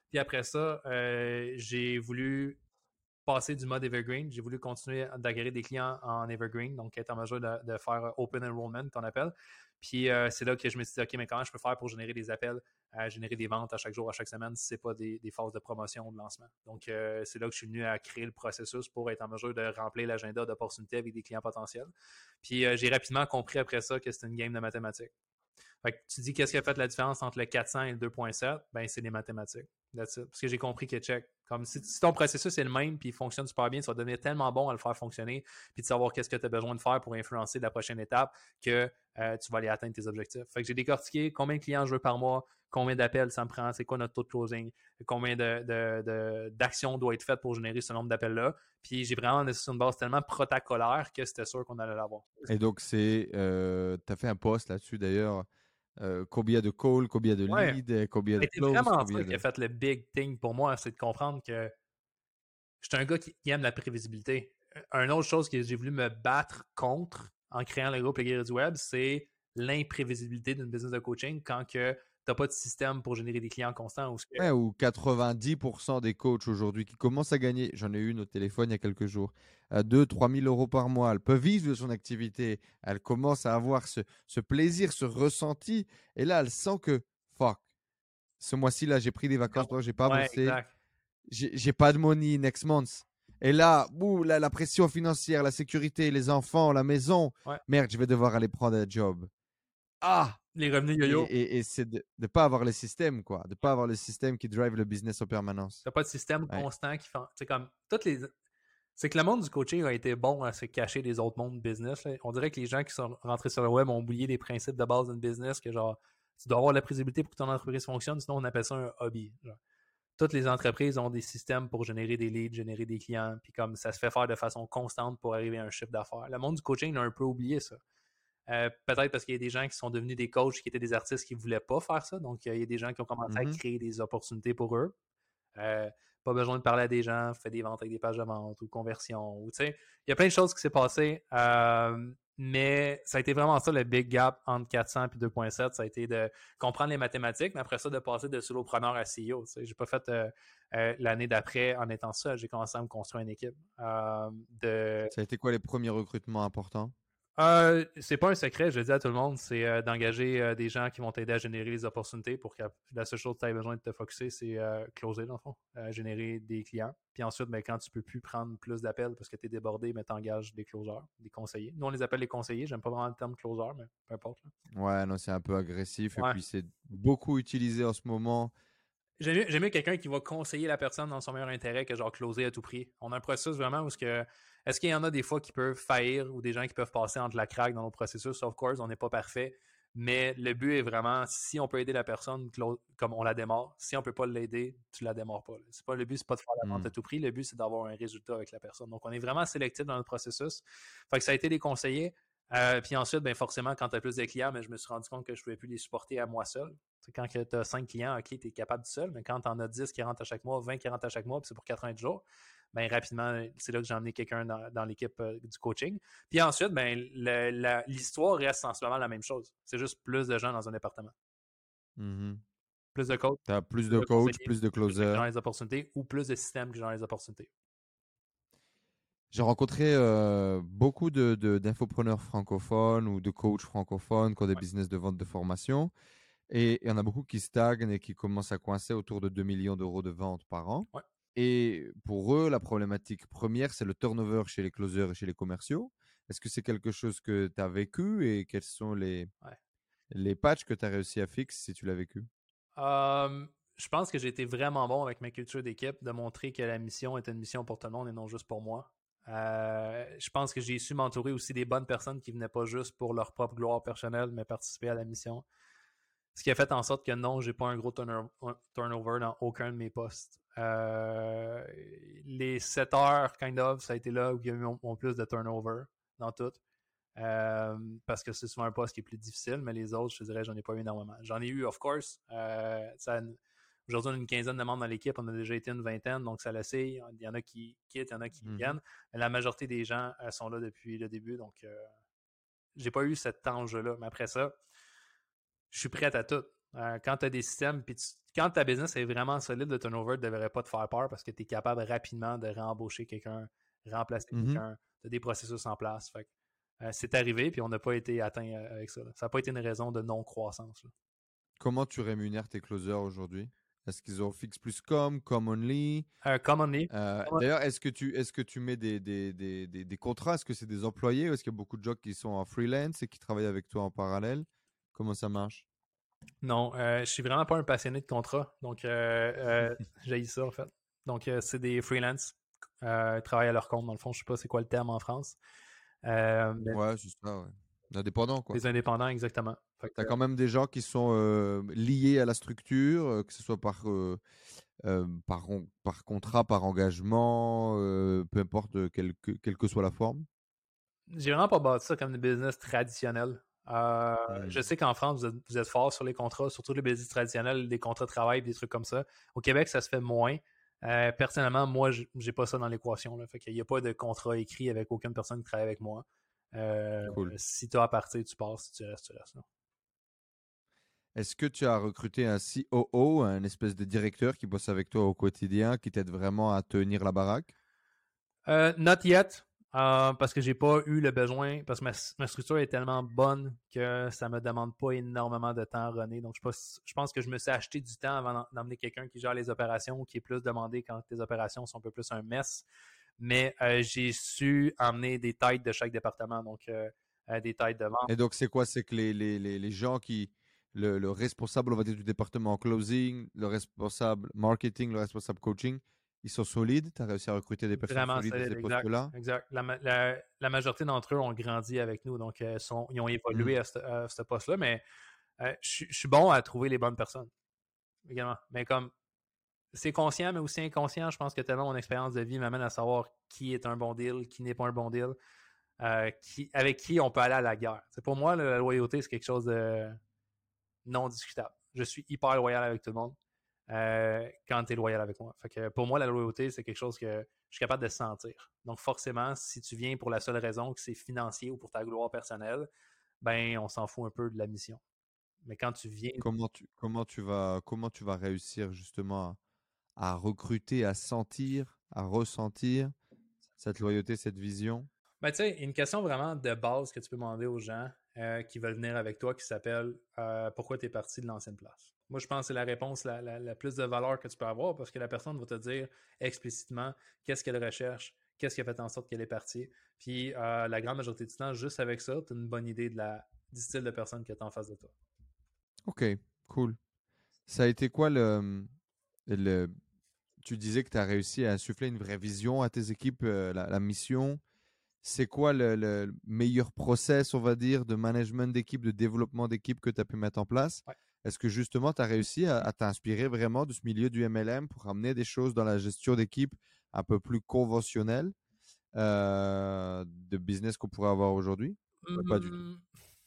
Puis après ça, euh, j'ai voulu passer du mode Evergreen. J'ai voulu continuer d'acquérir des clients en Evergreen, donc être en mesure de, de faire Open Enrollment, qu'on appelle. Puis euh, c'est là que je me suis dit, OK, mais comment je peux faire pour générer des appels, euh, générer des ventes à chaque jour, à chaque semaine, si ce n'est pas des, des phases de promotion ou de lancement. Donc, euh, c'est là que je suis venu à créer le processus pour être en mesure de remplir l'agenda d'opportunités avec des clients potentiels. Puis, euh, j'ai rapidement compris après ça que c'était une game de mathématiques. Fait que tu dis qu'est-ce qui a fait la différence entre le quatre cents et le deux virgule sept? Ben, c'est les mathématiques. That's it. Parce que j'ai compris que check. Comme si, si ton processus est le même puis il fonctionne super bien, ça va devenir tellement bon à le faire fonctionner puis de savoir qu'est-ce que tu as besoin de faire pour influencer la prochaine étape que euh, tu vas aller atteindre tes objectifs. Fait que j'ai décortiqué combien de clients je veux par mois, combien d'appels ça me prend, c'est quoi notre taux de closing, combien de, de, de, d'actions doit être faites pour générer ce nombre d'appels-là. Puis j'ai vraiment laissé une base tellement protocolaire que c'était sûr qu'on allait l'avoir. Et donc, c'est, euh, tu as fait un post là-dessus d'ailleurs. Euh, combien de calls, combien de Ouais, leads, combien ça a de été close, vraiment combien ça qui a de... fait le big thing pour moi, c'est de comprendre que je suis un gars qui, qui aime la prévisibilité. Une autre chose que j'ai voulu me battre contre en créant le groupe Les Guerriers du Web, c'est l'imprévisibilité d'une business de coaching quand que tu n'as pas de système pour générer des clients constants. Ou ce que... Ouais, ou quatre-vingt-dix pour cent des coachs aujourd'hui qui commencent à gagner, j'en ai eu une au téléphone il y a quelques jours, à deux à trois mille euros par mois. Elle peut vivre de son activité. Elle commence à avoir ce, ce plaisir, ce ressenti. Et là, elle sent que, fuck, ce mois-ci, là, j'ai pris des vacances, je n'ai pas Ouais, bossé. exact. J'ai j'ai pas de money next month. Et là, bouh, là, la pression financière, la sécurité, les enfants, la maison. Ouais. Merde, je vais devoir aller prendre un job. Ah! Les revenus Et, yo-yo. et- et c'est de ne pas avoir le système, quoi. De ne pas avoir le système qui drive le business en permanence. Tu n'as pas de système Ouais. constant qui fait. C'est comme toutes les. C'est que le monde du coaching a été bon à se cacher des autres mondes business. Là. On dirait que les gens qui sont rentrés sur le web ont oublié des principes de base d'une business que genre tu dois avoir la prévisibilité pour que ton entreprise fonctionne, sinon on appelle ça un hobby. Genre. Toutes les entreprises ont des systèmes pour générer des leads, générer des clients, puis comme ça se fait faire de façon constante pour arriver à un chiffre d'affaires. Le monde du coaching a un peu oublié ça. Euh, peut-être parce qu'il y a des gens qui sont devenus des coachs qui étaient des artistes qui ne voulaient pas faire ça. Donc, il y a des gens qui ont commencé à Mhm. créer des opportunités pour eux. Euh, pas besoin de parler à des gens, fait des ventes avec des pages de vente ou conversion. Ou, il y a plein de choses qui s'est passé. Euh, mais ça a été vraiment ça le big gap entre quatre cents et deux virgule sept. Ça a été de comprendre les mathématiques, mais après ça, de passer de solopreneur à C E O. Je n'ai pas fait euh, euh, l'année d'après en étant ça. J'ai commencé à me construire une équipe. Euh, de... Ça a été quoi les premiers recrutements importants? Euh, c'est pas un secret, je le dis à tout le monde, c'est euh, d'engager euh, des gens qui vont t'aider à générer les opportunités pour que la seule chose que tu as besoin de te focusser, c'est euh, closer dans le fond, euh, générer des clients. Puis ensuite, ben, quand tu peux plus prendre plus d'appels parce que tu es débordé, ben, tu engages des closers, des conseillers. Nous, on les appelle les conseillers, j'aime pas vraiment le terme closer, mais peu importe. Là. Ouais, non, c'est un peu agressif. Et Ouais. puis, c'est beaucoup utilisé en ce moment. J'aime mieux, j'aime mieux quelqu'un qui va conseiller la personne dans son meilleur intérêt que genre closer à tout prix. On a un processus vraiment où ce que, est-ce qu'il y en a des fois qui peuvent faillir ou des gens qui peuvent passer entre la craque dans nos processus? Of course, on n'est pas parfait. Mais le but est vraiment, si on peut aider la personne comme on la démarre, si on ne peut pas l'aider, tu la démarres pas. C'est pas le but, c'est pas de faire la vente Hmm. à tout prix. Le but, c'est d'avoir un résultat avec la personne. Donc, on est vraiment sélectif dans notre processus. Fait que ça a été des conseillers. Euh, puis ensuite, ben forcément, quand tu as plus de clients, ben, je me suis rendu compte que je ne pouvais plus les supporter à moi seul. T'sais, quand tu as cinq clients, OK, tu es capable tout seul, mais quand tu en as dix qui rentrent à chaque mois, vingt qui rentrent à chaque mois, puis c'est pour quatre-vingts jours, ben rapidement, c'est là que j'ai emmené quelqu'un dans, dans l'équipe euh, du coaching. Puis ensuite, ben, le, la, l'histoire reste sensiblement la même chose. C'est juste plus de gens dans un département. Mhm. Plus de coachs, Tu as plus plus de de coachs, conseillers, plus de plus de gens qui closers. génèrent les opportunités ou plus de systèmes qui génèrent les opportunités. J'ai rencontré euh, beaucoup de, de- d'infopreneurs francophones ou de coachs francophones qui ont des Ouais. business de vente de formation. Et il y en a beaucoup qui stagnent et qui commencent à coincer autour de deux millions d'euros de ventes par an. Ouais. Et pour eux, la problématique première, c'est le turnover chez les closers et chez les commerciaux. Est-ce que c'est quelque chose que tu as vécu et quels sont les, Ouais. les patchs que tu as réussi à fixer si tu l'as vécu? Um, je pense que j'ai été vraiment bon avec ma culture d'équipe de montrer que la mission est une mission pour tout le monde et non juste pour moi. Euh, je pense que j'ai su m'entourer aussi des bonnes personnes qui venaient pas juste pour leur propre gloire personnelle, mais participer à la mission. Ce qui a fait en sorte que non, j'ai pas un gros turnover, turnover dans aucun de mes postes. Euh, les sept heures, kind of, ça a été là où il y a eu mon, mon plus de turnover dans tout. Euh, parce que c'est souvent un poste qui est plus difficile, mais les autres, je te dirais, j'en ai pas eu énormément. J'en ai eu, of course. Euh, ça, aujourd'hui, on a une quinzaine de membres dans l'équipe. On a déjà été une vingtaine, donc ça laisse. Il y en a qui quittent, il y en a qui Mhm. viennent. Mais la majorité des gens euh, sont là depuis le début, donc euh, j'ai pas eu cet enjeu-là. Mais après ça, je suis prête à tout. Euh, quand tu as des systèmes, puis tu- quand ta business est vraiment solide, le turnover ne devrait pas te faire peur parce que tu es capable rapidement de réembaucher quelqu'un, remplacer Mhm. quelqu'un, tu as des processus en place. Fait que, euh, c'est arrivé, puis on n'a pas été atteint euh, avec ça. là. Ça n'a pas été une raison de non-croissance. là. Comment tu rémunères tes closers aujourd'hui? Est-ce qu'ils ont fixe plus com, com only? Euh, commonly, Euh, D'ailleurs, est-ce que tu est-ce que tu mets des, des, des, des, des contrats? Est-ce que c'est des employés ou est-ce qu'il y a beaucoup de gens qui sont en freelance et qui travaillent avec toi en parallèle? Comment ça marche? non, euh, je suis vraiment pas un passionné de contrat. Donc, euh, euh, j'ai ça, en fait. Donc, euh, c'est des freelance. Euh, ils travaillent à leur compte, dans le fond. Je sais pas c'est quoi le terme en France. Euh, mais Ouais, c'est ça, ouais. Indépendant, quoi. des indépendants, exactement. Fait Tu as que, quand même des gens qui sont euh, liés à la structure, euh, que ce soit par, euh, euh, par, on- par contrat, par engagement, euh, peu importe euh, quelle que, quelle que soit la forme. j'ai vraiment pas bâti ça comme des business traditionnels. Euh, Hmm. je sais qu'en France, vous êtes, vous êtes fort sur les contrats, surtout les business traditionnels, des contrats de travail, des trucs comme ça. Au Québec, ça se fait moins. Euh, personnellement, moi, j- j'ai pas ça dans l'équation. Là. Fait qu'il n'y a pas de contrat écrit avec aucune personne qui travaille avec moi. Euh, Cool. si tu as à partir, tu pars. Si tu restes, tu restes. là. Est-ce que tu as recruté un C O O, un espèce de directeur qui bosse avec toi au quotidien, qui t'aide vraiment à tenir la baraque? Euh, not yet. Euh, parce que j'ai pas eu le besoin, parce que ma, ma structure est tellement bonne que ça me demande pas énormément de temps à runner. Donc, je pense, je pense que je me suis acheté du temps avant d'em- d'emmener quelqu'un qui gère les opérations, qui est plus demandé quand tes opérations sont un peu plus un mess. Mais euh, j'ai su emmener des têtes de chaque département, donc euh, euh, des têtes de vente. Et donc, c'est quoi? C'est que les, les, les, les gens qui, le, le responsable, on va dire, du département closing, le responsable marketing, le responsable coaching, ils sont solides? Tu as réussi à recruter des personnes Vraiment solides à solide, ces exact. postes-là? exact. La, ma- la- la majorité d'entre eux ont grandi avec nous, donc euh, sont, ils ont évolué Hmm. à ce, à ce poste-là, mais euh, je suis- je suis bon à trouver les bonnes personnes également. Mais comme c'est conscient, mais aussi inconscient. Je pense que tellement mon expérience de vie m'amène à savoir qui est un bon deal, qui n'est pas un bon deal, euh, qui, avec qui on peut aller à la guerre. C'est pour moi, la loyauté, c'est quelque chose de non discutable. Je suis hyper loyal avec tout le monde euh, quand tu es loyal avec moi. Fait que pour moi, la loyauté, c'est quelque chose que je suis capable de sentir. Donc forcément, si tu viens pour la seule raison que c'est financier ou pour ta gloire personnelle, ben on s'en fout un peu de la mission. Mais quand tu viens Comment tu, comment tu vas, comment tu vas réussir justement à, à recruter, à sentir, à ressentir cette loyauté, cette vision? Ben, tu sais, une question vraiment de base que tu peux demander aux gens euh, qui veulent venir avec toi qui s'appelle euh, pourquoi tu es parti de l'ancienne place? Moi, je pense que c'est la réponse la, la, la plus de valeur que tu peux avoir parce que la personne va te dire explicitement qu'est-ce qu'elle recherche, qu'est-ce qui a fait en sorte qu'elle est partie. Puis, euh, la grande majorité du temps, juste avec ça, tu as une bonne idée de la, du style de personne que tu as en face de toi. Ok, cool. Ça a été quoi le, le, tu disais que tu as réussi à insuffler une vraie vision à tes équipes, euh, la, la mission. C'est quoi le, le meilleur process, on va dire, de management d'équipe, de développement d'équipe que tu as pu mettre en place? Ouais. Est-ce que justement, tu as réussi à, à t'inspirer vraiment de ce milieu du M L M pour amener des choses dans la gestion d'équipe un peu plus conventionnelle euh, de business qu'on pourrait avoir aujourd'hui? Ouais, pas du tout. Hum,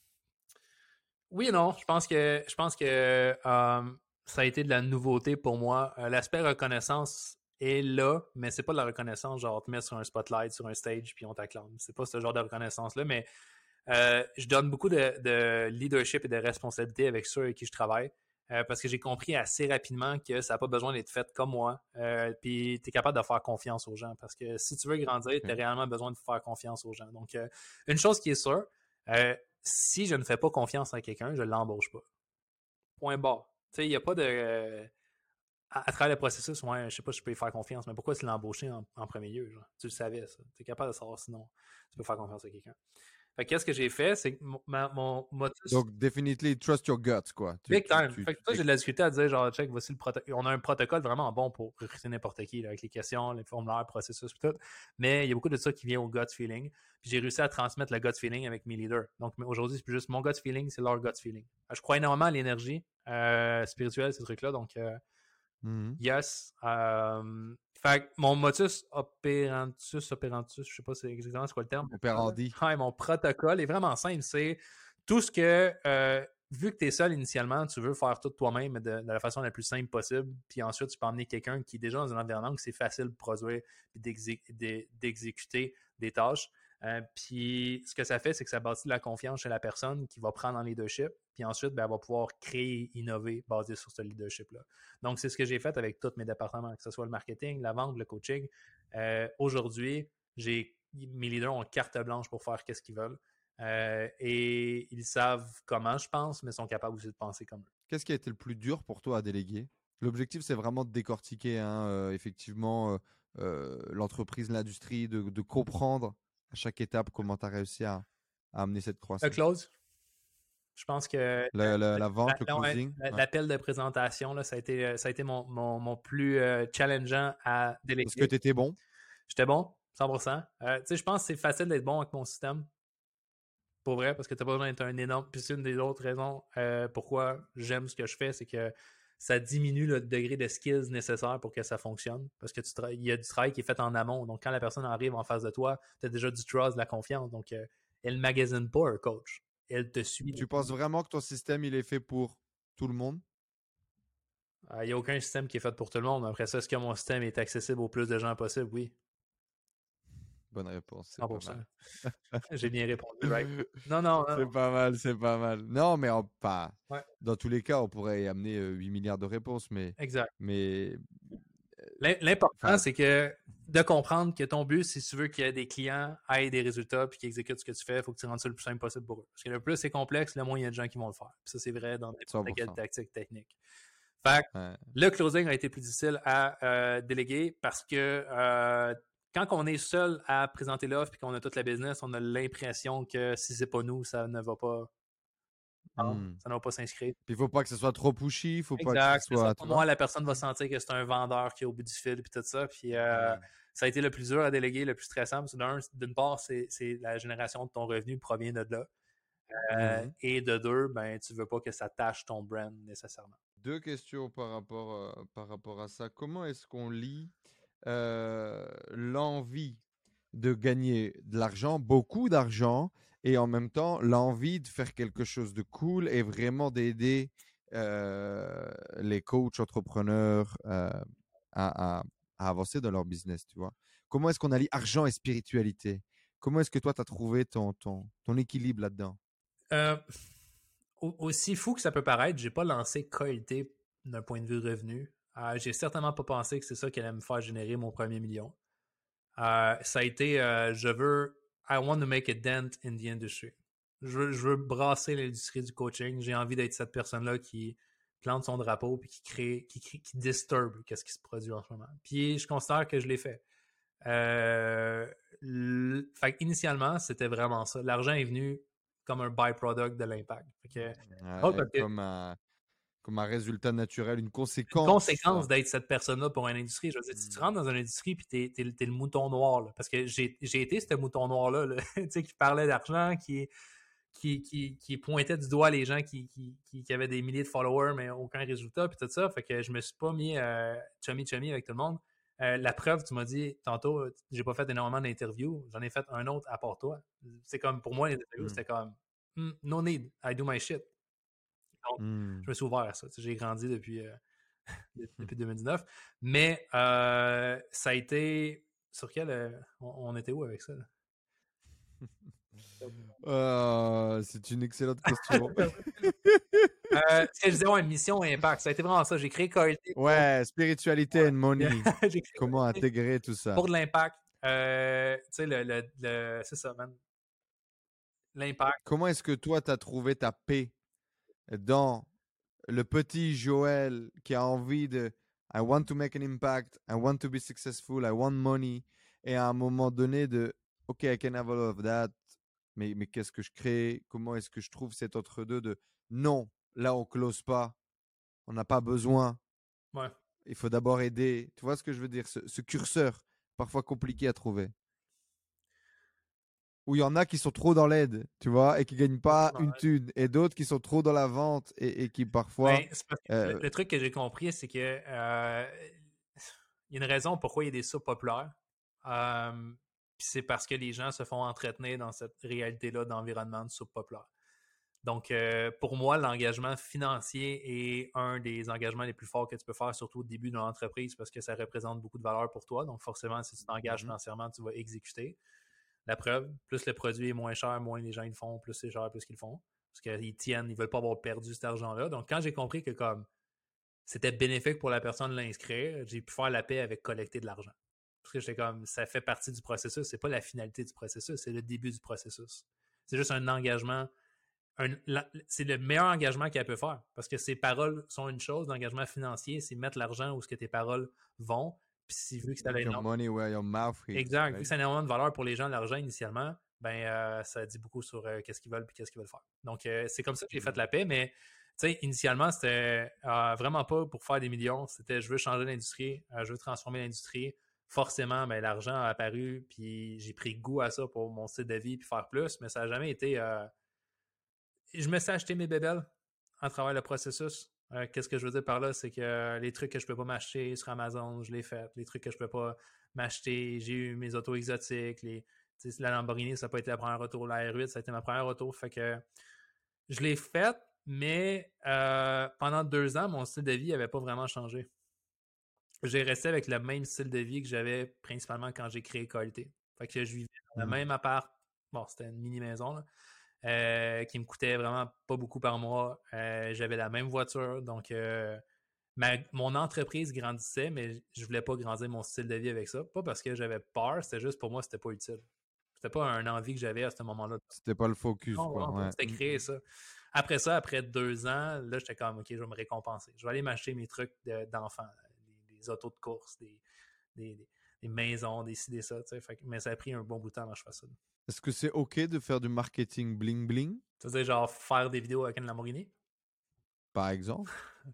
Oui et non. Je pense que je pense que euh, ça a été de la nouveauté pour moi. Euh, L'aspect reconnaissance est là, mais c'est pas de la reconnaissance genre on te met sur un spotlight, sur un stage, puis on t'acclame. C'est pas ce genre de reconnaissance-là, mais euh, je donne beaucoup de, de leadership et de responsabilité avec ceux avec qui je travaille. euh, parce que j'ai compris assez rapidement que ça n'a pas besoin d'être fait comme moi. Euh, puis tu es capable de faire confiance aux gens. Parce que si tu veux grandir, tu as Ok. réellement besoin de faire confiance aux gens. Donc, euh, une chose qui est sûre, euh, si je ne fais pas confiance à quelqu'un, je ne l'embauche pas. Point barre. Tu sais, il n'y a pas de. euh, à, à travers le processus, ouais, je sais pas si je peux y faire confiance, mais pourquoi tu l'as embauché en, en premier lieu? Genre? Tu le savais, ça. Tu es capable de savoir sinon tu peux faire confiance à quelqu'un. Fait que qu'est-ce que j'ai fait? C'est que mon, ma- mon motus. Donc, definitely trust your guts, quoi. Tu, Big tu, time. tu, Fait que tu toi, sais j'ai que- de la difficulté à dire, genre, check, voici le protocole. On a un protocole vraiment bon pour recruter n'importe qui, là, avec les questions, les formulaires, processus, tout. Mais il y a beaucoup de ça qui vient au gut feeling. Puis j'ai réussi à transmettre le gut feeling avec mes leaders. Donc aujourd'hui, c'est plus juste mon gut feeling, c'est leur gut feeling. Je crois énormément à l'énergie euh, spirituelle, ces trucs-là. Donc, euh, Mhm. yes. Euh, fait que mon motus operantus, operantus, je sais pas c'est exactement c'est quoi le terme. Operandi. Ouais, mon protocole est vraiment simple. C'est tout ce que, euh, vu que tu es seul initialement, tu veux faire tout toi-même de, de la façon la plus simple possible. Puis ensuite, tu peux emmener quelqu'un qui est déjà dans un environnement où c'est facile de produire et d'exé- d'exécuter des tâches. Euh, puis ce que ça fait, c'est que ça bâtit de la confiance chez la personne qui va prendre en leadership. Puis ensuite, ben, elle va pouvoir créer, innover basé sur ce leadership-là. Donc, c'est ce que j'ai fait avec tous mes départements, que ce soit le marketing, la vente, le coaching. Euh, aujourd'hui, j'ai, mes leaders ont carte blanche pour faire ce qu'ils veulent. Euh, et ils savent comment je pense, mais sont capables aussi de penser comme eux. Qu'est-ce qui a été le plus dur pour toi à déléguer? L'objectif, c'est vraiment de décortiquer hein, euh, effectivement euh, euh, l'entreprise, l'industrie, de, de comprendre à chaque étape comment tu as réussi à, à amener cette Le croissance. close, je pense que la, la, la vente, la, le closing. la, Ouais. L'appel de présentation, là, ça a été, ça a été mon, mon, mon plus euh, challengeant à déléguer. Est-ce que tu étais bon? J'étais bon, cent pour cent. Euh, je pense que c'est facile d'être bon avec mon système. Pour vrai, parce que tu n'as pas besoin d'être un énorme. Puis c'est une des autres raisons euh, pourquoi j'aime ce que je fais, c'est que ça diminue le degré de skills nécessaire pour que ça fonctionne. Parce que tu tra- il y a du travail qui est fait en amont. Donc, quand la personne arrive en face de toi, tu as déjà du trust, de la confiance. Donc, euh, elle ne magasine pas un coach. Elle te suit. Tu penses vraiment que ton système, il est fait pour tout le monde? Il euh, n'y a aucun système qui est fait pour tout le monde. Après ça, est-ce que mon système est accessible au plus de gens possible? Oui. Bonne réponse, c'est cent pas pour cent. mal. J'ai bien répondu, right? Non, non, non. C'est pas mal, c'est pas mal. Non, mais en, pas. Ouais. Dans tous les cas, on pourrait amener euh, huit milliards de réponses, mais. Exact. Mais. L'important, c'est que de comprendre que ton but, si tu veux que des clients aient des résultats et qu'ils exécutent ce que tu fais, il faut que tu rendes ça le plus simple possible pour eux. Parce que le plus c'est complexe, le moins il y a de gens qui vont le faire. Puis ça, c'est vrai dans n'importe quelle tactique technique. Fait que ouais. Le closing a été plus difficile à euh, déléguer parce que euh, quand on est seul à présenter l'offre et qu'on a toute la business, on a l'impression que si c'est pas nous, ça ne va pas. Non, hmm. Ça ne va pas s'inscrire. Puis il faut pas que ce soit trop pushy, il faut exact, pas que ce soit. Pour moi, la personne va sentir que c'est un vendeur qui est au bout du fil puis tout ça. Puis euh, hmm. ça a été le plus dur à déléguer, le plus stressant. Parce que d'un, d'une part, c'est, c'est la génération de ton revenu provient de là. Euh, hmm. Et de deux, ben tu veux pas que ça tâche ton brand nécessairement. Deux questions par rapport, euh, par rapport à ça. Comment est-ce qu'on lit euh, l'envie de gagner de l'argent, beaucoup d'argent, et en même temps l'envie de faire quelque chose de cool et vraiment d'aider euh, les coachs, entrepreneurs euh, à, à, à avancer dans leur business, tu vois? Comment est-ce qu'on allie argent et spiritualité? Comment est-ce que toi, tu as trouvé ton, ton, ton équilibre là-dedans? Euh, aussi fou que ça peut paraître, j'ai pas lancé K L T d'un point de vue revenu. Euh, j'ai certainement pas pensé que c'est ça qui allait me faire générer mon premier million. Euh, ça a été, euh, je veux, I want to make a dent in the industry. Je veux, je veux brasser l'industrie du coaching. J'ai envie d'être cette personne-là qui plante son drapeau puis qui crée, qui, qui, qui disturbe qu'est-ce qui se produit en ce moment. Puis je considère que je l'ai fait. Euh, l... Fait initialement, c'était vraiment ça. L'argent est venu comme un byproduct de l'impact. Fait que, ouais, oh, parce que... comme un... Comme un résultat naturel, une conséquence. Une conséquence d'être cette personne-là pour une industrie. Je veux dire, si tu rentres dans une industrie puis t'es, t'es, t'es le mouton noir, là, parce que j'ai, j'ai été ce mouton noir-là, là, qui parlait d'argent, qui, qui, qui, qui pointait du doigt les gens qui, qui, qui, qui avaient des milliers de followers, mais aucun résultat, puis tout ça. Fait que je me suis pas mis euh, chummy-chummy avec tout le monde. Euh, la preuve, tu m'as dit tantôt, j'ai pas fait énormément d'interviews. J'en ai fait un autre à part toi. C'est comme, pour moi, les interviews, mm. c'était comme, mm, no need, I do my shit. Donc, mm. je me suis ouvert à ça. J'ai grandi depuis, euh, depuis deux mille dix-neuf. Mais euh, ça a été... Sur quel... Euh, on, on était où avec ça? Là? Euh, c'est une excellente question. euh, ce que je disais, ouais, mission et impact. Ça a été vraiment ça. J'ai créé K L T. Ouais, spiritualité and money. Comment intégrer tout ça? Pour de l'impact. Euh, tu sais, le, le, le, c'est ça, man. L'impact. Comment est-ce que toi, tu as trouvé ta paix dans le petit Joël qui a envie de I want to make an impact, I want to be successful, I want money, et à un moment donné de OK, I can have all of that, mais, mais qu'est-ce que je crée? Comment est-ce que je trouve cet entre-deux de non, là on close pas, on n'a pas besoin, ouais. Il faut d'abord aider. Tu vois ce que je veux dire? Ce, ce curseur, parfois compliqué à trouver. Où il y en a qui sont trop dans l'aide, tu vois, et qui ne gagnent pas une thune, et d'autres qui sont trop dans la vente et, et qui parfois... Ben, euh... le, le truc que j'ai compris, c'est que euh, il y a une raison pourquoi il y a des soupes populaires. Euh, c'est parce que les gens se font entretenir dans cette réalité-là d'environnement de soupe populaire. Donc, euh, pour moi, l'engagement financier est un des engagements les plus forts que tu peux faire, surtout au début de l'entreprise, parce que ça représente beaucoup de valeur pour toi. Donc, forcément, si tu t'engages mm-hmm. financièrement, tu vas exécuter. La preuve, plus le produit est moins cher, moins les gens ils le font, plus c'est cher, plus qu'ils le font. Parce qu'ils tiennent, ils veulent pas avoir perdu cet argent-là. Donc, quand j'ai compris que comme c'était bénéfique pour la personne de l'inscrire, j'ai pu faire la paix avec collecter de l'argent. Parce que j'étais comme, ça fait partie du processus, c'est pas la finalité du processus, c'est le début du processus. C'est juste un engagement, un, c'est le meilleur engagement qu'elle peut faire. Parce que ses paroles sont une chose, l'engagement financier, c'est mettre l'argent où ce que tes paroles vont. Puis si, vu que ça a Your money where your mouth is. Exact. Right? Vu que ça a énormément de valeur pour les gens, l'argent initialement, ben euh, ça dit beaucoup sur euh, qu'est-ce qu'ils veulent et qu'est-ce qu'ils veulent faire. Donc, euh, c'est comme ça que j'ai fait la paix, mais tu sais, initialement, c'était euh, vraiment pas pour faire des millions. C'était je veux changer l'industrie, euh, je veux transformer l'industrie. Forcément, ben, l'argent a apparu, puis j'ai pris goût à ça pour mon style de vie puis faire plus, mais ça n'a jamais été. Euh... Je me suis acheté mes bébelles à travers le processus. Euh, qu'est-ce que je veux dire par là? C'est que les trucs que je peux pas m'acheter sur Amazon, je les fait. Les trucs que je peux pas m'acheter, j'ai eu mes autos exotiques. Les, la Lamborghini, ça n'a pas été la première auto. La R huit, ça a été ma première auto. Fait que je l'ai faite, mais euh, pendant deux ans, mon style de vie n'avait pas vraiment changé. J'ai resté avec le même style de vie que j'avais principalement quand j'ai créé Qualité. Fait que je vivais dans le même appart. Bon, c'était une mini-maison, là. Euh, qui me coûtait vraiment pas beaucoup par mois. Euh, j'avais la même voiture, donc euh, ma, mon entreprise grandissait, mais je voulais pas grandir mon style de vie avec ça. Pas parce que j'avais peur, c'était juste pour moi, c'était pas utile. C'était pas un envie que j'avais à ce moment-là. C'était pas le focus, non, quoi. Non, ouais. C'était créer ça. Après ça, après deux ans, là, j'étais comme, OK, je vais me récompenser. Je vais aller m'acheter mes trucs de, d'enfants, des, des autos de course, des, des, des, des maisons, des ci, des ça. Fait, mais ça a pris un bon bout de temps avant que je fasse ça. Est-ce que c'est OK de faire du marketing bling-bling? Tu veux dire, genre, faire des vidéos avec une Lamborghini? Par exemple?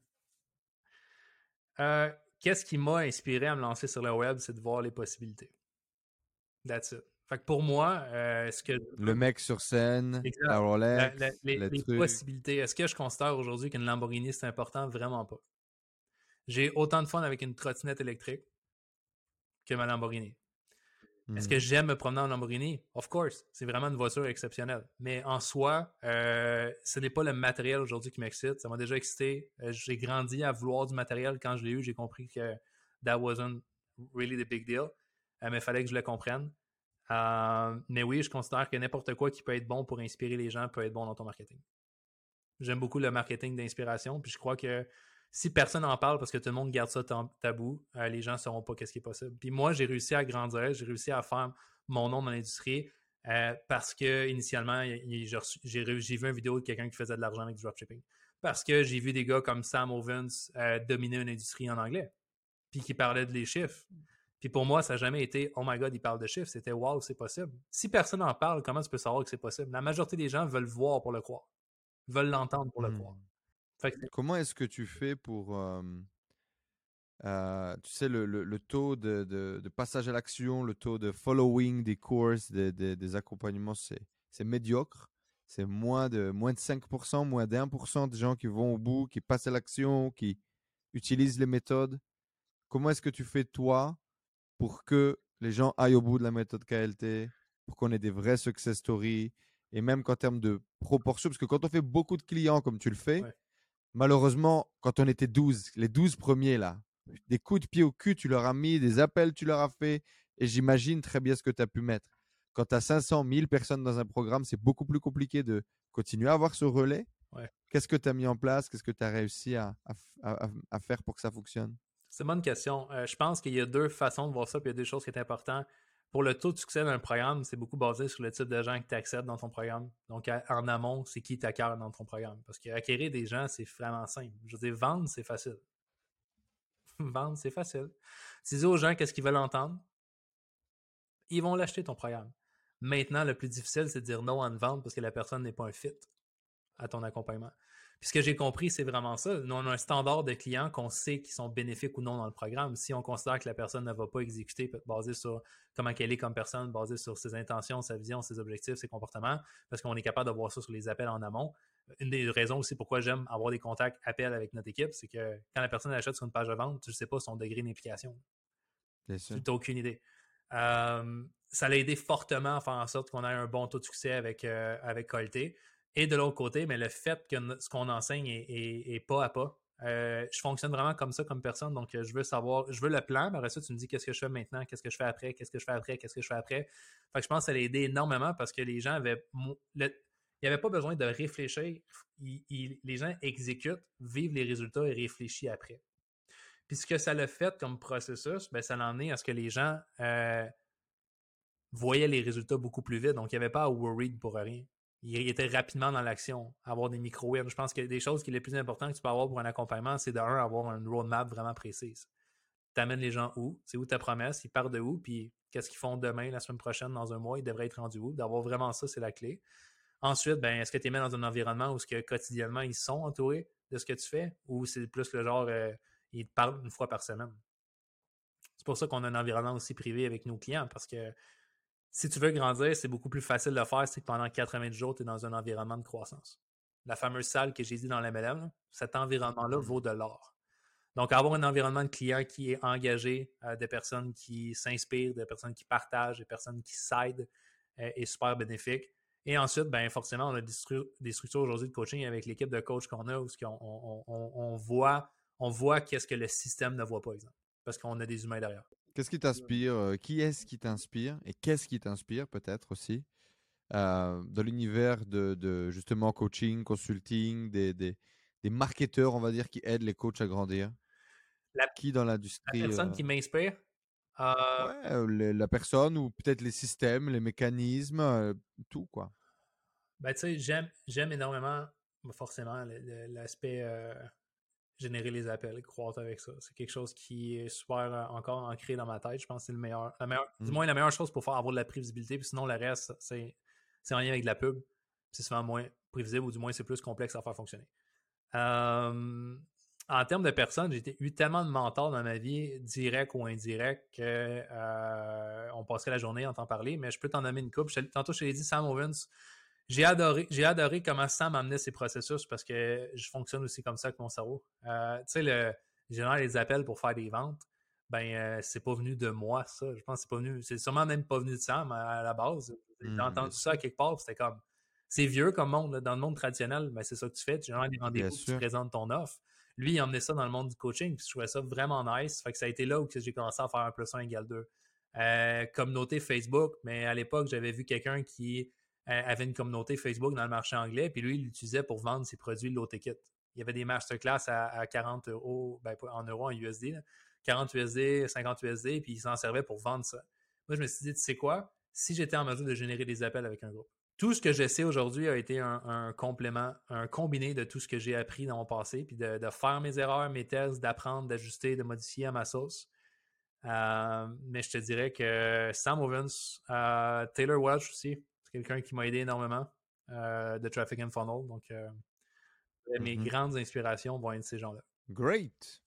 euh, Qu'est-ce qui m'a inspiré à me lancer sur le web, c'est de voir les possibilités. That's it. Fait que pour moi, euh, est-ce que... Le mec sur scène, exact. la Rolex, la, la, les, les, les possibilités. Est-ce que je considère aujourd'hui qu'une Lamborghini, c'est important? Vraiment pas. J'ai autant de fun avec une trottinette électrique que ma Lamborghini. Mm. Est-ce que j'aime me promener en Lamborghini? Of course. C'est vraiment une voiture exceptionnelle. Mais en soi, euh, ce n'est pas le matériel aujourd'hui qui m'excite. Ça m'a déjà excité. Euh, j'ai grandi à vouloir du matériel. Quand je l'ai eu, j'ai compris que that wasn't really the big deal. Euh, mais il fallait que je le comprenne. Euh, mais oui, je considère que n'importe quoi qui peut être bon pour inspirer les gens peut être bon dans ton marketing. J'aime beaucoup le marketing d'inspiration. Puis je crois que si personne n'en parle parce que tout le monde garde ça tabou, euh, les gens ne sauront pas qu'est-ce qui est possible. Puis moi, j'ai réussi à grandir, j'ai réussi à faire mon nom dans l'industrie euh, parce que initialement, j'ai, j'ai, j'ai vu une vidéo de quelqu'un qui faisait de l'argent avec du dropshipping. Parce que j'ai vu des gars comme Sam Ovens euh, dominer une industrie en anglais, puis qui parlaient de les chiffres. Puis pour moi, ça n'a jamais été « Oh my God, il parle de chiffres ». C'était « Wow, c'est possible ». Si personne n'en parle, comment tu peux savoir que c'est possible? La majorité des gens veulent voir pour le croire, veulent l'entendre pour mmh. le croire. Que... Comment est-ce que tu fais pour, euh, euh, tu sais, le, le, le taux de, de, de passage à l'action, le taux de following des courses, des, des, des accompagnements, c'est, c'est médiocre. C'est moins de, moins de cinq pour cent, moins d'un pour cent des gens qui vont au bout, qui passent à l'action, qui utilisent les méthodes. Comment est-ce que tu fais, toi, pour que les gens aillent au bout de la méthode K L T, pour qu'on ait des vrais success stories, et même qu'en termes de proportion, parce que quand on fait beaucoup de clients comme tu le fais, ouais. Malheureusement, quand on était douze, les douze premiers là, des coups de pied au cul, tu leur as mis, des appels, tu leur as fait, et j'imagine très bien ce que tu as pu mettre. Quand tu as cinq cents mille personnes dans un programme, c'est beaucoup plus compliqué de continuer à avoir ce relais. Ouais. Qu'est-ce que tu as mis en place? Qu'est-ce que tu as réussi à, à, à faire pour que ça fonctionne? C'est une bonne question. Euh, je pense qu'il y a deux façons de voir ça, puis il y a deux choses qui sont importantes. Pour le taux de succès d'un programme, c'est beaucoup basé sur le type de gens que tu acceptes dans ton programme. Donc, en amont, c'est qui t'acquiert dans ton programme. Parce qu'acquérir des gens, c'est vraiment simple. Je veux dire, vendre, c'est facile. Vendre, c'est facile. Tu dis aux gens qu'est-ce qu'ils veulent entendre, ils vont l'acheter ton programme. Maintenant, le plus difficile, c'est de dire non à une vente parce que la personne n'est pas un fit à ton accompagnement. Puis ce que j'ai compris, c'est vraiment ça. Nous, on a un standard de clients qu'on sait qui sont bénéfiques ou non dans le programme. Si on considère que la personne ne va pas exécuter, peut être basé sur comment elle est comme personne, basé sur ses intentions, sa vision, ses objectifs, ses comportements, parce qu'on est capable de voir ça sur les appels en amont. Une des raisons aussi pourquoi j'aime avoir des contacts appels avec notre équipe, c'est que quand la personne achète sur une page de vente, tu ne sais pas son degré d'implication. Bien sûr. Tu n'as aucune idée. Euh, ça l'a aidé fortement à faire en sorte qu'on ait un bon taux de succès avec, euh, avec Qualité. Et de l'autre côté, mais le fait que ce qu'on enseigne est, est, est pas à pas, Euh, je fonctionne vraiment comme ça, comme personne. Donc, je veux savoir, je veux le plan, mais après ça, tu me dis qu'est-ce que je fais maintenant, qu'est-ce que je fais après, qu'est-ce que je fais après, qu'est-ce que je fais après. Fait que je pense que ça l'a aidé énormément parce que les gens avaient. Le, il n'y avait pas besoin de réfléchir. Il, il, les gens exécutent, vivent les résultats et réfléchissent après. Puis ce que ça l'a fait comme processus, ben, ça l'en est à ce que les gens euh, voyaient les résultats beaucoup plus vite. Donc, il n'y avait pas à worry pour rien. Il était rapidement dans l'action, avoir des micro-wins. Je pense que des choses qui sont les plus importantes que tu peux avoir pour un accompagnement, c'est de un, avoir une roadmap vraiment précise. Tu amènes les gens où? C'est où ta promesse? Ils partent de où? Puis qu'est-ce qu'ils font demain, la semaine prochaine, dans un mois? Ils devraient être rendus où? D'avoir vraiment ça, c'est la clé. Ensuite, ben, est-ce que tu les mets dans un environnement où ce que, quotidiennement, ils sont entourés de ce que tu fais? Ou c'est plus le genre, euh, ils te parlent une fois par semaine? C'est pour ça qu'on a un environnement aussi privé avec nos clients, parce que si tu veux grandir, c'est beaucoup plus facile de faire si pendant quatre-vingt-dix jours, tu es dans un environnement de croissance. La fameuse salle que j'ai dit dans l'M L M, cet environnement-là vaut de l'or. Donc, avoir un environnement de clients qui est engagé, euh, des personnes qui s'inspirent, des personnes qui partagent, des personnes qui s'aident, euh, est super bénéfique. Et ensuite, ben forcément, on a des, stru- des structures aujourd'hui de coaching avec l'équipe de coach qu'on a où on, on, on, on voit, on voit qu'est-ce que le système ne voit pas, exemple, parce qu'on a des humains derrière. Qu'est-ce qui t'inspire? euh, Qui est-ce qui t'inspire? Et qu'est-ce qui t'inspire peut-être aussi euh, dans l'univers de, de justement coaching, consulting, des, des, des marketeurs, on va dire, qui aident les coachs à grandir? La, Qui dans la l'industrie personne euh, qui m'inspire, euh, Ouais, euh, les- la personne ou peut-être les systèmes, les mécanismes, euh, tout quoi. ben, tu sais, j'aime, j'aime énormément, forcément, le- le- l'aspect euh, générer les appels, croître avec ça. C'est quelque chose qui est super euh, encore ancré dans ma tête. Je pense que c'est le meilleur, la meilleure, du Mm. moins la meilleure chose pour faire avoir de la prévisibilité. Puis sinon, le reste, c'est, c'est en lien avec de la pub. C'est souvent moins prévisible ou du moins c'est plus complexe à faire fonctionner. Euh, en termes de personnes, j'ai eu tellement de mentors dans ma vie, direct ou indirect, qu'on euh, passerait la journée à en t'en parler, mais je peux t'en nommer une couple. Je, tantôt, je t'ai dit Sam Owens. J'ai adoré, j'ai adoré comment Sam amenait ses processus parce que je fonctionne aussi comme ça avec mon cerveau. Euh, tu sais, le général les appels pour faire des ventes, ben euh, c'est pas venu de moi, ça. Je pense que c'est pas venu, c'est sûrement même pas venu de Sam à, à la base. J'ai Mm, bien entendu ça à sûr, quelque part, c'était comme c'est vieux comme monde. Là. Dans le monde traditionnel, ben, c'est ça que tu fais. Tu génères des bien rendez-vous, puis tu sûr. présentes ton offre. Lui, il a emmené ça dans le monde du coaching, puis je trouvais ça vraiment nice. Fait que ça a été là où j'ai commencé à faire un plus un égale deux. Euh, communauté Facebook, mais à l'époque, j'avais vu quelqu'un qui euh, avait une communauté Facebook dans le marché anglais, puis lui, il l'utilisait pour vendre ses produits low ticket. Il y avait des masterclass à, à quarante euros, ben, en euros, en U S D, là, quarante U S D, cinquante U S D, puis il s'en servait pour vendre ça. Moi, je me suis dit, tu sais quoi, si j'étais en mesure de générer des appels avec un groupe, tout ce que je sais aujourd'hui a été un, un complément, un combiné de tout ce que j'ai appris dans mon passé, puis de, de faire mes erreurs, mes tests, d'apprendre, d'ajuster, de modifier à ma sauce. Euh, mais je te dirais que Sam Owens, euh, Taylor Welch aussi, c'est quelqu'un qui m'a aidé énormément euh, de Traffic and Funnel. Donc, euh, mes Mhm. grandes inspirations vont être ces gens-là. Great.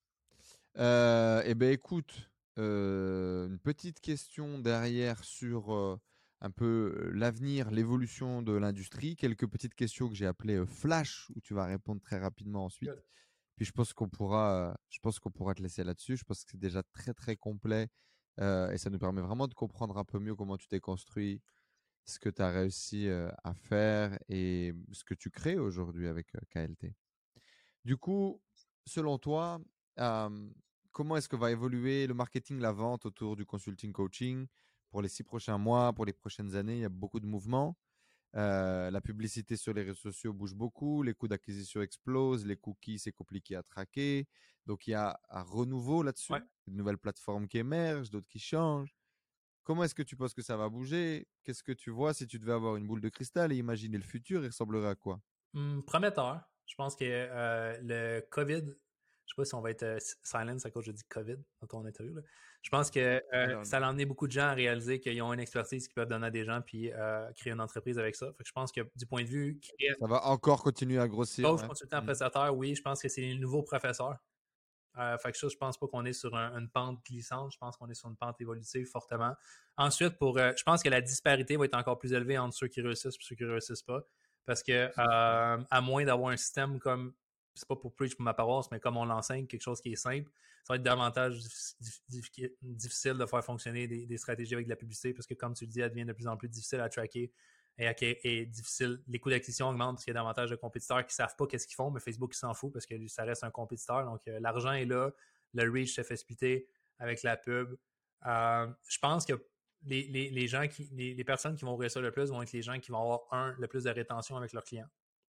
Euh, eh ben écoute, euh, une petite question derrière sur euh, un peu euh, l'avenir, l'évolution de l'industrie. Quelques petites questions que j'ai appelées euh, flash où tu vas répondre très rapidement ensuite. Good. Puis je pense qu'on pourra, euh, je pense qu'on pourra te laisser là-dessus. Je pense que c'est déjà très très complet euh, et ça nous permet vraiment de comprendre un peu mieux comment tu t'es construit, ce que tu as réussi euh, à faire et ce que tu crées aujourd'hui avec euh, K L T. Du coup, selon toi, euh, comment est-ce que va évoluer le marketing, la vente autour du consulting coaching pour les six prochains mois, pour les prochaines années? Il y a beaucoup de mouvements. Euh, la publicité sur les réseaux sociaux bouge beaucoup, les coûts d'acquisition explosent, les cookies, c'est compliqué à traquer. Donc, il y a un renouveau Ouais. là-dessus, de nouvelles plateformes qui émergent, d'autres qui changent. Comment est-ce que tu penses que ça va bouger? Qu'est-ce que tu vois si tu devais avoir une boule de cristal et imaginer le futur, il ressemblerait à quoi? Hum, prometteur. Je pense que euh, le COVID, je sais pas si on va être euh, silence à cause que je dis COVID dans ton interview. Là. Je pense que Ah euh, non, ça a emmené beaucoup de gens à réaliser qu'ils ont une expertise qu'ils peuvent donner à des gens puis euh, créer une entreprise avec ça. Fait que je pense que du point de vue créer ça va encore continuer à grossir, coach, ouais. consultant, Mm. prestataire, oui, je pense que c'est les nouveaux professeurs. Euh, fait que ça, je pense pas qu'on est sur un- une pente glissante. Je pense qu'on est sur une pente évolutive fortement. Ensuite, pour, euh, je pense que la disparité va être encore plus élevée entre ceux qui réussissent et ceux qui ne réussissent pas. Parce que, C'est sûr. euh, à moins d'avoir un système comme, c'est pas pour preach pour ma paroisse, mais comme on l'enseigne, quelque chose qui est simple, ça va être davantage dif- dif- difficile de faire fonctionner des, des stratégies avec de la publicité parce que, comme tu le dis, elle devient de plus en plus difficile à tracker. est, est difficile. Les coûts d'acquisition augmentent parce qu'il y a davantage de compétiteurs qui ne savent pas qu'est-ce qu'ils font, mais Facebook s'en fout parce que ça reste un compétiteur. Donc, euh, l'argent est là, le reach se fait splitter avec la pub. Euh, je pense que les, les, les gens qui, les, les personnes qui vont ouvrir ça le plus vont être les gens qui vont avoir, un, le plus de rétention avec leurs clients.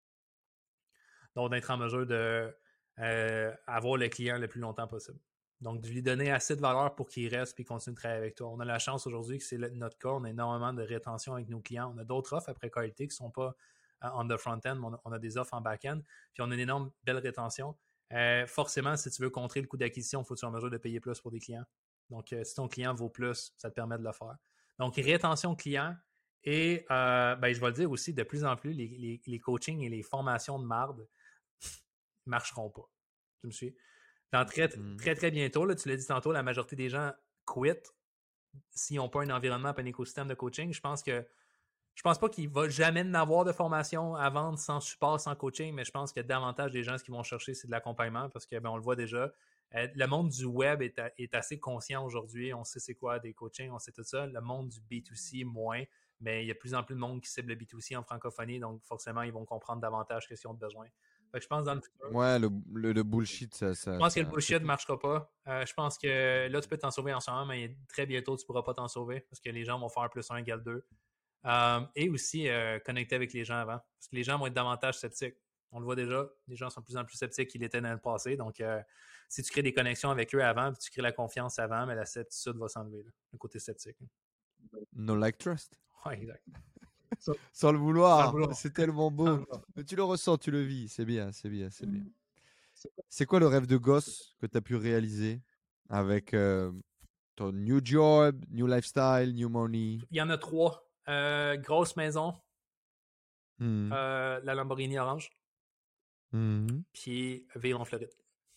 Donc, d'être en mesure de euh, avoir le client le plus longtemps possible. Donc, de lui donner assez de valeur pour qu'il reste et continue de travailler avec toi. On a la chance aujourd'hui que c'est le, notre cas. On a énormément de rétention avec nos clients. On a d'autres offres après qualité qui ne sont pas uh, on the front-end, mais on a, on a des offres en back-end. Puis, on a une énorme belle rétention. Euh, forcément, si tu veux contrer le coût d'acquisition, il faut que tu sois en mesure de payer plus pour des clients. Donc, euh, si ton client vaut plus, ça te permet de le faire. Donc, rétention client et, euh, ben, je vais le dire aussi, de plus en plus, les, les, les coachings et les formations de marde ne marcheront pas. Tu me suis? Dans très, mmh. très, très bientôt, là, tu l'as dit tantôt, la majorité des gens quittent s'ils n'ont pas un environnement et un écosystème de coaching. Je pense que je pense pas qu'il va jamais n'avoir de formation à vendre sans support, sans coaching, mais je pense que davantage des gens, ce qu'ils vont chercher, c'est de l'accompagnement parce que ben, on le voit déjà. Euh, le monde du web est, a, est assez conscient aujourd'hui. On sait c'est quoi des coachings, on sait tout ça. Le monde du B deux C, moins. Mais il y a de plus en plus de monde qui cible le B deux C en francophonie, donc forcément, ils vont comprendre davantage ce qu'ils ont besoin. Fait que je pense dans le futur. Ouais, le, le, le bullshit, ça. ça je pense ça, que le bullshit ne marchera pas. Euh, je pense que là, tu peux t'en sauver en ce moment, mais très bientôt, tu ne pourras pas t'en sauver parce que les gens vont faire plus un égale deux. Euh, et aussi euh, connecter avec les gens avant. Parce que les gens vont être davantage sceptiques. On le voit déjà, les gens sont de plus en plus sceptiques qu'ils l'étaient dans le passé. Donc, euh, si tu crées des connexions avec eux avant, puis tu crées la confiance avant, mais la scepticité va s'enlever, là, le côté sceptique. No like trust. Oui, exact. Sans, sans le vouloir, vouloir. C'est tellement beau. Mais tu le ressens, tu le vis. C'est bien, c'est bien, c'est bien. C'est quoi le rêve de gosse que tu as pu réaliser avec euh, ton new job, new lifestyle, new money? Il y en a trois. Euh, grosse maison, mmh. euh, la Lamborghini orange, mmh. puis vivre en Floride.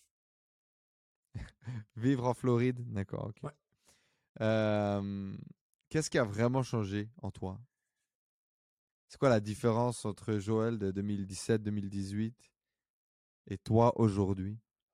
Vivre en Floride, d'accord, ok. Ouais. Euh, qu'est-ce qui a vraiment changé en toi? C'est quoi la différence entre Joël de deux mille dix-sept deux mille dix-huit et toi aujourd'hui?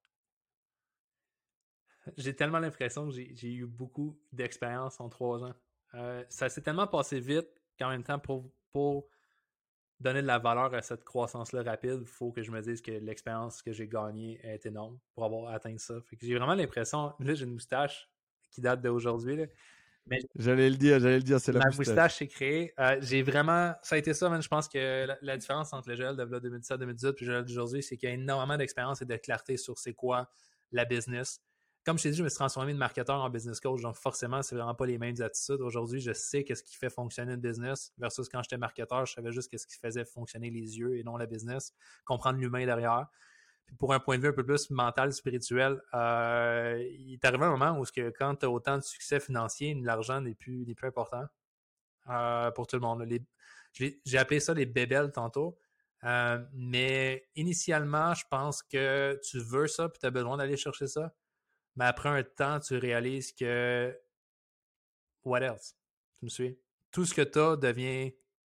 J'ai tellement l'impression que j'ai, j'ai eu beaucoup d'expérience en trois ans. Euh, ça s'est tellement passé vite qu'en même temps, pour, pour donner de la valeur à cette croissance-là rapide, il faut que je me dise que l'expérience que j'ai gagnée est énorme pour avoir atteint ça. Fait que j'ai vraiment l'impression, là j'ai une moustache qui date d'aujourd'hui, là, mais j'allais le dire, j'allais le dire, c'est la ma moustache. moustache s'est créée. Euh, j'ai vraiment, ça a été ça, man, je pense que la, la différence entre le Joël de deux mille dix-sept deux mille dix-huit et le Joël d'aujourd'hui, c'est qu'il y a énormément d'expérience et de clarté sur c'est quoi la business. Comme je t'ai dit, je me suis transformé de marketeur en business coach, donc forcément, c'est vraiment pas les mêmes attitudes. Aujourd'hui, je sais qu'est-ce qui fait fonctionner une business versus quand j'étais marketeur, je savais juste qu'est-ce qui faisait fonctionner les yeux et non la business, comprendre l'humain derrière. Puis pour un point de vue un peu plus mental, spirituel, euh, il est arrivé un moment où que quand tu as autant de succès financier, l'argent n'est plus, n'est plus important euh, pour tout le monde. Les, j'ai, j'ai appelé ça les bébelles tantôt. Euh, mais initialement, je pense que tu veux ça puis tu as besoin d'aller chercher ça. Mais après un temps, tu réalises que what else? Tu me suis? Tout ce que tu as devient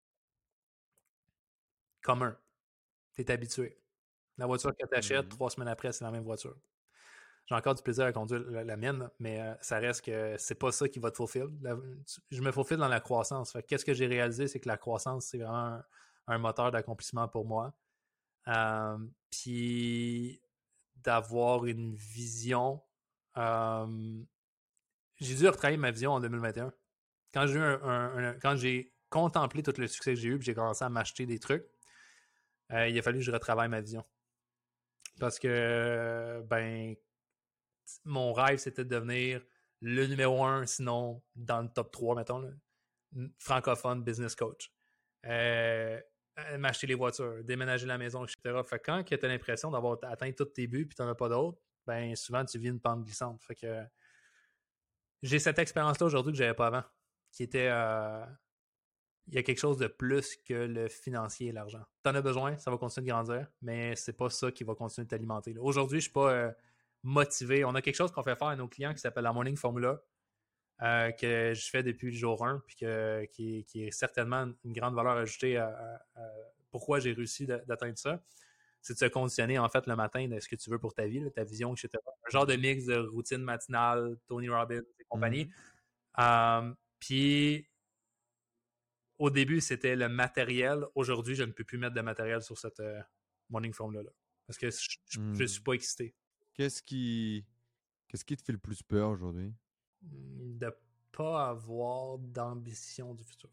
commun. Tu es habitué. La voiture que tu achètes, mmh. trois semaines après, c'est la même voiture. J'ai encore du plaisir à conduire la, la mienne, mais euh, ça reste que c'est pas ça qui va te fulfill. La, je me fulfill dans la croissance. Fait, qu'est-ce que j'ai réalisé, c'est que la croissance, c'est vraiment un, un moteur d'accomplissement pour moi. Euh, Puis d'avoir une vision. Euh, j'ai dû retravailler ma vision en deux mille vingt et un. Quand j'ai, eu un, un, un, quand j'ai contemplé tout le succès que j'ai eu, puis j'ai commencé à m'acheter des trucs, euh, il a fallu que je retravaille ma vision. Parce que, ben, mon rêve, c'était de devenir le numéro un, sinon dans le top trois, mettons, là, francophone business coach. Euh, m'acheter les voitures, déménager la maison, et cetera. Fait que quand tu as l'impression d'avoir atteint tous tes buts et tu n'en as pas d'autres, ben souvent tu vis une pente glissante. Fait que j'ai cette expérience-là aujourd'hui que je n'avais pas avant, qui était euh, il y a quelque chose de plus que le financier et l'argent. Tu en as besoin, ça va continuer de grandir, mais c'est pas ça qui va continuer de t'alimenter. Là. Aujourd'hui, je ne suis pas euh, motivé. On a quelque chose qu'on fait faire à nos clients qui s'appelle la Morning Formula, euh, que je fais depuis le jour un, puis que, qui, qui est certainement une grande valeur ajoutée à, à, à pourquoi j'ai réussi d'atteindre ça. C'est de se conditionner, en fait, le matin de ce que tu veux pour ta vie, là, ta vision, et cetera. Un genre de mix de routine matinale, Tony Robbins et compagnie. Mm-hmm. Um, puis au début, c'était le matériel. Aujourd'hui, je ne peux plus mettre de matériel sur cette euh, morning formula là. Parce que je ne Hmm. suis pas excité. Qu'est-ce qui, qu'est-ce qui te fait le plus peur aujourd'hui? De ne pas avoir d'ambition du futur.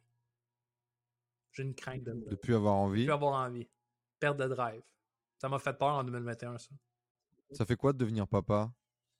J'ai une crainte de De plus avoir ne plus envie? avoir envie. Perte de drive. Ça m'a fait peur en deux mille vingt et un, ça. Ça fait quoi de devenir papa?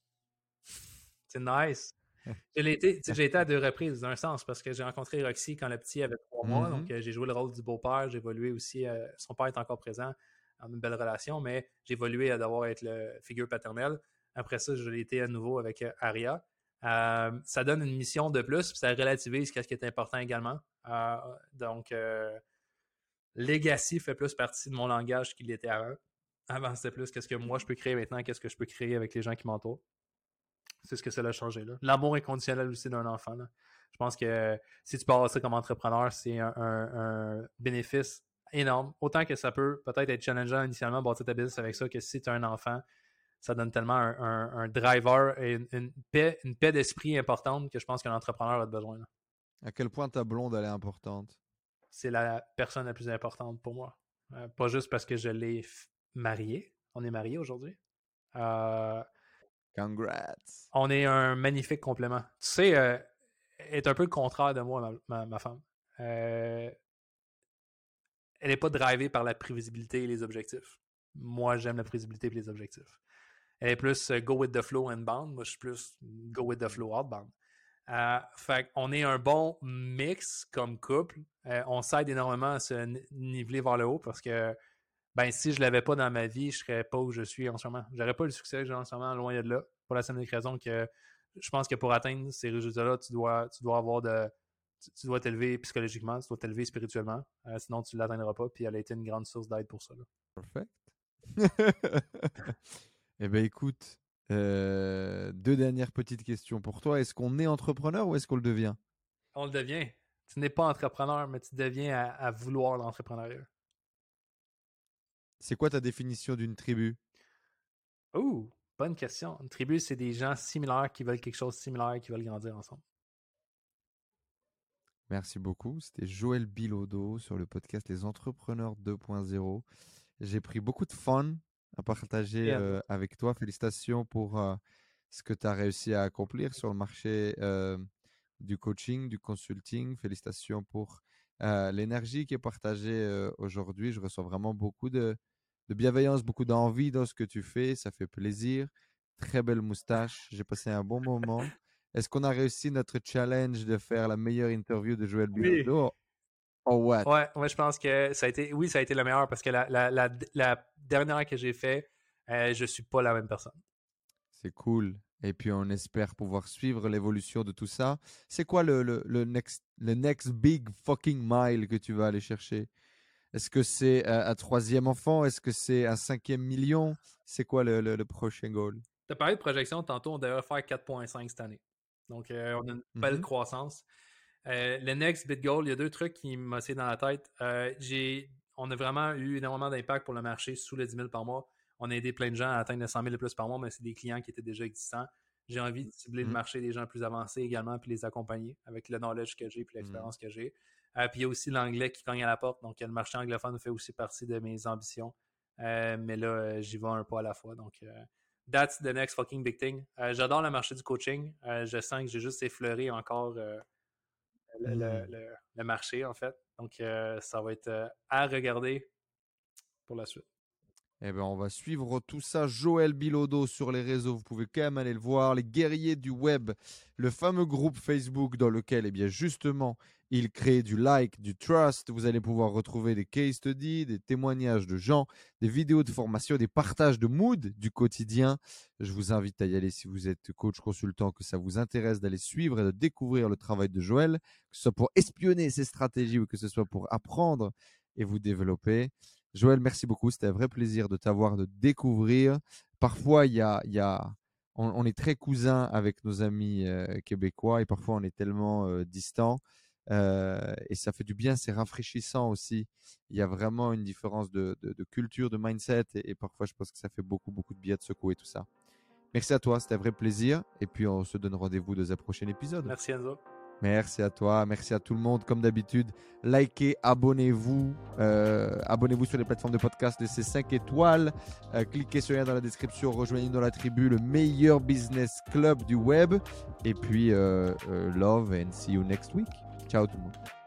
C'est nice. J'ai été, j'ai été à deux reprises, d'un sens, parce que j'ai rencontré Roxy quand le petit avait trois mois, donc Mhm. euh, j'ai joué le rôle du beau-père, j'ai évolué aussi, euh, son père est encore présent, en une belle relation, mais j'ai évolué à devoir être le figure paternelle. Après ça, je l'ai été à nouveau avec euh, Aria. Euh, ça donne une mission de plus, puis ça relativise ce qui est important également. Euh, donc, euh, Legacy fait plus partie de mon langage qu'il l'était avant. Avant, c'était plus qu'est-ce que moi je peux créer maintenant, qu'est-ce que je peux créer avec les gens qui m'entourent. C'est ce que ça a changé là. L'amour inconditionnel aussi d'un enfant. Là. Je pense que si tu peux avoir ça comme entrepreneur, c'est un, un, un bénéfice énorme. Autant que ça peut peut-être être challengeant initialement, bâtir ta business avec ça, que si tu as un enfant, ça donne tellement un, un, un driver et une, une paix, une paix d'esprit importante que je pense qu'un entrepreneur a besoin. Là. À quel point ta blonde, elle est importante? C'est la personne la plus importante pour moi. Euh, pas juste parce que je l'ai f- mariée. On est mariés aujourd'hui. Euh, Congrats! on est un magnifique complément. Tu sais, euh, elle est un peu le contraire de moi, ma, ma, ma femme. Euh, elle n'est pas drivée par la prévisibilité et les objectifs. Moi, j'aime la prévisibilité et les objectifs. Elle est plus uh, go with the flow inbound. Moi, je suis plus go with the flow outbound. Euh, fait qu'on est un bon mix comme couple. Euh, on s'aide énormément à se niveler vers le haut parce que ben, si je ne l'avais pas dans ma vie, je ne serais pas où je suis en ce moment. Je n'aurais pas le succès que j'ai en ce moment, loin de là. Pour la simple raison que je pense que pour atteindre ces résultats-là, tu dois, tu dois avoir de. Tu, tu dois t'élever psychologiquement, tu dois t'élever spirituellement. Euh, sinon, tu ne l'atteindras pas. Puis elle a été une grande source d'aide pour ça. Là. Perfect. Eh bien, écoute, euh, deux dernières petites questions pour toi. Est-ce qu'on est entrepreneur ou est-ce qu'on le devient? On le devient. Tu n'es pas entrepreneur, mais tu deviens à, à vouloir l'entrepreneuriat. C'est quoi ta définition d'une tribu? Oh, bonne question. Une tribu, c'est des gens similaires qui veulent quelque chose de similaire, qui veulent grandir ensemble. Merci beaucoup. C'était Joël Bilodeau sur le podcast Les Entrepreneurs deux point zéro. J'ai pris beaucoup de fun à partager Et euh, avec toi. Félicitations pour euh, ce que tu as réussi à accomplir sur le marché euh, du coaching, du consulting. Félicitations pour euh, l'énergie qui est partagée euh, aujourd'hui. Je reçois vraiment beaucoup de, de bienveillance, beaucoup d'envie dans ce que tu fais. Ça fait plaisir. Très belle moustache. J'ai passé un bon moment. Est-ce qu'on a réussi notre challenge de faire la meilleure interview de Joël Oui. Bilodeau? Oh, what? Ouais, moi je pense que ça a été, oui, ça a été le meilleur parce que la, la, la, la dernière que j'ai fait, euh, je suis pas la même personne. C'est cool. Et puis on espère pouvoir suivre l'évolution de tout ça. C'est quoi le, le, le next, le next big fucking mile que tu vas aller chercher? Est-ce que c'est euh, un troisième enfant? Est-ce que c'est un cinquième million? C'est quoi le, le, le prochain goal? Tu as parlé de projection tantôt, on devrait faire quatre virgule cinq cette année. Donc, euh, on a une belle Mhm. croissance. Euh, le next big goal, il y a deux trucs qui m'ont essayé dans la tête. Euh, j'ai, on a vraiment eu énormément d'impact pour le marché sous les dix mille par mois. On a aidé plein de gens à atteindre les cent mille et plus par mois, mais c'est des clients qui étaient déjà existants. J'ai envie de cibler le Mhm. marché des gens plus avancés également, puis les accompagner avec le knowledge que j'ai et Mhm. l'expérience que j'ai. Euh, puis il y a aussi l'anglais qui cogne à la porte. Donc, le marché anglophone fait aussi partie de mes ambitions. Euh, mais là, euh, j'y vais un pas à la fois. Donc, euh, that's the next fucking big thing. Euh, j'adore le marché du coaching. Euh, je sens que j'ai juste effleuré encore euh, le, le, Mhm. le, le marché, en fait. Donc, euh, ça va être euh, à regarder pour la suite. Eh ben, on va suivre tout ça. Joël Bilodeau sur les réseaux. Vous pouvez quand même aller le voir. Les guerriers du web, le fameux groupe Facebook dans lequel, eh bien, justement, il crée du like, du trust. Vous allez pouvoir retrouver des case studies, des témoignages de gens, des vidéos de formation, des partages de mood du quotidien. Je vous invite à y aller si vous êtes coach consultant, que ça vous intéresse d'aller suivre et de découvrir le travail de Joël, que ce soit pour espionner ses stratégies ou que ce soit pour apprendre et vous développer. Joël, merci beaucoup. C'était un vrai plaisir de t'avoir, de découvrir. Parfois, il y a, il y a, on, on est très cousins avec nos amis euh, québécois et parfois on est tellement euh, distants. Euh, et ça fait du bien, c'est rafraîchissant aussi. Il y a vraiment une différence de, de, de culture, de mindset et, et parfois je pense que ça fait beaucoup, beaucoup de bien de secouer tout ça. Merci à toi, c'était un vrai plaisir. Et puis on se donne rendez-vous dans un prochain épisode. Merci Enzo. Merci à toi, merci à tout le monde. Comme d'habitude, likez, abonnez-vous. Euh, abonnez-vous sur les plateformes de podcast, laissez cinq étoiles. Euh, cliquez sur le lien dans la description, rejoignez dans la tribu, le meilleur business club du web. Et puis, euh, euh, love and see you next week. Ciao tout le monde.